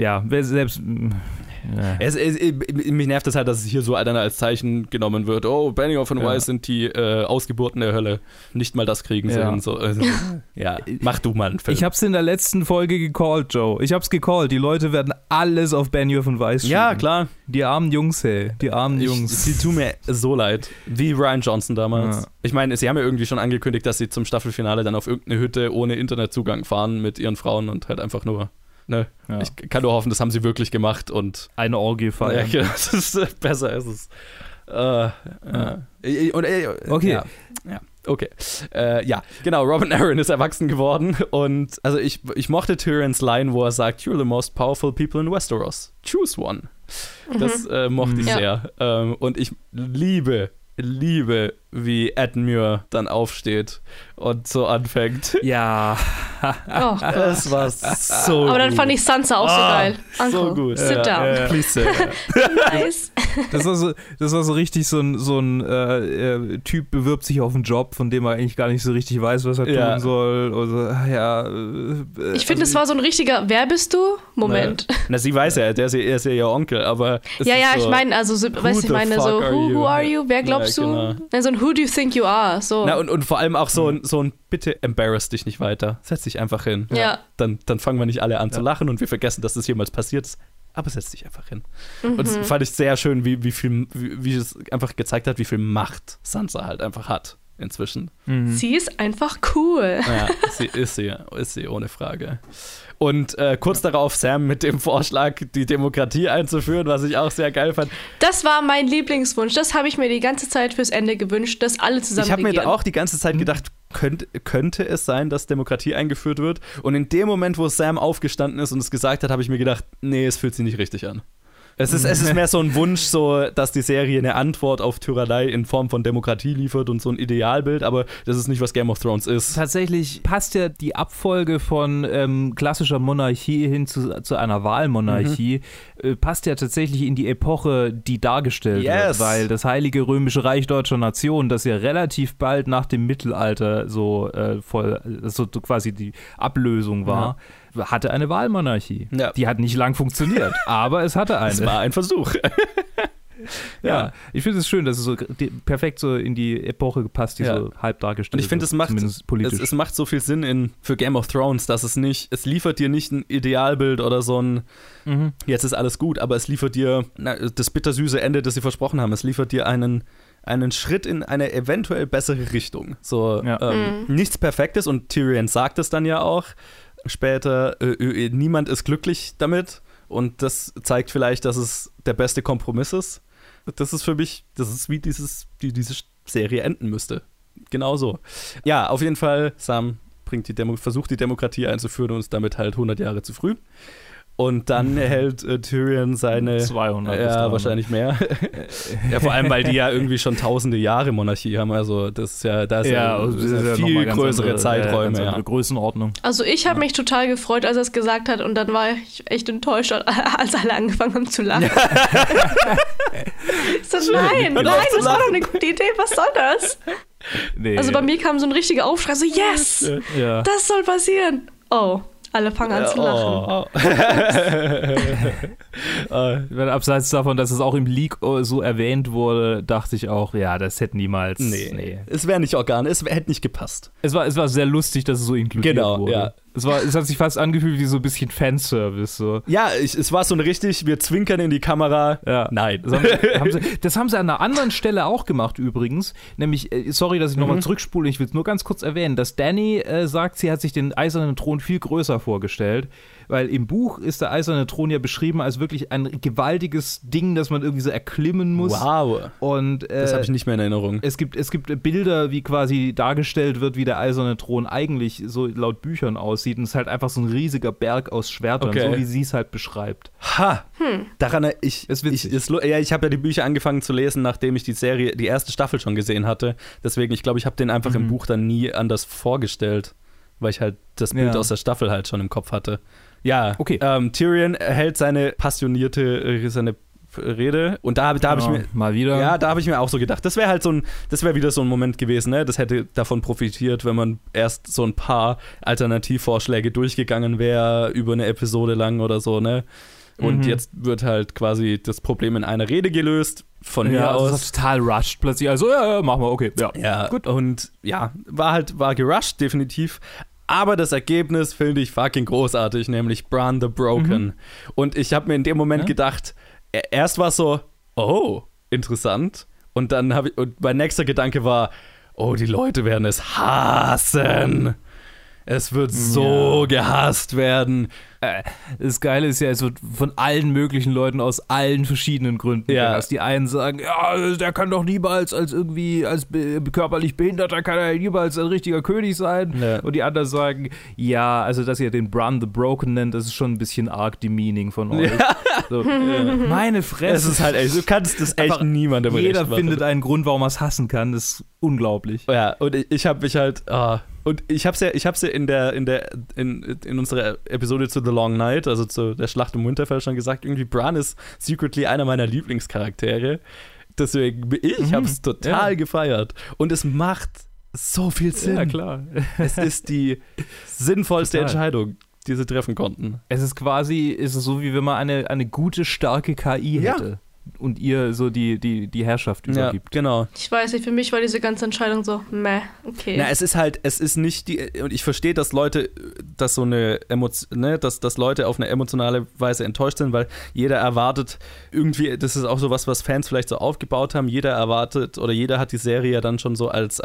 mich nervt das halt, dass es hier so dann als Zeichen genommen wird. Oh, Benioff und Weiss sind die Ausgeburten der Hölle. Nicht mal das kriegen sie hin. So, mach du mal einen Film. Ich hab's in der letzten Folge gecallt, Joe. Ich hab's gecallt. Die Leute werden alles auf Benioff und Weiss schieben.
Ja, klar.
Die armen Jungs, hey. Die armen Jungs.
Sie tun mir so leid. Wie Rian Johnson damals. Ja. Ich meine, sie haben ja irgendwie schon angekündigt, dass sie zum Staffelfinale dann auf irgendeine Hütte ohne Internetzugang fahren mit ihren Frauen und halt einfach nur... Ne? Ja. Ich kann nur hoffen, das haben sie wirklich gemacht und
eine Orgie feiern.
Ja, das ist besser ist es. Okay. Ja. Okay. Genau, Robin Arryn ist erwachsen geworden und also ich mochte Tyrions Line, wo er sagt, "You're the most powerful people in Westeros. Choose one." Das mochte ich sehr. Und ich liebe, wie Ed Muir dann aufsteht und so anfängt.
Ja.
Das war so gut.
Aber dann fand ich Sansa auch so geil. Uncle,
so gut.
Sit down.
Please sit.
Nice.
Das war so richtig so ein Typ bewirbt sich auf einen Job, von dem er eigentlich gar nicht so richtig weiß, was er tun soll. Oder,
ich finde, es war so ein richtiger Wer bist du? Moment.
Na, sie weiß ja, er ist ja ihr Onkel, aber
ich meine, also, weißt du, ich meine so, who are you? Wer glaubst du? So ein Who do you think you are? So.
Na, und vor allem auch so ein bitte embarrass dich nicht weiter. Setz dich einfach hin.
Ja.
Dann fangen wir nicht alle an zu lachen und wir vergessen, dass das jemals passiert ist. Aber setz dich einfach hin. Und das fand ich sehr schön, wie es einfach gezeigt hat, wie viel Macht Sansa halt einfach hat inzwischen.
Sie ist einfach cool.
Ja, ist sie, ohne Frage. Und kurz darauf Sam mit dem Vorschlag, die Demokratie einzuführen, was ich auch sehr geil fand.
Das war mein Lieblingswunsch. Das habe ich mir die ganze Zeit fürs Ende gewünscht, dass alle zusammen regieren.
Ich habe mir auch die ganze Zeit gedacht, könnte es sein, dass Demokratie eingeführt wird? Und in dem Moment, wo Sam aufgestanden ist und es gesagt hat, habe ich mir gedacht, nee, es fühlt sich nicht richtig an. Es ist mehr so ein Wunsch, so, dass die Serie eine Antwort auf Tyrannei in Form von Demokratie liefert und so ein Idealbild, aber das ist nicht, was Game of Thrones ist.
Tatsächlich passt ja die Abfolge von klassischer Monarchie hin zu einer Wahlmonarchie, passt ja tatsächlich in die Epoche, die dargestellt wird, weil das Heilige Römische Reich Deutscher Nation, das ja relativ bald nach dem Mittelalter so quasi die Ablösung war, hatte eine Wahlmonarchie. Ja. Die hat nicht lang funktioniert, aber es hatte eine.
Es war ein Versuch.
Ja, ich finde es schön, dass es so perfekt so in die Epoche gepasst, die so halb dargestellt wird.
Und ich finde, es macht so viel Sinn für Game of Thrones, dass es liefert dir nicht ein Idealbild oder so ein jetzt ist alles gut, aber es liefert dir das bittersüße Ende, das sie versprochen haben. Es liefert dir einen Schritt in eine eventuell bessere Richtung. So, nichts Perfektes und Tyrion sagt es dann ja auch später, niemand ist glücklich damit und das zeigt vielleicht, dass es der beste Kompromiss ist. Das ist für mich, das ist wie diese Serie enden müsste. Genau so. Ja, auf jeden Fall, Sam versucht die Demokratie einzuführen und ist damit halt 100 Jahre zu früh. Und dann hält Tyrion seine
200.
Ja, wahrscheinlich mehr. Ja, vor allem, weil die ja irgendwie schon tausende Jahre Monarchie haben. Also das ist ja viel größere Zeiträume.
Ganz andere Größenordnung.
Also ich habe mich total gefreut, als er es gesagt hat und dann war ich echt enttäuscht, als alle angefangen haben zu lachen. So, nein, das war doch eine gute Idee, was soll das? Nee. Also bei mir kam so ein richtiger Aufschrei, so yes, das soll passieren. Oh. Alle fangen an zu lachen.
Abseits davon, dass es auch im Leak so erwähnt wurde, dachte ich auch, ja, das hätte niemals...
Nee. Es wäre nicht organisch, es hätte nicht gepasst.
Es war sehr lustig, dass es so inkludiert wurde. Genau, ja. Es hat sich fast angefühlt wie so ein bisschen Fanservice. So.
Ja, es war so ein richtig, wir zwinkern in die Kamera.
Ja. Nein. Das haben sie an einer anderen Stelle auch gemacht übrigens. Nämlich, sorry, dass ich nochmal zurückspule, ich will es nur ganz kurz erwähnen, dass Dany sagt, sie hat sich den eisernen Thron viel größer vorgestellt, weil im Buch ist der eiserne Thron ja beschrieben als wirklich ein gewaltiges Ding, das man irgendwie so erklimmen muss.
Wow.
Und
das habe ich nicht mehr in Erinnerung.
Es gibt Bilder, wie quasi dargestellt wird, wie der eiserne Thron eigentlich so laut Büchern aussieht. Und es ist halt einfach so ein riesiger Berg aus Schwertern, so wie sie es halt beschreibt.
Ha! Daran, ich habe ja die Bücher angefangen zu lesen, nachdem ich die erste Staffel schon gesehen hatte. Deswegen, ich glaube, ich habe den einfach im Buch dann nie anders vorgestellt, weil ich halt das Bild aus der Staffel halt schon im Kopf hatte. Ja,
okay.
Tyrion hält seine Rede und da habe ich mir
mal wieder.
Ja, da habe ich mir auch so gedacht, das wäre wieder so ein Moment gewesen, ne? Das hätte davon profitiert, wenn man erst so ein paar Alternativvorschläge durchgegangen wäre über eine Episode lang oder so, ne? Und jetzt wird halt quasi das Problem in einer Rede gelöst. Von mir aus.
Das ist total rushed plötzlich. Also, ja, machen wir, okay.
Ja, gut. Und ja, war gerusht, definitiv. Aber das Ergebnis finde ich fucking großartig, nämlich Bran the Broken. Und ich habe mir in dem Moment gedacht, erst war es so, oh, interessant. Und dann und mein nächster Gedanke war, oh, die Leute werden es hassen. Es wird so gehasst werden.
Das Geile ist ja, es wird von allen möglichen Leuten aus allen verschiedenen Gründen gehasst. Die einen sagen, ja, der kann doch niemals als körperlich Behinderter kann er niemals ein richtiger König sein. Ja. Und die anderen sagen, ja, also dass ihr den Bran the Broken nennt, das ist schon ein bisschen arg demeaning von euch. Ja. So, meine Fresse.
Es ist halt echt, du kannst das echt niemandem recht machen.
Jeder findet einen Grund, warum er es hassen kann. Das ist unglaublich.
Ja, und ich habe mich halt... Und ich hab's ja in unserer Episode zu The Long Night, also zu der Schlacht im Winterfell schon gesagt, irgendwie Bran ist secretly einer meiner Lieblingscharaktere. Deswegen, ich hab's total gefeiert. Und es macht so viel Sinn.
Ja, klar.
Es ist die sinnvollste Entscheidung, die sie treffen konnten.
Es ist so, wie wenn man eine gute, starke KI hätte. Und ihr so die Herrschaft übergibt.
Ja, genau.
Ich weiß nicht, für mich war diese ganze Entscheidung so, okay.
Na, es ist nicht und ich verstehe, dass Leute, dass dass Leute auf eine emotionale Weise enttäuscht sind, weil jeder erwartet irgendwie, das ist auch so was Fans vielleicht so aufgebaut haben, jeder erwartet oder jeder hat die Serie ja dann schon so als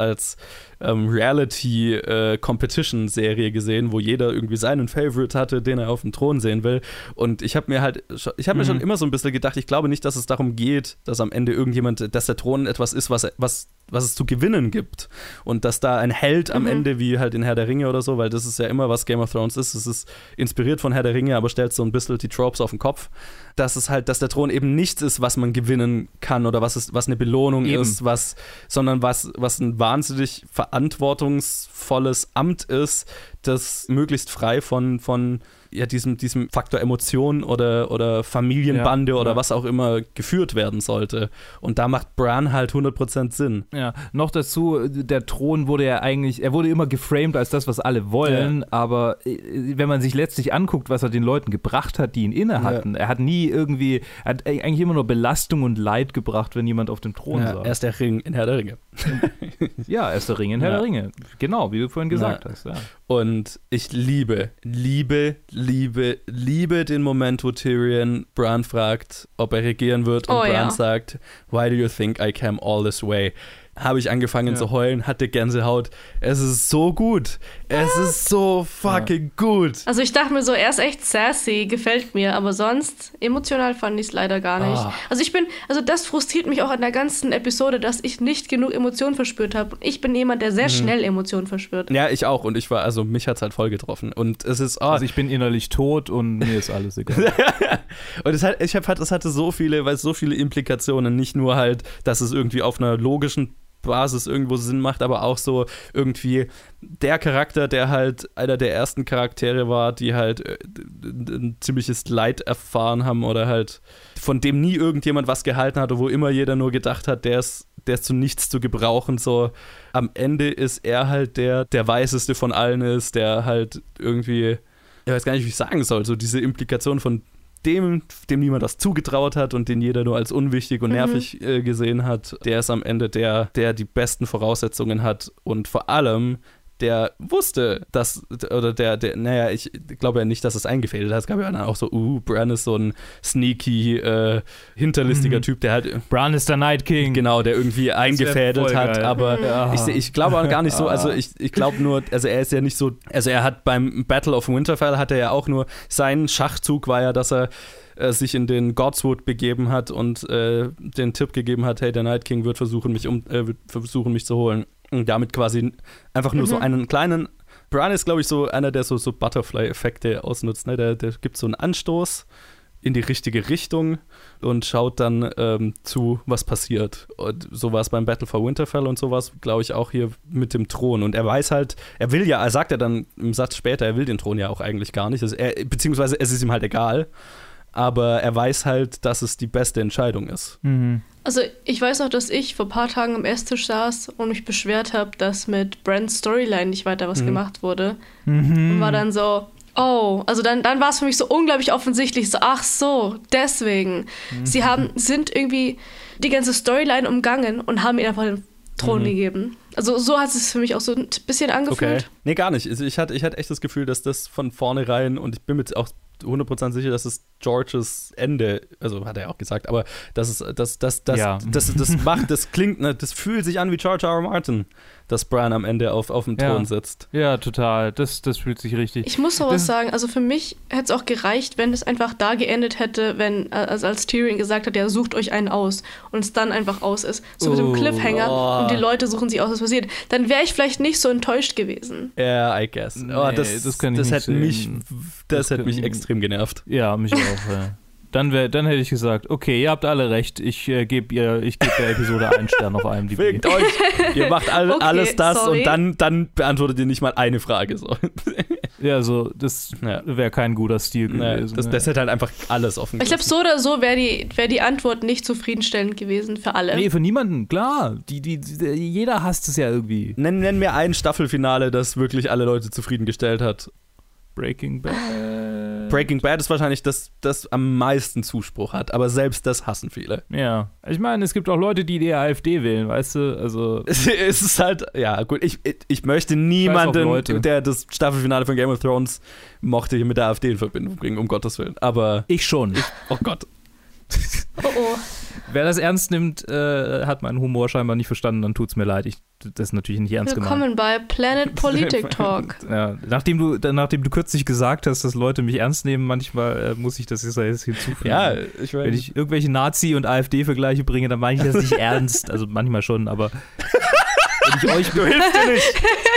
Reality-Competition-Serie gesehen, wo jeder irgendwie seinen Favorite hatte, den er auf dem Thron sehen will. Und ich habe mir schon immer so ein bisschen gedacht, ich glaube nicht, dass es darum geht, dass am Ende dass der Thron etwas ist, was es zu gewinnen gibt. Und dass da ein Held am Ende, wie halt in Herr der Ringe oder so, weil das ist ja immer, was Game of Thrones ist. Es ist inspiriert von Herr der Ringe, aber stellt so ein bisschen die Tropes auf den Kopf. Dass der Thron eben nichts ist, was man gewinnen kann oder was eine Belohnung ist, sondern was ein wahnsinnig verantwortungsvolles Amt ist, das möglichst frei von diesem Faktor Emotion oder Familienbande oder was auch immer geführt werden sollte. Und da macht Bran halt 100% Sinn.
Ja, noch dazu, der Thron wurde er wurde immer geframed als das, was alle wollen, aber wenn man sich letztlich anguckt, was er den Leuten gebracht hat, die ihn inne hatten, er hat eigentlich immer nur Belastung und Leid gebracht, wenn jemand auf dem Thron saß.
Er ist der Ring in Herr der Ringe.
Ja, er ist der Ring in Herr der Ringe. Genau, wie du vorhin gesagt hast. Ja.
Und ich liebe den Moment, wo Tyrion Bran fragt, ob er regieren wird und Bran sagt, why do you think I came all this way? Habe ich angefangen zu heulen, hatte Gänsehaut. Es ist so gut. Es ist so fucking gut.
Also ich dachte mir so, er ist echt sassy, gefällt mir, aber sonst emotional fand ich es leider gar nicht. Also das frustriert mich auch an der ganzen Episode, dass ich nicht genug Emotionen verspürt habe. Ich bin jemand, der sehr schnell Emotionen verspürt.
Ja, ich auch. Und mich hat es halt voll getroffen. Und es ist,
also ich bin innerlich tot und mir ist alles egal.
Und es hatte so viele Implikationen. Nicht nur halt, dass es irgendwie auf einer logischen Basis irgendwo Sinn macht, aber auch so irgendwie der Charakter, der halt einer der ersten Charaktere war, die halt ein ziemliches Leid erfahren haben oder halt von dem nie irgendjemand was gehalten hat, wo immer jeder nur gedacht hat, der ist zu nichts zu gebrauchen, so am Ende ist er halt der Weiseste von allen ist, der halt irgendwie, ich weiß gar nicht, wie ich sagen soll, so diese Implikation von dem niemand das zugetraut hat und den jeder nur als unwichtig und nervig gesehen hat, der ist am Ende der die besten Voraussetzungen hat und vor allem der wusste, dass, oder naja, ich glaube ja nicht, dass es eingefädelt hat. Es gab ja dann auch so, Bran ist so ein sneaky, hinterlistiger Typ, der halt...
Bran ist der Night King.
Genau, der irgendwie eingefädelt hat, aber ich glaube auch gar nicht so, also ich glaube nur, also er ist ja nicht so, also er hat beim Battle of Winterfell hat er ja auch nur, sein Schachzug war ja, dass er sich in den Godswood begeben hat und den Tipp gegeben hat, hey, der Night King wird versuchen, mich zu holen. Und damit quasi einfach nur so einen kleinen... Bran ist, glaube ich, so einer, der so Butterfly-Effekte ausnutzt. Ne? Der gibt so einen Anstoß in die richtige Richtung und schaut dann zu, was passiert. Und so war es beim Battle for Winterfell und sowas, glaube ich, auch hier mit dem Thron. Und er weiß halt, er sagt er dann im Satz später, er will den Thron ja auch eigentlich gar nicht. Also beziehungsweise es ist ihm halt egal. Aber er weiß halt, dass es die beste Entscheidung ist.
Mhm.
Also ich weiß noch, dass ich vor ein paar Tagen am Esstisch saß und mich beschwert habe, dass mit Brans Storyline nicht weiter was gemacht wurde. Und war dann so, also dann war es für mich so unglaublich offensichtlich, so, ach so, deswegen. Sie sind irgendwie die ganze Storyline umgangen und haben ihr einfach den Thron gegeben. Also so hat es für mich auch so ein bisschen angefühlt.
Okay. Nee, gar nicht. Also ich hatte echt das Gefühl, dass das von vornherein, und ich bin mir auch 100% sicher, dass es Georges Ende, also hat er auch gesagt, aber das klingt, ne, das fühlt sich an wie George R. R. Martin, dass Bran am Ende auf dem Thron sitzt.
Ja, total. Das fühlt sich richtig.
Ich muss sowas sagen, also für mich hätte es auch gereicht, wenn es einfach da geendet hätte, als Tyrion gesagt hat, ja, sucht euch einen aus und es dann einfach aus ist. So mit dem Cliffhanger und die Leute suchen sich aus, was passiert. Dann wäre ich vielleicht nicht so enttäuscht gewesen.
Ja, I guess.
Nee, das
hätte mich extrem genervt.
Ja, mich auch. Ja. Dann hätte ich gesagt, okay, ihr habt alle recht, ich gebe der Episode 1 Stern auf IMDb.
Fickt euch, ihr macht alles das und dann beantwortet ihr nicht mal eine Frage. So.
Ja, so, das wäre kein guter Stil gewesen.
Das hätte halt einfach alles offen.
Ich glaube, so oder so wäre die Antwort nicht zufriedenstellend gewesen für alle.
Nee, für niemanden, klar. Jeder hasst es ja irgendwie.
Nenn mir ein Staffelfinale, das wirklich alle Leute zufriedengestellt hat.
Breaking Bad.
Breaking Bad ist wahrscheinlich das am meisten Zuspruch hat, aber selbst das hassen viele.
Ja, ich meine, es gibt auch Leute, die AfD wählen, weißt du, also...
Es ist halt, ja gut, ich möchte niemanden, der das Staffelfinale von Game of Thrones mochte, hier mit der AfD in Verbindung bringen, um Gottes Willen, aber...
Ich schon.
Oh Gott.
Oh.
Wer das ernst nimmt, hat meinen Humor scheinbar nicht verstanden, dann tut's mir leid. Das ist natürlich nicht ernst gemeint.
Willkommen bei Planet Politic Talk.
Ja, nachdem du kürzlich gesagt hast, dass Leute mich ernst nehmen, manchmal muss ich das jetzt hinzufügen.
Ja, ich weiß.
Wenn ich irgendwelche Nazi- und AfD-Vergleiche bringe, dann meine ich das nicht ernst. Also manchmal schon, aber wenn ich euch...
Du hilfst dir nicht.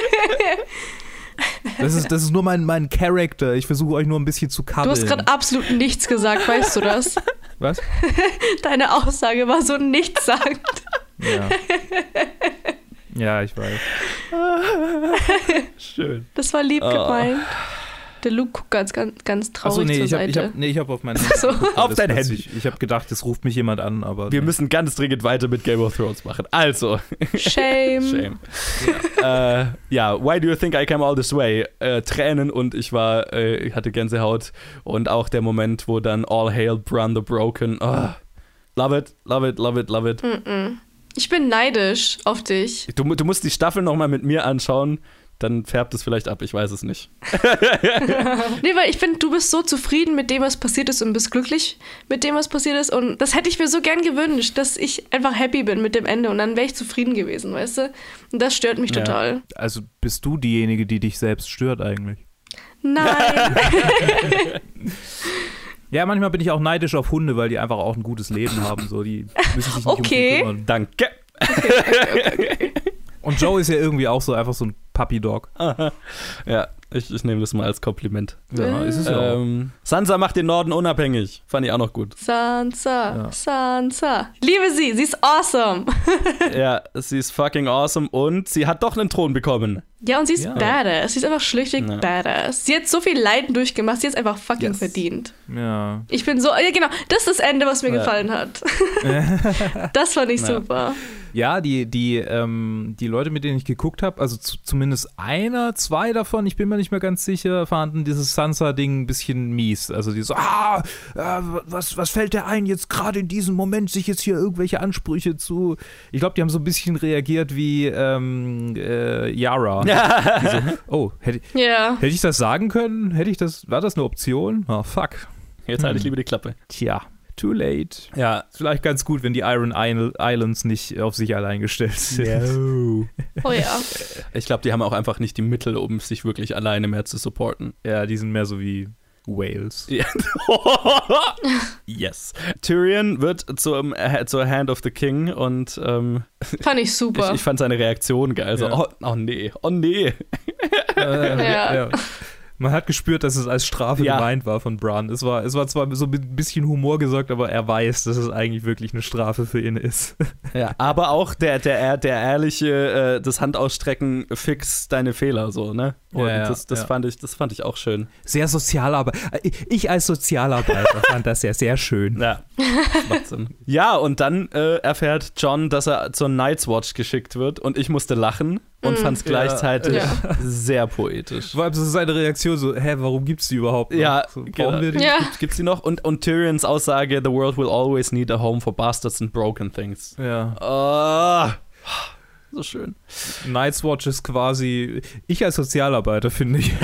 Das ist nur mein Charakter. Ich versuche euch nur ein bisschen zu kabbeln.
Du hast gerade absolut nichts gesagt, weißt du das?
Was?
Deine Aussage war so nichtssagend.
Ja. Ja, ich weiß.
Schön.
Das war lieb gemeint. Der Luke guckt ganz traurig zur Seite.
Ich habe auf mein Handy.
Auf dein Handy.
Ich habe gedacht, es ruft mich jemand an, aber...
Wir müssen ganz dringend weiter mit Game of Thrones machen. Also.
Shame.
Ja, why do you think I came all this way? Tränen und ich hatte Gänsehaut. Und auch der Moment, wo dann All Hail Bran the Broken. Oh, love it, love it, love it, love it.
Ich bin neidisch auf dich.
Du musst die Staffel nochmal mit mir anschauen. Dann färbt es vielleicht ab, ich weiß es nicht.
Nee, weil ich finde, du bist so zufrieden mit dem, was passiert ist und bist glücklich mit dem, was passiert ist. Und das hätte ich mir so gern gewünscht, dass ich einfach happy bin mit dem Ende und dann wäre ich zufrieden gewesen, weißt du? Und das stört mich total.
Also bist du diejenige, die dich selbst stört eigentlich?
Nein.
Ja, manchmal bin ich auch neidisch auf Hunde, weil die einfach auch ein gutes Leben haben. So, die müssen sich nicht um die kümmern.
Danke.
Okay.
Und Joe ist ja irgendwie auch so einfach so ein Puppy-Dog.
Ja, ich nehme das mal als Kompliment.
Ja, ist es ja auch.
Sansa macht den Norden unabhängig. Fand ich auch noch gut.
Sansa. Liebe sie ist awesome.
Ja, sie ist fucking awesome und sie hat doch einen Thron bekommen.
Ja, und sie ist badass. Sie ist einfach schlichtweg badass. Sie hat so viel Leiden durchgemacht, sie hat es einfach fucking verdient.
Ja.
Ich bin so, ja genau, das ist das Ende, was mir gefallen hat. Das fand ich super.
Ja, die Leute, mit denen ich geguckt habe, also zumindest 2 davon, ich bin mir nicht mehr ganz sicher, fanden dieses Sansa-Ding ein bisschen mies. Also die so, was fällt der ein, jetzt gerade in diesem Moment sich jetzt hier irgendwelche Ansprüche zu... Ich glaube, die haben so ein bisschen reagiert wie Yara. So, hätte ich das sagen können? War das eine Option? Oh, fuck.
Jetzt halte ich lieber die Klappe.
Tja. Too late.
Ja.
Ist vielleicht ganz gut, wenn die Iron Islands nicht auf sich allein gestellt sind.
No.
Oh ja.
Ich glaube, die haben auch einfach nicht die Mittel, um sich wirklich alleine mehr zu supporten.
Ja, die sind mehr so wie Wales.
Ja. Yes. Tyrion wird zur Hand of the King und
fand ich super.
Ich fand seine Reaktion geil. So, oh nee.
Ja.
Man hat gespürt, dass es als Strafe gemeint war von Bran. Es war zwar so ein bisschen Humor gesorgt, aber er weiß, dass es eigentlich wirklich eine Strafe für ihn ist.
Ja, aber auch der ehrliche, das Handausstrecken, fix deine Fehler, so, ne? Und das fand ich auch schön.
Sehr Sozialarbeiter. Ich als Sozialarbeiter fand das ja sehr schön.
Ja, das macht Sinn. Ja, und dann erfährt Jon, dass er zur Night's Watch geschickt wird und ich musste lachen und fand es gleichzeitig sehr poetisch.
Vor allem so seine Reaktion so, warum gibt's die überhaupt noch?
Ja,
so, brauchen wir die?
Gibt's die noch? Und Tyrions Aussage, the world will always need a home for bastards and broken things.
Ja.
So schön.
Night's Watch ist quasi, ich als Sozialarbeiter, finde ich.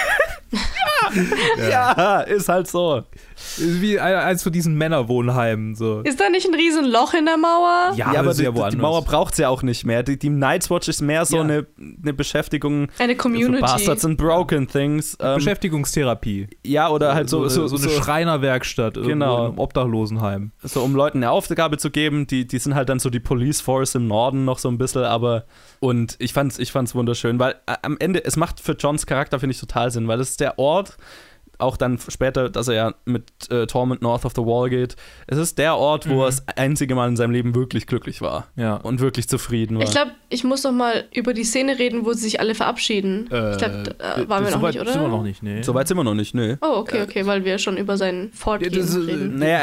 Ja, ist halt so.
Wie eins von diesen Männerwohnheimen. So.
Ist da nicht ein riesen Loch in der Mauer?
Ja, aber die Mauer braucht es ja auch nicht mehr. Die Night's Watch ist mehr so eine Beschäftigung.
Eine Community.
Für Bastards and Broken Things.
Beschäftigungstherapie.
Ja, oder halt so
eine Schreinerwerkstatt irgendwo im Obdachlosenheim. So,
um Leuten eine Aufgabe zu geben, die sind halt dann so die Police Force im Norden noch so ein bisschen, aber und ich fand's wunderschön, weil am Ende, es macht für Jons Charakter, finde ich, total Sinn, weil es ist der Ort, auch dann später, dass er ja mit Tormund North of the Wall geht. Es ist der Ort, wo er das einzige Mal in seinem Leben wirklich glücklich war. Ja. Und wirklich zufrieden war.
Ich glaube, ich muss noch mal über die Szene reden, wo sie sich alle verabschieden. Ich glaube, waren wir noch nicht, oder?
Sind wir noch nicht, nee.
So weit sind wir noch nicht, nee.
Oh, okay, weil wir schon über sein Fortgehen reden.
Naja,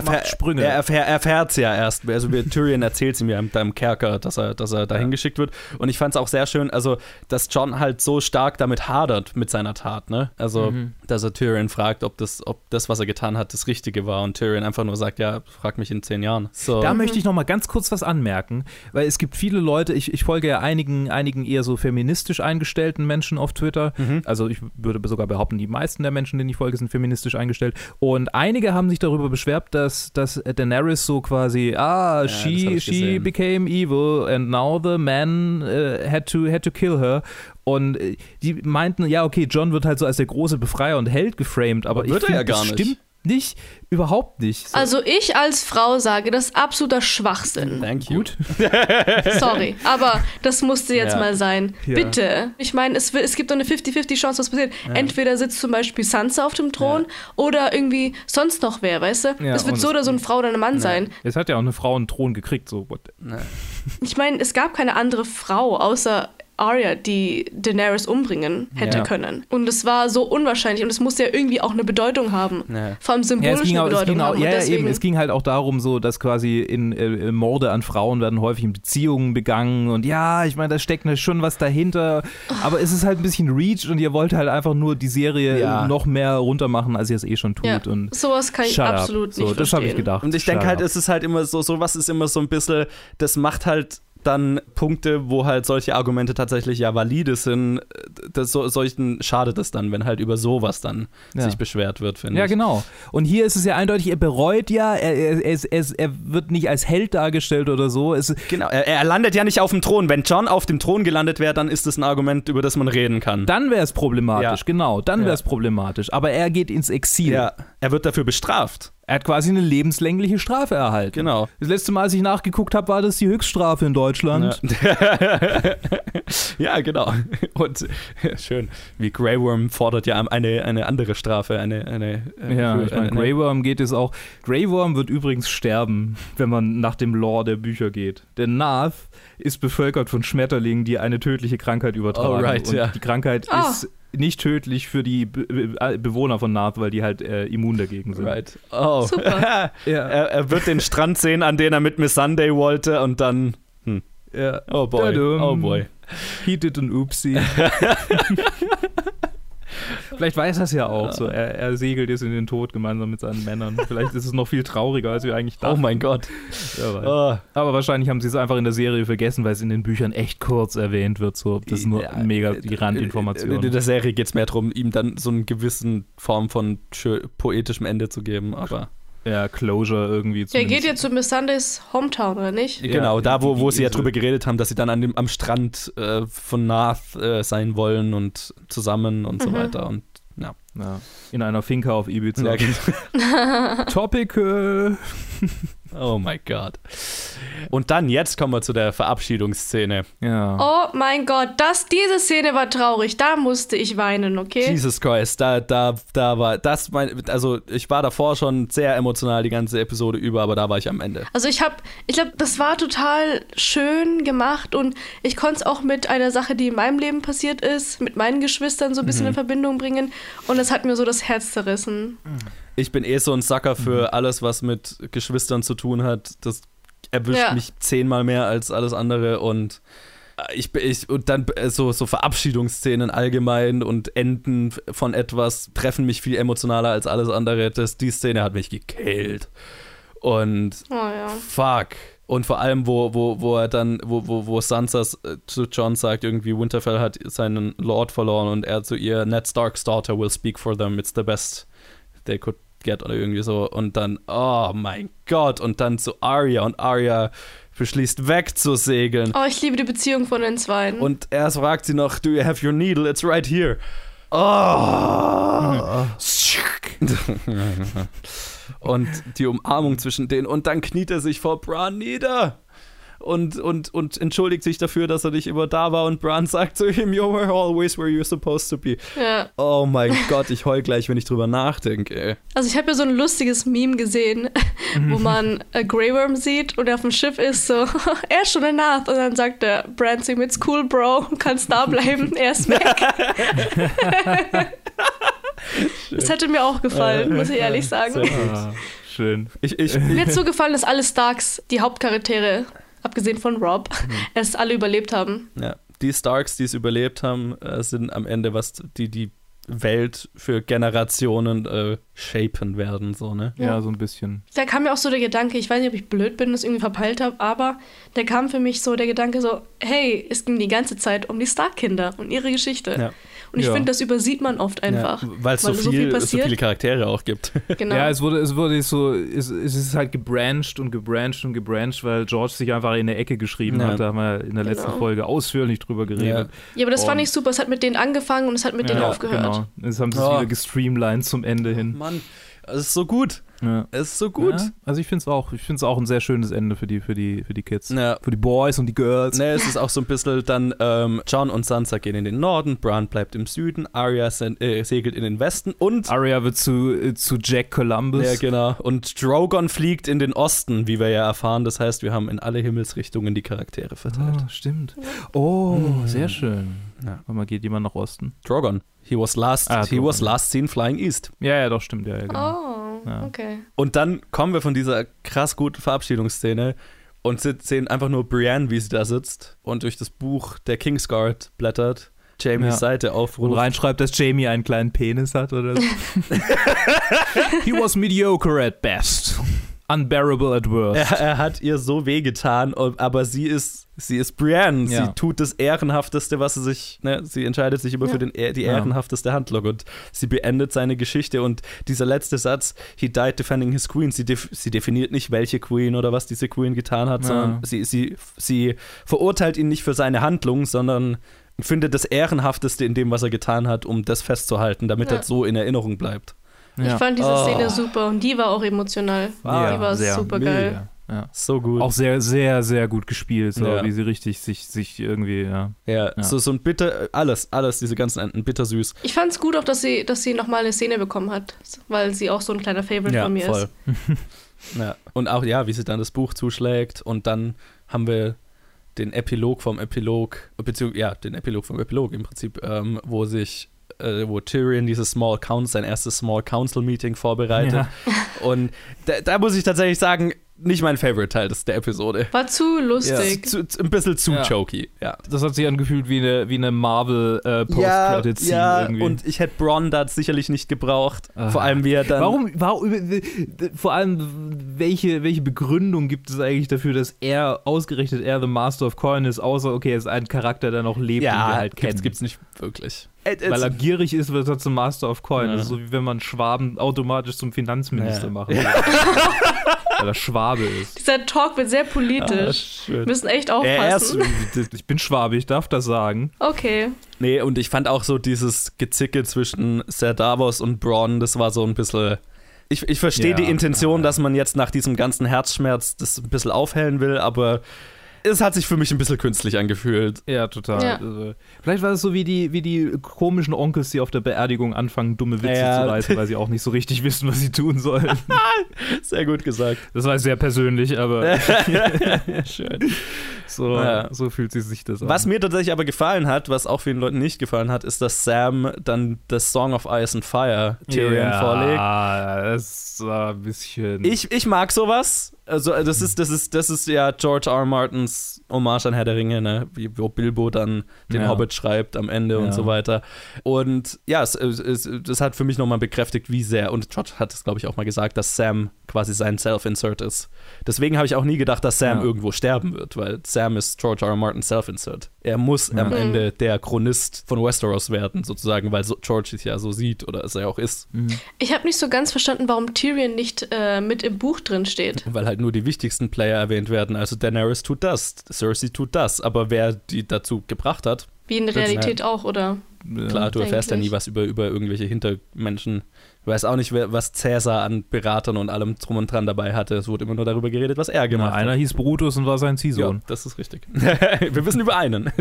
er erfährt es ja erst. Also Tyrion erzählt es ihm ja im Kerker, dass er dahin geschickt wird. Und ich fand es auch sehr schön, also, dass Jon halt so stark damit hadert mit seiner Tat, ne? Also, dass er Tyrion fragt, ob das, was er getan hat, das Richtige war und Tyrion einfach nur sagt, ja, frag mich in 10 Jahren. So.
Da möchte ich noch mal ganz kurz was anmerken, weil es gibt viele Leute, ich folge ja einigen eher so feministisch eingestellten Menschen auf Twitter, also ich würde sogar behaupten, die meisten der Menschen, denen ich folge, sind feministisch eingestellt und einige haben sich darüber beschwert, dass Daenerys so quasi, she became evil and now the man had to kill her. Und die meinten, ja, okay, Jon wird halt so als der große Befreier und Held geframed, aber ich finde, das stimmt nicht, überhaupt nicht. So.
Also ich als Frau sage, das ist absoluter Schwachsinn.
Thank you.
Sorry, aber das musste jetzt mal sein. Ja. Bitte. Ich meine, es gibt doch eine 50-50 Chance, was passiert. Ja. Entweder sitzt zum Beispiel Sansa auf dem Thron oder irgendwie sonst noch wer, weißt du? Es wird so oder so eine Frau oder ein Mann sein.
Es hat ja auch eine Frau einen Thron gekriegt. So.
Ich meine, es gab keine andere Frau, außer Arya, die Daenerys umbringen hätte können. Und es war so unwahrscheinlich und es musste ja irgendwie auch eine Bedeutung haben. Ja. Vor allem symbolische Bedeutung haben.
Es ging halt auch darum, so, dass quasi in Morde an Frauen werden häufig in Beziehungen begangen und ja, ich meine, da steckt schon was dahinter, aber es ist halt ein bisschen Reach und ihr wollt halt einfach nur die Serie noch mehr runtermachen, als ihr es eh schon tut.
Ja.
Und
sowas kann ich absolut nicht verstehen.
Das habe ich gedacht.
Und ich denke halt, es ist halt immer so, sowas ist immer so ein bisschen, das macht halt dann Punkte, wo halt solche Argumente tatsächlich ja valide sind, solchen schadet es dann, wenn halt über sowas dann sich beschwert wird, finde ich.
Ja, genau. Und hier ist es ja eindeutig, er bereut ja, er wird nicht als Held dargestellt oder so.
Genau, er landet ja nicht auf dem Thron. Wenn Jon auf dem Thron gelandet wäre, dann ist das ein Argument, über das man reden kann.
Dann wäre es problematisch, genau, dann wäre es problematisch. Aber er geht ins Exil.
Ja, er wird dafür bestraft.
Er hat quasi eine lebenslängliche Strafe erhalten.
Genau.
Das letzte Mal, als ich nachgeguckt habe, war das die Höchststrafe in Deutschland.
Ja, genau. Und schön, wie Grey Worm fordert ja eine andere Strafe.
Grey Worm geht es auch. Grey Worm wird übrigens sterben, wenn man nach dem Lore der Bücher geht. Denn Naath ist bevölkert von Schmetterlingen, die eine tödliche Krankheit übertragen. Und die Krankheit ist nicht tödlich für die Bewohner von Naath, weil die halt immun dagegen sind.
Right. Oh.
Super.
Er wird den Strand sehen, an den er mit Miss Sunday wollte und dann
Ja.
Oh boy. Oh boy.
He did an Oopsie. Vielleicht weiß er es ja auch. So. Er segelt jetzt in den Tod gemeinsam mit seinen Männern. Vielleicht ist es noch viel trauriger, als wir eigentlich dachten.
Oh mein Gott.
Aber wahrscheinlich haben sie es einfach in der Serie vergessen, weil es in den Büchern echt kurz erwähnt wird. So. Das ist nur mega die Randinformation.
In der Serie geht es mehr darum, ihm dann so eine gewisse Form von poetischem Ende zu geben. Aber
ja, Closure irgendwie.
Er geht jetzt zu Miss Sunday's Hometown, oder nicht?
Genau,
ja,
da wo sie ja drüber geredet haben, dass sie dann am Strand von Nath sein wollen und zusammen und so weiter. Und ja.
In einer Finca auf Ibiza.
Ja, genau.
Topical.
Oh mein Gott. Und dann, jetzt kommen wir zu der Verabschiedungsszene.
Ja.
Oh mein Gott, diese Szene war traurig. Da musste ich weinen, okay?
Jesus Christ, da war das also ich war davor schon sehr emotional die ganze Episode über, aber da war ich am Ende.
Also ich glaube, das war total schön gemacht und ich konnte es auch mit einer Sache, die in meinem Leben passiert ist, mit meinen Geschwistern so ein bisschen in Verbindung bringen und das hat mir so das Herz zerrissen.
Ich bin so ein Sucker für alles, was mit Geschwistern zu tun hat. Das erwischt mich 10-mal mehr als alles andere und und dann so Verabschiedungsszenen allgemein und Enden von etwas treffen mich viel emotionaler als alles andere. Die Szene hat mich gekillt. Und fuck. Und vor allem, wo er dann, wo Sansa zu Jon sagt, irgendwie Winterfell hat seinen Lord verloren und er zu ihr, Ned Stark's daughter will speak for them, it's the best they could get oder irgendwie so. Und dann, oh mein Gott, und dann zu Arya und Arya beschließt wegzusegeln.
Oh, ich liebe die Beziehung von den Zweien.
Und er fragt sie noch, do you have your needle? It's right here. Oh. Und die Umarmung zwischen denen. Und dann kniet er sich vor Bran nieder. Und entschuldigt sich dafür, dass er nicht immer da war. Und Bran sagt zu ihm, you were always where you're supposed to be.
Ja.
Oh mein Gott, ich heul gleich, wenn ich drüber nachdenke, ey.
Also ich habe ja so ein lustiges Meme gesehen, wo man Grey Worm sieht und er auf dem Schiff ist so, er ist schon in Nath. Und dann sagt der Bran zu ihm, it's cool, Bro, du kannst da bleiben, er ist weg. Das hätte mir auch gefallen, muss ich ehrlich sagen.
Schön.
Mir hat so gefallen, dass alle Starks, die Hauptcharaktere, abgesehen von Robb, es alle überlebt haben.
Ja, die Starks, die es überlebt haben, sind am Ende, was die Welt für Generationen shapen werden, so, ne?
Ja, so ein bisschen.
Da kam mir auch so der Gedanke, ich weiß nicht, ob ich blöd bin, das irgendwie verpeilt habe, aber da kam für mich so der Gedanke so, hey, es ging die ganze Zeit um die Stark-Kinder und ihre Geschichte. Ja. Und ich finde, das übersieht man oft einfach.
Ja, weil es so viele Charaktere auch gibt.
Genau.
Ja, es wurde so, es ist halt gebrancht, weil George sich einfach in eine Ecke geschrieben hat. Da haben wir in der letzten Folge ausführlich drüber geredet.
Ja, aber das fand ich super. Es hat mit denen angefangen und es hat mit denen aufgehört. Genau.
Jetzt haben sie es wieder gestreamlined zum Ende hin.
Mann, es ist so gut.
Ja.
Es ist so gut.
Ja, also ich finde es auch. Ich finde es auch ein sehr schönes Ende für die Kids.
Ja.
Für die Boys und die Girls.
Ne, es ist auch so ein bisschen dann, Jon und Sansa gehen in den Norden, Bran bleibt im Süden, Arya segelt in den Westen und
Arya wird zu Jack Columbus.
Ja, genau. Und Drogon fliegt in den Osten, wie wir ja erfahren. Das heißt, wir haben in alle Himmelsrichtungen die Charaktere verteilt.
Oh, stimmt. Oh, sehr schön. Ja. Mal geht jemand nach Osten.
Drogon. He was last seen flying east.
Ja, doch, stimmt. Ja, genau.
Oh, okay.
Und dann kommen wir von dieser krass guten Verabschiedungsszene und sehen einfach nur Brienne, wie sie da sitzt und durch das Buch der Kingsguard blättert, Jaimies Seite aufruft.
Und reinschreibt, dass Jaime einen kleinen Penis hat oder so. He was mediocre at best. Unbearable at worst.
Er hat ihr so wehgetan, aber sie ist Brienne.
Ja.
Sie tut das Ehrenhafteste, was sie entscheidet sich immer für die ehrenhafteste Handlung und sie beendet seine Geschichte und dieser letzte Satz, he died defending his queen, sie definiert nicht, welche Queen oder was diese Queen getan hat, sondern sie verurteilt ihn nicht für seine Handlung, sondern findet das Ehrenhafteste in dem, was er getan hat, um das festzuhalten, damit er so in Erinnerung bleibt.
Ich fand diese Szene super und die war auch emotional. Die war super geil.
Ja.
So gut.
Auch sehr, sehr, sehr gut gespielt, so wie sie richtig sich irgendwie,
so ein bitter, alles, diese ganzen Enden, bittersüß.
Ich fand es gut auch, dass sie nochmal eine Szene bekommen hat, weil sie auch so ein kleiner Favorite von mir
voll.
ist.
Ja, und auch, wie sie dann das Buch zuschlägt und dann haben wir den Epilog vom Epilog, den Epilog vom Epilog im Prinzip, wo Tyrion sein erstes Small Council Meeting vorbereitet. Ja. Und da muss ich tatsächlich sagen, nicht mein Favorite-Teil der Episode.
War zu lustig.
Ein bisschen zu choky, ja.
Das hat sich angefühlt wie eine Marvel Post-Credit-Scene irgendwie.
Und ich hätte Bronn da sicherlich nicht gebraucht. Vor allem, wie er dann...
Vor allem, welche Begründung gibt es eigentlich dafür, dass ausgerechnet er The Master of Coin ist, außer, okay, er ist ein Charakter, der noch lebt, den wir halt kennen.
Gibt's nicht wirklich.
Weil er gierig ist, wird er zum Master of Coin. Das ist so, wie wenn man Schwaben automatisch zum Finanzminister machen würde. Weil er Schwabe ist.
Dieser Talk wird sehr politisch. Wir müssen echt aufpassen.
Ich bin Schwabe, ich darf das sagen.
Okay.
Nee, und ich fand auch so dieses Gezicke zwischen Ser Davos und Bronn, das war so ein bisschen... Ich verstehe die Intention, dass man jetzt nach diesem ganzen Herzschmerz das ein bisschen aufhellen will, aber... Es hat sich für mich ein bisschen künstlich angefühlt.
Ja, total. Ja. Also, vielleicht war es so wie die komischen Onkels, die auf der Beerdigung anfangen, dumme Witze zu reißen, weil sie auch nicht so richtig wissen, was sie tun sollen.
Sehr gut gesagt.
Das war sehr persönlich, aber
schön.
So fühlt sich das an.
Was mir tatsächlich aber gefallen hat, was auch vielen Leuten nicht gefallen hat, ist, dass Sam dann das Song of Ice and Fire Tyrion vorlegt.
Ja, das war ein bisschen...
Ich mag sowas. Also das ist ja George R. R. Martins Hommage an Herr der Ringe, ne? Wo Bilbo dann den Hobbit schreibt am Ende und so weiter. Und ja, das hat für mich nochmal bekräftigt, wie sehr, und George hat es, glaube ich, auch mal gesagt, dass Sam quasi sein Self-Insert ist. Deswegen habe ich auch nie gedacht, dass Sam irgendwo sterben wird, weil Sam ist George R. R. Martins Self-Insert. Er muss am Ende der Chronist von Westeros werden, sozusagen, weil George es ja so sieht oder es ja auch ist.
Ich habe nicht so ganz verstanden, warum Tyrion nicht mit im Buch drin steht.
Weil halt nur die wichtigsten Player erwähnt werden. Also Daenerys tut das, Cersei tut das, aber wer die dazu gebracht hat...
Wie in Realität auch, oder?
Klar, du erfährst ja nie was über irgendwelche Hintermenschen. Du weißt auch nicht, was Caesar an Beratern und allem drum und dran dabei hatte. Es wurde immer nur darüber geredet, was er gemacht hat.
Einer hieß Brutus und war sein Ziehsohn.
Ja, das ist richtig. Wir wissen über einen.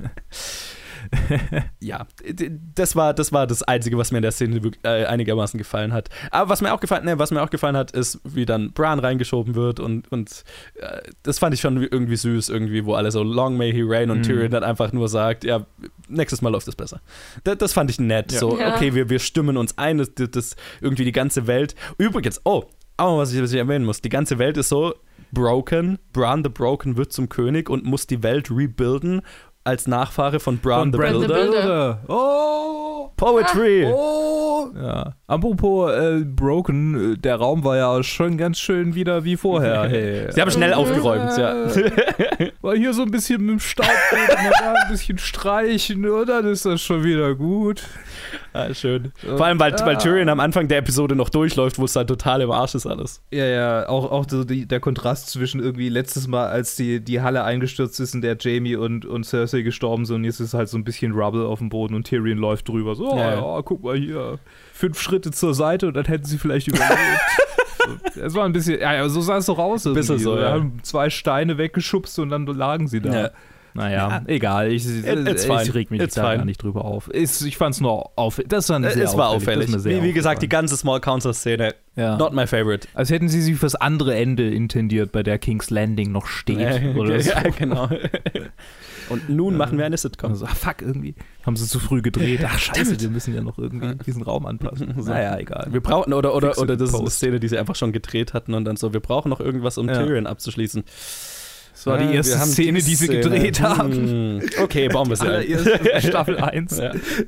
Ja, das war das Einzige, was mir in der Szene einigermaßen gefallen hat. Aber was mir auch gefallen hat, ist, wie dann Bran reingeschoben wird und das fand ich schon irgendwie süß, irgendwie, wo alle so Long may he reign und Tyrion dann einfach nur sagt, ja, nächstes Mal läuft es besser. Das fand ich nett. Ja. So, okay, wir stimmen uns ein, das irgendwie die ganze Welt. Übrigens, was ich erwähnen muss, die ganze Welt ist so broken. Bran the Broken wird zum König und muss die Welt rebuilden als Nachfahre von Bran the Builder.
Oh!
Poetry!
Oh! Ja. Apropos Broken, der Raum war ja schon ganz schön wieder wie vorher. Hey.
Sie haben schnell aufgeräumt, ja.
War hier so ein bisschen mit dem Staubboden, mal da ein bisschen streichen, und dann ist das schon wieder gut.
Ah, schön. Vor allem, weil Tyrion am Anfang der Episode noch durchläuft, wo es halt total im Arsch ist alles.
Ja, auch so der Kontrast zwischen irgendwie letztes Mal, als die Halle eingestürzt ist, in der Jamie und Cersei gestorben sind, und jetzt ist halt so ein bisschen Rubble auf dem Boden und Tyrion läuft drüber. So, guck mal hier, 5 Schritte zur Seite und dann hätten sie vielleicht überlebt. Es war ein bisschen, so sah es doch aus. Ein bisschen so, Wir haben 2 Steine weggeschubst und dann lagen sie da. Ja. Naja, egal, ich reg mich da gar nicht drüber auf. Ich fand's nur auffällig. Das war
auffällig. Wie gesagt, die ganze Small Council-Szene, not my favorite.
Als hätten sie fürs andere Ende intendiert, bei der King's Landing noch steht. Oder so.
Ja, genau. Und nun machen wir eine Sitcom.
Also, fuck, irgendwie haben sie zu früh gedreht. Ach, scheiße, wir müssen ja noch irgendwie diesen Raum anpassen. Naja, egal.
Wir brauchen, oder das ist eine Szene, die sie einfach schon gedreht hatten und dann so, wir brauchen noch irgendwas, um Tyrion abzuschließen.
Das war die erste Szene, die sie gedreht haben.
Okay, bauen wir sie ein.
Staffel 1.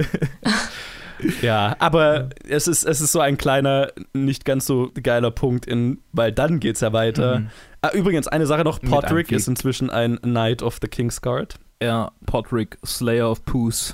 Ja, aber es ist so ein kleiner, nicht ganz so geiler Punkt, weil dann geht's ja weiter. Übrigens, eine Sache noch, Podrick ist inzwischen ein Knight of the King's Guard.
Ja, Podrick, Slayer of Poos.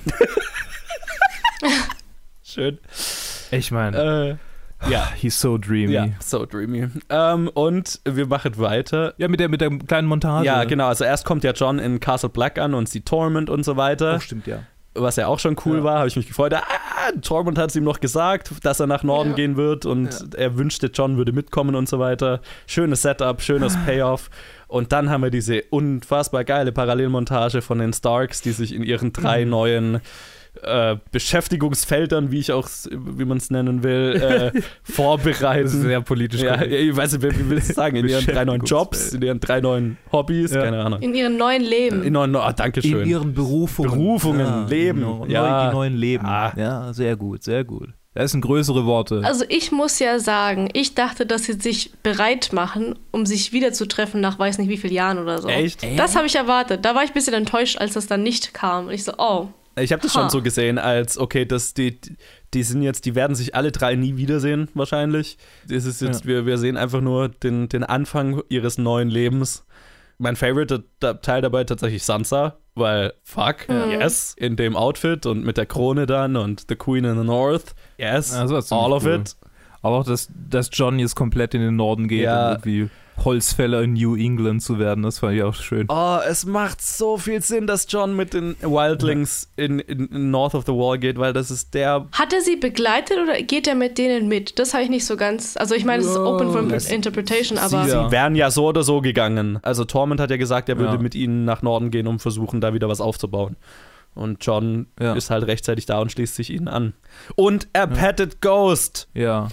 Schön.
Ich meine... Ja, he's so dreamy.
Ja, so dreamy. Und wir machen weiter.
Ja, mit der kleinen Montage.
Ja, genau. Also erst kommt ja Jon in Castle Black an und sieht Tormund und so weiter.
Oh, stimmt, ja.
Was ja auch schon cool war, habe ich mich gefreut. Tormund hat es ihm noch gesagt, dass er nach Norden gehen wird und er wünschte, Jon würde mitkommen und so weiter. Schönes Setup, schönes Payoff. Und dann haben wir diese unfassbar geile Parallelmontage von den Starks, die sich in ihren 3 neuen Beschäftigungsfeldern, wie man es nennen will, vorbereiten. Das ist
sehr politisch.
Ja, ich weiß nicht, wie will ich sagen, in ihren 3 neuen Jobs, in ihren 3 neuen Hobbys, keine Ahnung.
In ihren neuen Leben.
Dankeschön.
In ihren Berufungen.
Leben.
Die neuen Leben. Ja, sehr gut, sehr gut. Das sind größere Worte.
Also ich muss ja sagen, ich dachte, dass sie sich bereit machen, um sich wieder zu treffen nach weiß nicht wie vielen Jahren oder so.
Echt?
Das habe ich erwartet. Da war ich ein bisschen enttäuscht, als das dann nicht kam. Und ich so, oh.
Ich habe das schon so gesehen, als, okay, die sind jetzt, die werden sich alle drei nie wiedersehen, wahrscheinlich. Das ist jetzt, wir sehen einfach nur den Anfang ihres neuen Lebens. Mein Favorite Teil dabei tatsächlich Sansa, weil fuck, yes, in dem Outfit und mit der Krone dann und The Queen in the North, yes, all of it.
Aber auch, dass Jon jetzt komplett in den Norden geht, um irgendwie Holzfäller in New England zu werden, das fand ich auch schön.
Oh, es macht so viel Sinn, dass Jon mit den Wildlings in North of the Wall geht, weil das ist der...
Hat er sie begleitet oder geht er mit denen mit? Das habe ich nicht so ganz... Also ich meine, es ist open for interpretation, aber...
Sie wären ja so oder so gegangen. Also Tormund hat ja gesagt, er würde mit ihnen nach Norden gehen, um versuchen, da wieder was aufzubauen. Und Jon ist halt rechtzeitig da und schließt sich ihnen an. Und er pettet Ghost.
Ja.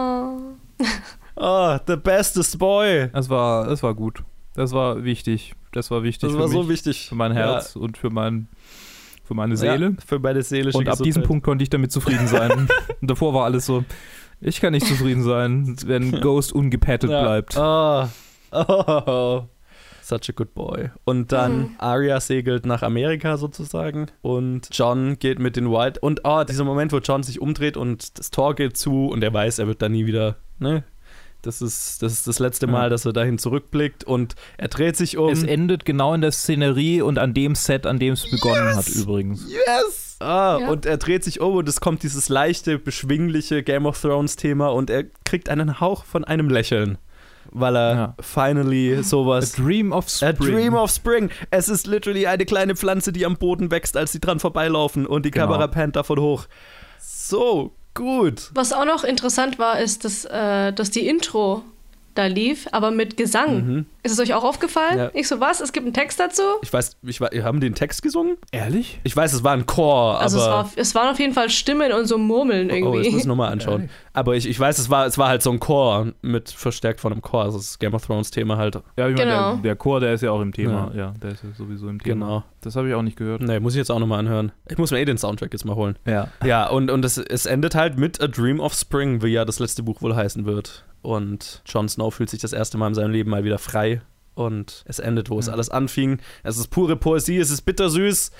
Oh, the bestest boy.
Das war gut. Das war wichtig. Das war wichtig.
Das war so wichtig.
Für mein Herz und für meine Seele.
Ja, für meine seelische
Und ab
Gesundheit.
diesem Punkt konnte ich damit zufrieden sein. Und davor war alles so, ich kann nicht zufrieden sein, wenn Ghost ungepettet bleibt.
Oh. Such a good boy. Und dann Arya segelt nach Amerika sozusagen und Jon geht mit den White. Und dieser Moment, wo Jon sich umdreht und das Tor geht zu und er weiß, er wird da nie wieder, ne? Das ist das letzte Mal, dass er dahin zurückblickt und er dreht sich um.
Es endet genau in der Szenerie und an dem Set, an dem es begonnen hat übrigens.
Yes! Und er dreht sich um und es kommt dieses leichte, beschwingliche Game of Thrones Thema und er kriegt einen Hauch von einem Lächeln. Weil er finally sowas...
A Dream of Spring.
A Dream of Spring. Es ist literally eine kleine Pflanze, die am Boden wächst, als sie dran vorbeilaufen und die Kamera pannt davon hoch. So gut.
Was auch noch interessant war, ist, dass die Intro da lief, aber mit Gesang. Ist es euch auch aufgefallen?
Ja.
Ich so, was? Es gibt einen Text dazu?
Ich weiß, haben die den Text gesungen?
Ehrlich?
Ich weiß, es war ein Chor,
also
aber...
es waren auf jeden Fall Stimmen und so Murmeln irgendwie.
Oh, das muss ich nochmal anschauen. Ehrlich? Aber ich weiß, es war halt so ein Chor, mit verstärkt von einem Chor. Also das Game of Thrones Thema halt.
Ja, ich meine, der Chor, der ist ja auch im Thema. Ja, der ist ja sowieso im Thema.
Genau.
Das habe ich auch nicht gehört.
Nee, muss ich jetzt auch nochmal anhören. Ich muss mir den Soundtrack jetzt mal holen.
Ja.
Ja, und es endet halt mit A Dream of Spring, wie ja das letzte Buch wohl heißen wird. Und Jon Snow fühlt sich das erste Mal in seinem Leben mal wieder frei. Und es endet, wo es alles anfing. Es ist pure Poesie, es ist bittersüß.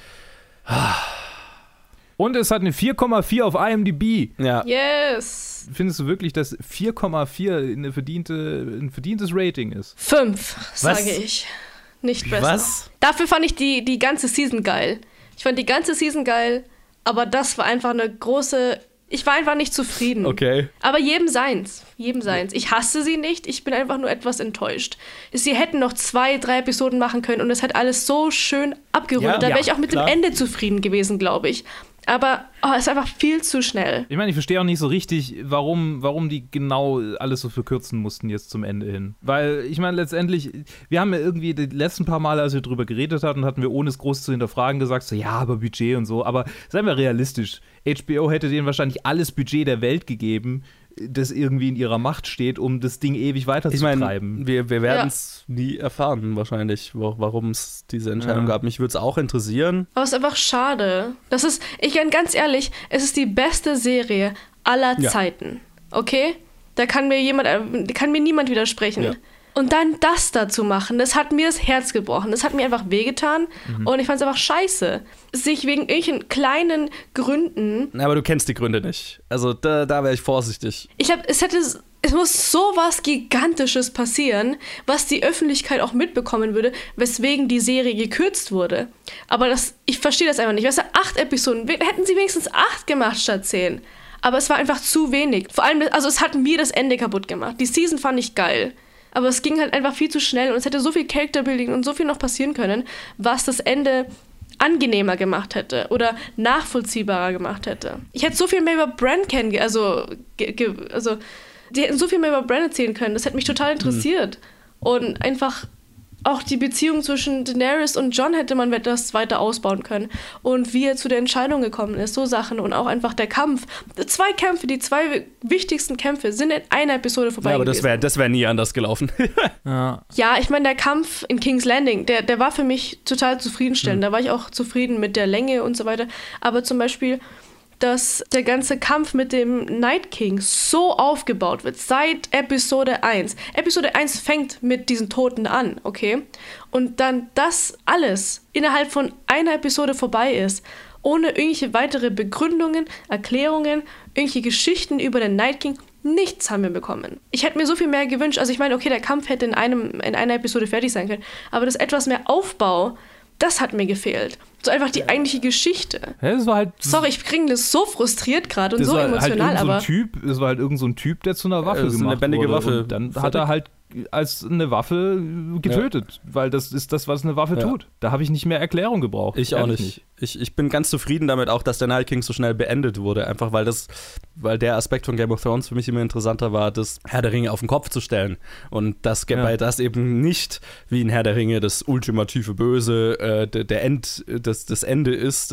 Und es hat eine 4,4 auf IMDb.
Ja.
Yes.
Findest du wirklich, dass 4,4 ein verdientes Rating ist?
5, sage ich. Nicht besser.
Was?
Dafür fand ich die ganze Season geil. Ich fand die ganze Season geil, aber das war einfach eine große... Ich war einfach nicht zufrieden.
Okay.
Aber jedem seins. Ich hasse sie nicht, ich bin einfach nur etwas enttäuscht. Sie hätten noch 2, 3 Episoden machen können und es hat alles so schön abgerundet. Da wäre ich auch mit dem Ende zufrieden gewesen, glaube ich. Aber es ist einfach viel zu schnell.
Ich meine, ich verstehe auch nicht so richtig, warum die genau alles so verkürzen mussten jetzt zum Ende hin. Weil, ich meine, letztendlich, wir haben ja irgendwie die letzten paar Male, als wir drüber geredet hatten, hatten wir, ohne es groß zu hinterfragen, gesagt, so, ja, aber Budget und so. Aber seien wir realistisch, HBO hätte denen wahrscheinlich alles Budget der Welt gegeben, das irgendwie in ihrer Macht steht, um das Ding ewig weiterzutreiben.
Ich meine, wir werden es nie erfahren, wahrscheinlich, warum es diese Entscheidung gab. Mich würde es auch interessieren.
Aber es ist einfach schade. Ganz ehrlich, es ist die beste Serie aller Zeiten. Okay? Da kann mir niemand widersprechen. Ja. Und dann das dazu machen, das hat mir das Herz gebrochen. Das hat mir einfach wehgetan und ich fand es einfach scheiße. Sich wegen irgendwelchen kleinen Gründen...
Aber du kennst die Gründe nicht. Also da wäre ich vorsichtig.
Es muss so was Gigantisches passieren, was die Öffentlichkeit auch mitbekommen würde, weswegen die Serie gekürzt wurde. Aber ich verstehe das einfach nicht. Weißt du, 8 Episoden, hätten sie wenigstens 8 gemacht statt 10. Aber es war einfach zu wenig. Vor allem, also es hat mir das Ende kaputt gemacht. Die Season fand ich geil. Aber es ging halt einfach viel zu schnell und es hätte so viel Character-Building und so viel noch passieren können, was das Ende angenehmer gemacht hätte oder nachvollziehbarer gemacht hätte. Ich hätte so viel mehr über Bran die hätten so viel mehr über Bran erzählen können. Das hätte mich total interessiert. Und einfach auch die Beziehung zwischen Daenerys und Jon hätte man etwas weiter ausbauen können. Und wie er zu der Entscheidung gekommen ist, so Sachen. Und auch einfach der Kampf. 2 Kämpfe, die 2 wichtigsten Kämpfe sind in einer Episode vorbei gewesen.
Aber das wär nie anders gelaufen.
Ja, ich meine, der Kampf in King's Landing, der war für mich total zufriedenstellend. Da war ich auch zufrieden mit der Länge und so weiter. Aber zum Beispiel dass der ganze Kampf mit dem Night King so aufgebaut wird, seit Episode 1. Episode 1 fängt mit diesen Toten an, okay? Und dann das alles innerhalb von einer Episode vorbei ist, ohne irgendwelche weitere Begründungen, Erklärungen, irgendwelche Geschichten über den Night King. Nichts haben wir bekommen. Ich hätte mir so viel mehr gewünscht. Also ich meine, okay, der Kampf hätte in einer Episode fertig sein können, aber das etwas mehr Aufbau, das hat mir gefehlt. So einfach die eigentliche Geschichte.
Ja, das war halt,
sorry, ich kriege das so frustriert gerade und so emotional,
halt
aber...
Es war halt irgend so ein Typ, der zu einer Waffe gemacht wurde.
Eine lebendige Waffe.
Und dann hat er halt als eine Waffe getötet, weil das ist das, was eine Waffe tut. Da habe ich nicht mehr Erklärung gebraucht.
Ich auch nicht. Ich bin ganz zufrieden damit auch, dass der Night King so schnell beendet wurde, einfach weil der Aspekt von Game of Thrones für mich immer interessanter war, das Herr der Ringe auf den Kopf zu stellen und das eben nicht wie in Herr der Ringe das ultimative Böse, das Ende ist,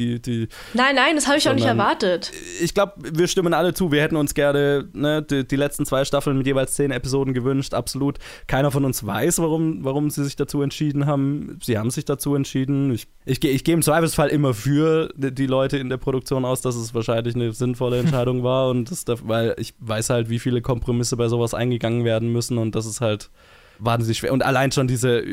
Nein, das habe ich auch nicht erwartet.
Ich glaube, wir stimmen alle zu, wir hätten uns gerne die letzten 2 Staffeln mit jeweils 10 Episoden gewünscht, absolut. Keiner von uns weiß, warum sie sich dazu entschieden haben. Sie haben sich dazu entschieden. Ich gehe im Zweifelsfall immer für die Leute in der Produktion aus, dass es wahrscheinlich eine sinnvolle Entscheidung war und weil ich weiß halt, wie viele Kompromisse bei sowas eingegangen werden müssen und das ist halt wahnsinnig schwer. Und allein schon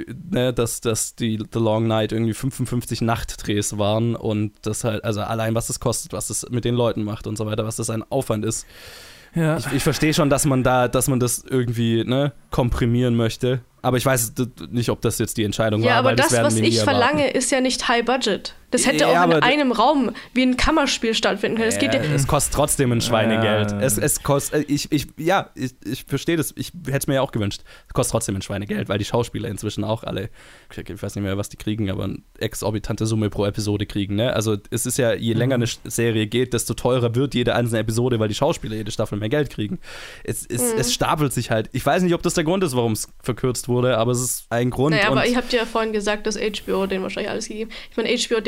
dass die The Long Night irgendwie 55 Nachtdrehs waren und das halt, also allein was das kostet, was das mit den Leuten macht und so weiter, was das ein Aufwand ist. Ja. Ich verstehe schon, dass man das irgendwie komprimieren möchte. Aber ich weiß nicht, ob das jetzt die Entscheidung war.
Ja, aber das, was ich verlange, ist ja nicht High Budget. Das hätte auch in einem Raum wie ein Kammerspiel stattfinden können.
Es kostet trotzdem ein Schweinegeld. Es kostet, ich verstehe das, ich hätte es mir ja auch gewünscht. Es kostet trotzdem ein Schweinegeld, weil die Schauspieler inzwischen auch alle, ich weiß nicht mehr, was die kriegen, aber eine exorbitante Summe pro Episode kriegen. Ne? Also es ist ja, je länger eine Serie geht, desto teurer wird jede einzelne Episode, weil die Schauspieler jede Staffel mehr Geld kriegen. Es stapelt sich halt. Ich weiß nicht, ob das der Grund ist, warum es verkürzt wurde, aber es ist ein Grund.
Naja, aber ihr habt ja vorhin gesagt, dass HBO denen wahrscheinlich alles gegeben. Ich meine, HBO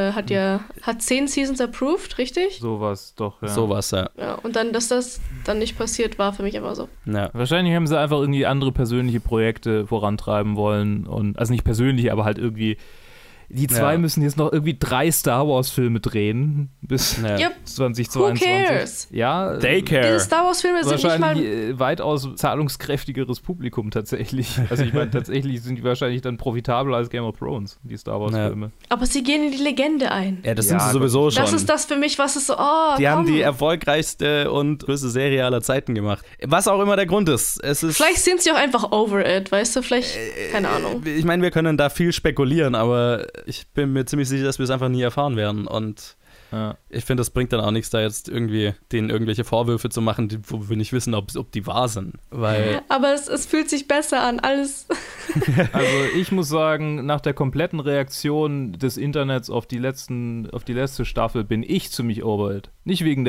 hat 10 Seasons approved, richtig?
Sowas, doch, ja.
Sowas, ja.
Ja, und dann, dass das dann nicht passiert, war für mich einfach so.
Ja. Wahrscheinlich haben sie einfach irgendwie andere persönliche Projekte vorantreiben wollen. Also nicht persönlich, aber halt irgendwie. Die zwei müssen jetzt noch irgendwie 3 Star Wars Filme drehen bis 2022.
Who cares?
Ja,
they care.
Diese Star Wars Filme sind nicht mal
weitaus zahlungskräftigeres Publikum tatsächlich. Also ich meine, tatsächlich sind die wahrscheinlich dann profitabler als Game of Thrones, die Star Wars Filme.
Ja. Aber sie gehen in die Legende ein.
Ja, das sind sie sowieso schon.
Das ist das für mich, was ist so,
die haben die erfolgreichste und größte Serie aller Zeiten gemacht. Was auch immer der Grund ist.
Vielleicht sind sie auch einfach over it, weißt du, vielleicht, keine Ahnung.
Ich meine, wir können da viel spekulieren, aber ich bin mir ziemlich sicher, dass wir es einfach nie erfahren werden und ich finde, das bringt dann auch nichts, da jetzt irgendwie denen irgendwelche Vorwürfe zu machen, wo wir nicht wissen, ob die wahr sind.
Aber es fühlt sich besser an, alles.
Also ich muss sagen, nach der kompletten Reaktion des Internets auf die letzte Staffel bin ich ziemlich over it. Nicht wegen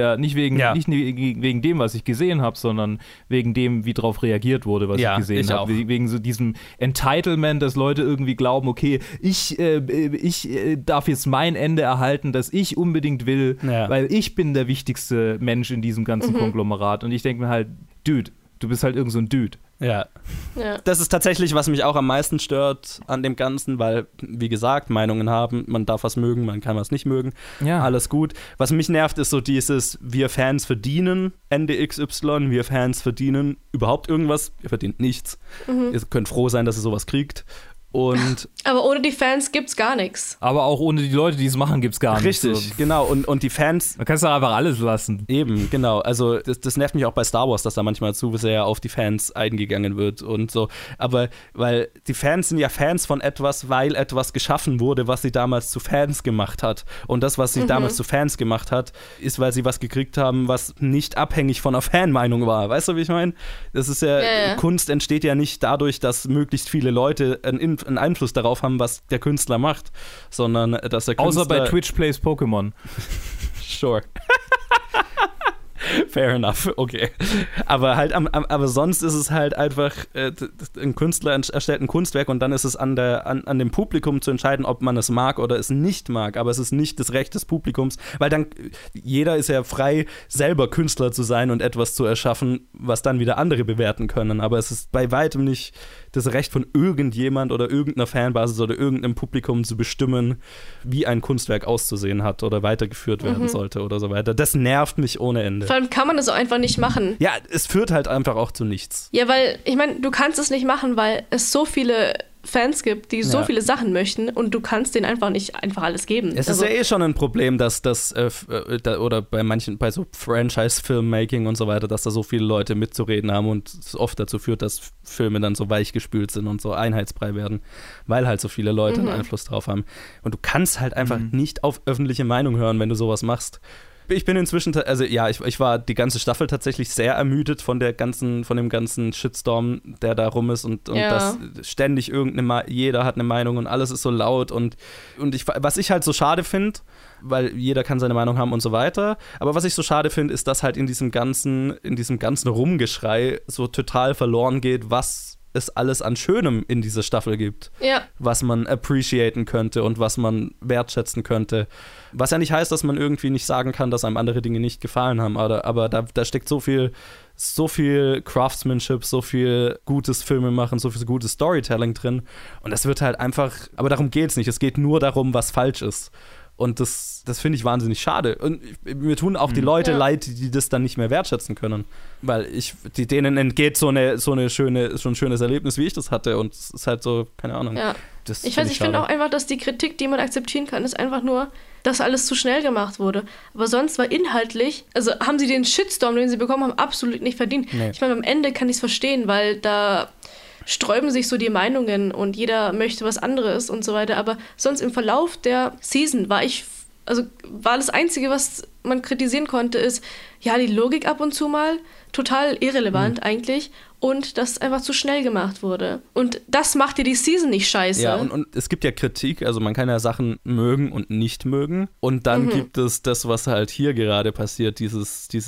dem, was ich gesehen habe, sondern wegen dem, wie drauf reagiert wurde, was ich gesehen habe. Wegen so diesem Entitlement, dass Leute irgendwie glauben, okay, ich darf jetzt mein Ende erhalten, das ich unbedingt will, weil ich bin der wichtigste Mensch in diesem ganzen Konglomerat. Und ich denke mir halt, Dude, du bist halt irgend so ein Dude.
Ja. Das ist tatsächlich, was mich auch am meisten stört an dem Ganzen, weil, wie gesagt, Meinungen haben, man darf was mögen, man kann was nicht mögen, alles gut. Was mich nervt, ist so dieses, wir Fans verdienen Ende XY, wir Fans verdienen überhaupt irgendwas, ihr verdient nichts. Ihr könnt froh sein, dass ihr sowas kriegt.
Aber ohne die Fans gibt's gar nichts.
Aber auch ohne die Leute, die es machen, gibt's gar nichts.
Richtig, genau. Und die Fans...
Man kann es doch einfach alles lassen.
Eben, genau. Also das nervt mich auch bei Star Wars, dass da manchmal zu sehr auf die Fans eingegangen wird und so. Aber weil die Fans sind ja Fans von etwas, weil etwas geschaffen wurde, was sie damals zu Fans gemacht hat. Und das, was sie damals zu Fans gemacht hat, ist, weil sie was gekriegt haben, was nicht abhängig von einer Fanmeinung war. Weißt du, wie ich meine? Das ist ja... Kunst entsteht ja nicht dadurch, dass möglichst viele Leute einen Einfluss darauf haben, was der Künstler macht, sondern dass der Künstler...
Außer bei Twitch Plays Pokémon.
Sure. Fair enough, okay. Aber halt, aber sonst ist es halt einfach, ein Künstler erstellt ein Kunstwerk und dann ist es an dem Publikum zu entscheiden, ob man es mag oder es nicht mag. Aber es ist nicht das Recht des Publikums, weil dann jeder ist ja frei, selber Künstler zu sein und etwas zu erschaffen, was dann wieder andere bewerten können. Aber es ist bei weitem nicht das Recht von irgendjemand oder irgendeiner Fanbasis oder irgendeinem Publikum zu bestimmen, wie ein Kunstwerk auszusehen hat oder weitergeführt werden sollte oder so weiter. Das nervt mich ohne Ende.
Vor allem kann man das auch einfach nicht machen.
Ja, es führt halt einfach auch zu nichts.
Ja, weil, ich meine, du kannst es nicht machen, weil es so viele Fans gibt, die so viele Sachen möchten und du kannst denen einfach nicht einfach alles geben.
Es ist ja schon ein Problem, dass das oder bei so Franchise-Filmmaking und so weiter, dass da so viele Leute mitzureden haben und es oft dazu führt, dass Filme dann so weichgespült sind und so einheitsbrei werden, weil halt so viele Leute einen Einfluss drauf haben. Und du kannst halt einfach nicht auf öffentliche Meinung hören, wenn du sowas machst. Ich bin inzwischen, also ja, ich war die ganze Staffel tatsächlich sehr ermüdet von dem ganzen Shitstorm, der da rum ist und dass ständig jeder hat eine Meinung und alles ist so laut und was ich halt so schade finde, weil jeder kann seine Meinung haben und so weiter, aber was ich so schade finde, ist, dass halt in diesem ganzen Rumgeschrei so total verloren geht, was es alles an Schönem in dieser Staffel gibt, was man appreciaten könnte und was man wertschätzen könnte. Was ja nicht heißt, dass man irgendwie nicht sagen kann, dass einem andere Dinge nicht gefallen haben, aber da steckt so viel Craftsmanship, so viel gutes Filmemachen, so viel gutes Storytelling drin und das wird halt einfach, aber darum geht's nicht, es geht nur darum, was falsch ist. Und das finde ich wahnsinnig schade. Und mir tun auch die Leute leid, die das dann nicht mehr wertschätzen können. Weil denen entgeht so ein schönes Erlebnis, wie ich das hatte. Und es ist halt so, keine Ahnung.
Ja. Ich finde auch einfach, dass die Kritik, die man akzeptieren kann, ist einfach nur, dass alles zu schnell gemacht wurde. Aber sonst war inhaltlich, also haben sie den Shitstorm, den sie bekommen haben, absolut nicht verdient. Nee. Ich meine, am Ende kann ich es verstehen, weil da sträuben sich so die Meinungen und jeder möchte was anderes und so weiter. Aber sonst im Verlauf der Season war das Einzige, was man kritisieren konnte, ist, ja, die Logik ab und zu mal total irrelevant eigentlich und dass einfach zu schnell gemacht wurde. Und das macht dir die Season nicht scheiße.
Ja, und es gibt ja Kritik, also man kann ja Sachen mögen und nicht mögen und dann gibt es das, was halt hier gerade passiert, diesen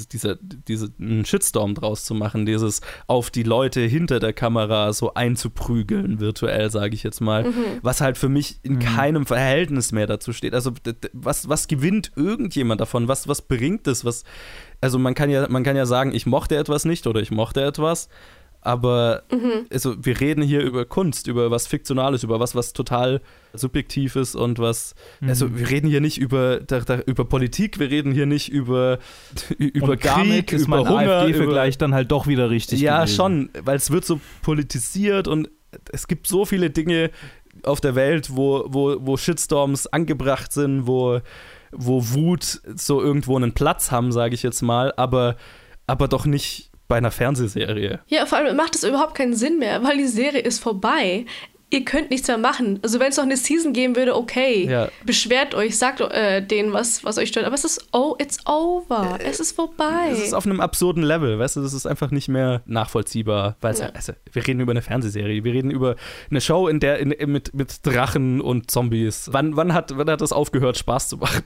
Shitstorm draus zu machen, dieses auf die Leute hinter der Kamera so einzuprügeln, virtuell, sage ich jetzt mal, was halt für mich in keinem Verhältnis mehr dazu steht. Also was gewinnt irgendjemand davon? Was bringt es? Also man kann ja sagen, ich mochte etwas nicht oder ich mochte etwas, aber also wir reden hier über Kunst, über was Fiktionales, über was total Subjektives und was, also wir reden hier nicht über Politik, wir reden hier nicht über Krieg,
ist
über Hunger.
AfD-Vergleich dann halt doch wieder richtig
Ja,
gewesen.
schon, weil es wird so politisiert und es gibt so viele Dinge auf der Welt, wo Shitstorms angebracht sind, wo Wut so irgendwo einen Platz haben, sage ich jetzt mal, aber doch nicht bei einer Fernsehserie.
Ja, vor allem macht es überhaupt keinen Sinn mehr, weil die Serie ist vorbei. Ihr könnt nichts mehr machen. Also wenn es noch eine Season geben würde, okay, beschwert euch, sagt denen, was euch stört, aber it's over. Es ist vorbei.
Es ist auf einem absurden Level, weißt du, das ist einfach nicht mehr nachvollziehbar, weil also, wir reden über eine Fernsehserie, wir reden über eine Show, in der mit Drachen und Zombies. Wann hat das aufgehört, Spaß zu machen?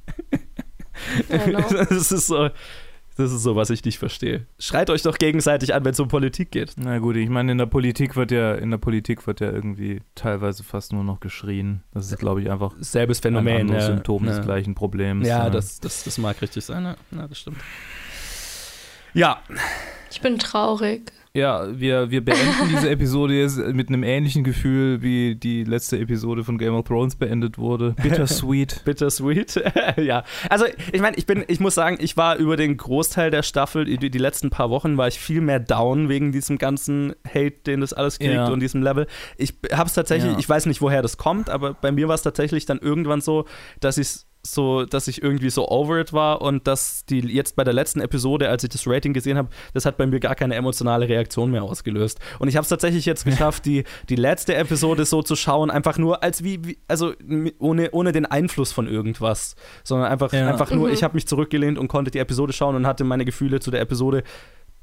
Das ist so, was ich nicht verstehe. Schreit euch doch gegenseitig an, wenn es um Politik geht.
Na gut, ich meine, in der Politik wird ja irgendwie teilweise fast nur noch geschrien. Das ist, glaube ich, einfach
selbes Phänomen,
ein anderes Symptom des gleichen Problems.
Ja, das mag richtig sein. Ja, das stimmt. Ja.
Ich bin traurig.
Ja, wir beenden diese Episode jetzt mit einem ähnlichen Gefühl, wie die letzte Episode von Game of Thrones beendet wurde. Bittersweet.
Bittersweet, ja. Also, ich meine, ich muss sagen, ich war über den Großteil der Staffel, die letzten paar Wochen, war ich viel mehr down wegen diesem ganzen Hate, den das alles kriegt und diesem Level. Ich habe es tatsächlich, ich weiß nicht, woher das kommt, aber bei mir war es tatsächlich dann irgendwann so, dass ich irgendwie so over it war und dass die jetzt bei der letzten Episode, als ich das Rating gesehen habe, das hat bei mir gar keine emotionale Reaktion mehr ausgelöst. Und ich habe es tatsächlich jetzt geschafft, die letzte Episode so zu schauen, einfach nur als also ohne den Einfluss von irgendwas, sondern einfach nur, ich habe mich zurückgelehnt und konnte die Episode schauen und hatte meine Gefühle zu der Episode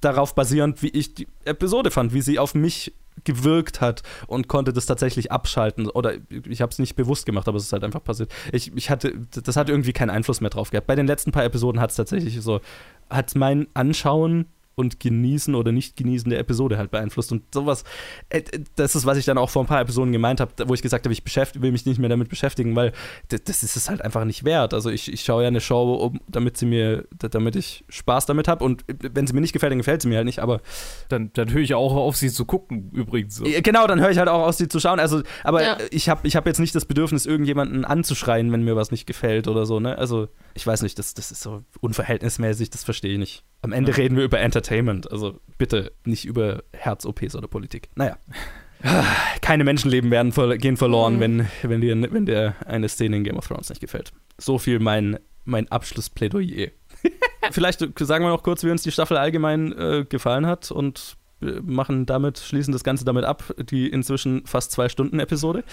darauf basierend, wie ich die Episode fand, wie sie auf mich gewirkt hat und konnte das tatsächlich abschalten. Oder ich habe es nicht bewusst gemacht, aber es ist halt einfach passiert. Das hat irgendwie keinen Einfluss mehr drauf gehabt. Bei den letzten paar Episoden hat es tatsächlich so, hat mein Anschauen und Genießen oder Nicht-Genießen der Episode halt beeinflusst. Und sowas, das ist, was ich dann auch vor ein paar Episoden gemeint habe, wo ich gesagt habe, ich will mich nicht mehr damit beschäftigen, weil das ist es halt einfach nicht wert. Also ich schaue ja eine Show, damit ich Spaß damit habe, und wenn sie mir nicht gefällt, dann gefällt sie mir halt nicht, aber
Dann höre ich auch auf, sie zu gucken, übrigens. So.
Genau, dann höre ich halt auch auf, sie zu schauen. Also, aber ich hab jetzt nicht das Bedürfnis, irgendjemanden anzuschreien, wenn mir was nicht gefällt oder so, ne? Also, ich weiß nicht, das ist so unverhältnismäßig, das verstehe ich nicht. Am Ende reden wir über Entertainment, also bitte nicht über Herz-OPs oder Politik. Naja. Keine Menschenleben gehen verloren, wenn dir eine Szene in Game of Thrones nicht gefällt. So viel mein Abschlussplädoyer. Vielleicht sagen wir noch kurz, wie uns die Staffel allgemein gefallen hat, und schließen das Ganze damit ab, die inzwischen fast 2-Stunden-Episode.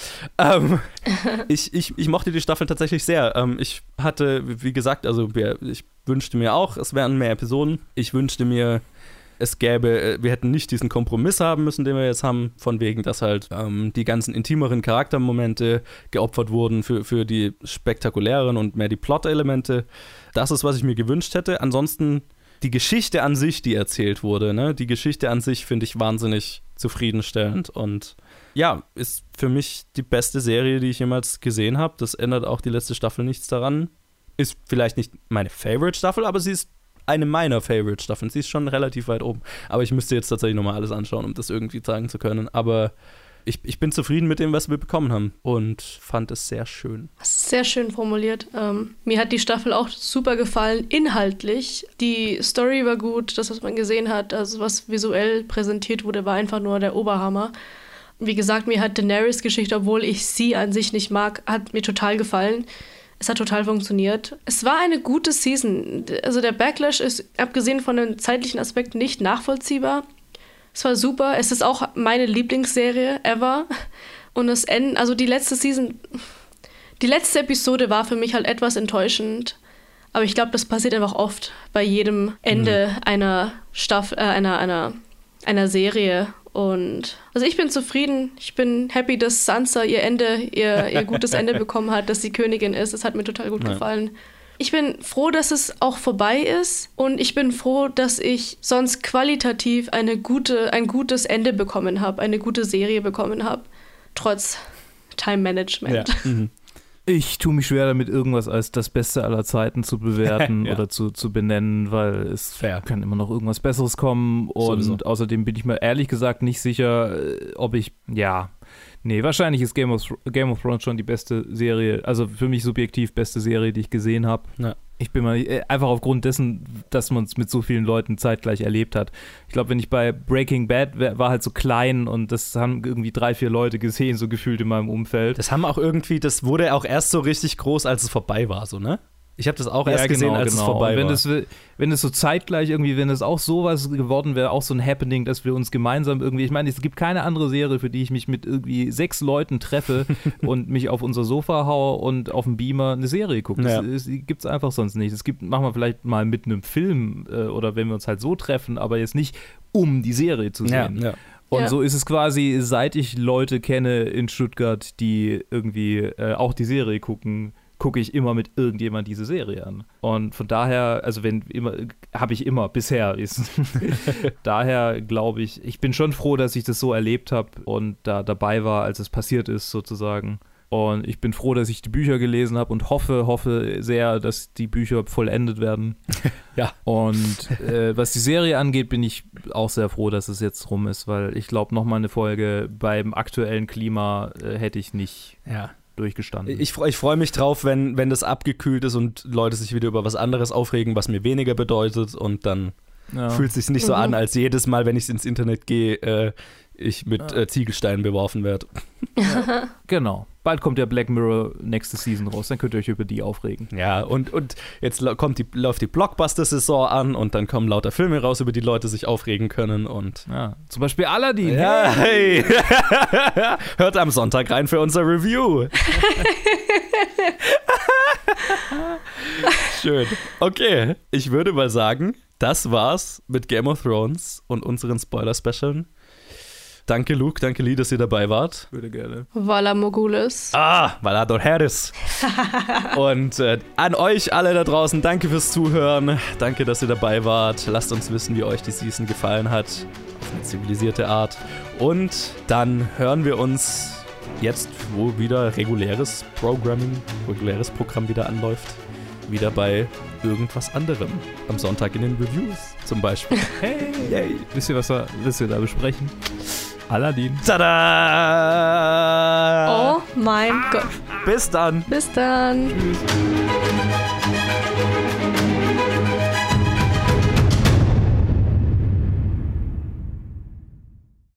Ich mochte die Staffel tatsächlich sehr. Ich hatte, wie gesagt, ich wünschte mir auch, es wären mehr Episoden. Ich wünschte mir, wir hätten nicht diesen Kompromiss haben müssen, den wir jetzt haben, von wegen, dass halt die ganzen intimeren Charaktermomente geopfert wurden für die spektakulären und mehr die Plot-Elemente. Das ist, was ich mir gewünscht hätte. Ansonsten die Geschichte an sich, die erzählt wurde, ne? Die Geschichte an sich finde ich wahnsinnig zufriedenstellend und ja, ist für mich die beste Serie, die ich jemals gesehen habe. Das ändert auch die letzte Staffel nichts daran. Ist vielleicht nicht meine Favorite-Staffel, aber sie ist eine meiner Favorite-Staffeln. Sie ist schon relativ weit oben. Aber ich müsste jetzt tatsächlich nochmal alles anschauen, um das irgendwie sagen zu können. Aber ich bin zufrieden mit dem, was wir bekommen haben, und fand es sehr schön.
Sehr schön formuliert. Mir hat die Staffel auch super gefallen, inhaltlich. Die Story war gut, das, was man gesehen hat, also was visuell präsentiert wurde, war einfach nur der Oberhammer. Wie gesagt, mir hat Daenerys Geschichte, obwohl ich sie an sich nicht mag, hat mir total gefallen. Es hat total funktioniert. Es war eine gute Season. Also der Backlash ist, abgesehen von den zeitlichen Aspekten, nicht nachvollziehbar. Es war super. Es ist auch meine Lieblingsserie ever. Und das Ende, also die letzte Season, die letzte Episode war für mich halt etwas enttäuschend. Aber ich glaube, das passiert einfach oft bei jedem Ende einer Staffel, einer Serie. Und also ich bin zufrieden. Ich bin happy, dass Sansa ihr gutes Ende bekommen hat, dass sie Königin ist. Das hat mir total gut gefallen. Ich bin froh, dass es auch vorbei ist, und ich bin froh, dass ich sonst qualitativ ein gutes Ende bekommen habe, eine gute Serie bekommen habe, trotz Time Management.
Ja.
Ich tue mich schwer damit, irgendwas als das Beste aller Zeiten zu bewerten oder zu benennen, weil es kann immer noch irgendwas Besseres kommen, und außerdem bin ich mir ehrlich gesagt nicht sicher, ob ich, wahrscheinlich ist Game of Thrones schon die beste Serie, also für mich subjektiv beste Serie, die ich gesehen habe. Ja. Ich bin mal einfach aufgrund dessen, dass man es mit so vielen Leuten zeitgleich erlebt hat. Ich glaube, wenn ich bei Breaking Bad war halt so klein, und das haben irgendwie 3-4 Leute gesehen, so gefühlt in meinem Umfeld.
Das wurde auch erst so richtig groß, als es vorbei war, so, ne? Ich habe das auch erst gesehen, als es vorbei war. Wenn es so zeitgleich irgendwie, wenn es auch sowas geworden wäre, auch so ein Happening, dass wir uns gemeinsam irgendwie, ich meine, es gibt keine andere Serie, für die ich mich mit irgendwie 6 Leuten treffe und mich auf unser Sofa haue und auf dem Beamer eine Serie gucke. Ja. Das gibt es einfach sonst nicht. Machen wir vielleicht mal mit einem Film oder wenn wir uns halt so treffen, aber jetzt nicht, um die Serie zu sehen. Ja. Und so ist es quasi, seit ich Leute kenne in Stuttgart, die irgendwie auch die Serie gucke ich immer mit irgendjemand diese Serie an. Und von daher, also habe ich immer bisher. Daher glaube ich bin schon froh, dass ich das so erlebt habe und da dabei war, als es passiert ist, sozusagen. Und ich bin froh, dass ich die Bücher gelesen habe und hoffe sehr, dass die Bücher vollendet werden. Ja. Und was die Serie angeht, bin ich auch sehr froh, dass es jetzt rum ist, weil ich glaube, nochmal eine Folge beim aktuellen Klima hätte ich nicht durchgestanden. Ich freue mich drauf, wenn das abgekühlt ist und Leute sich wieder über was anderes aufregen, was mir weniger bedeutet, und dann fühlt es sich nicht so an, als jedes Mal, wenn ich ins Internet gehe, ich mit Ziegelsteinen beworfen werde.
Ja. Genau. Bald kommt der Black Mirror nächste Season raus, dann könnt ihr euch über die aufregen.
Ja, und jetzt läuft die Blockbuster-Saison an, und dann kommen lauter Filme raus, über die Leute sich aufregen können, und
zum Beispiel Aladdin.
Ja, hey. Hört am Sonntag rein für unser Review. Schön. Okay, ich würde mal sagen, das war's mit Game of Thrones und unseren Spoiler-Specialen. Danke, Luke, danke, Lee, dass ihr dabei wart.
Würde gerne.
Vala Mogulis.
Valador Harris. Und an euch alle da draußen, danke fürs Zuhören. Danke, dass ihr dabei wart. Lasst uns wissen, wie euch die Season gefallen hat. Auf eine zivilisierte Art. Und dann hören wir uns jetzt, wo wieder reguläres Programm wieder anläuft, wieder bei irgendwas anderem. Am Sonntag in den Reviews zum Beispiel.
Hey! Yay. Wisst ihr, was wir da besprechen? Aladdin.
Tada!
Oh mein Gott.
Bis dann.
Bis dann.
Tschüss.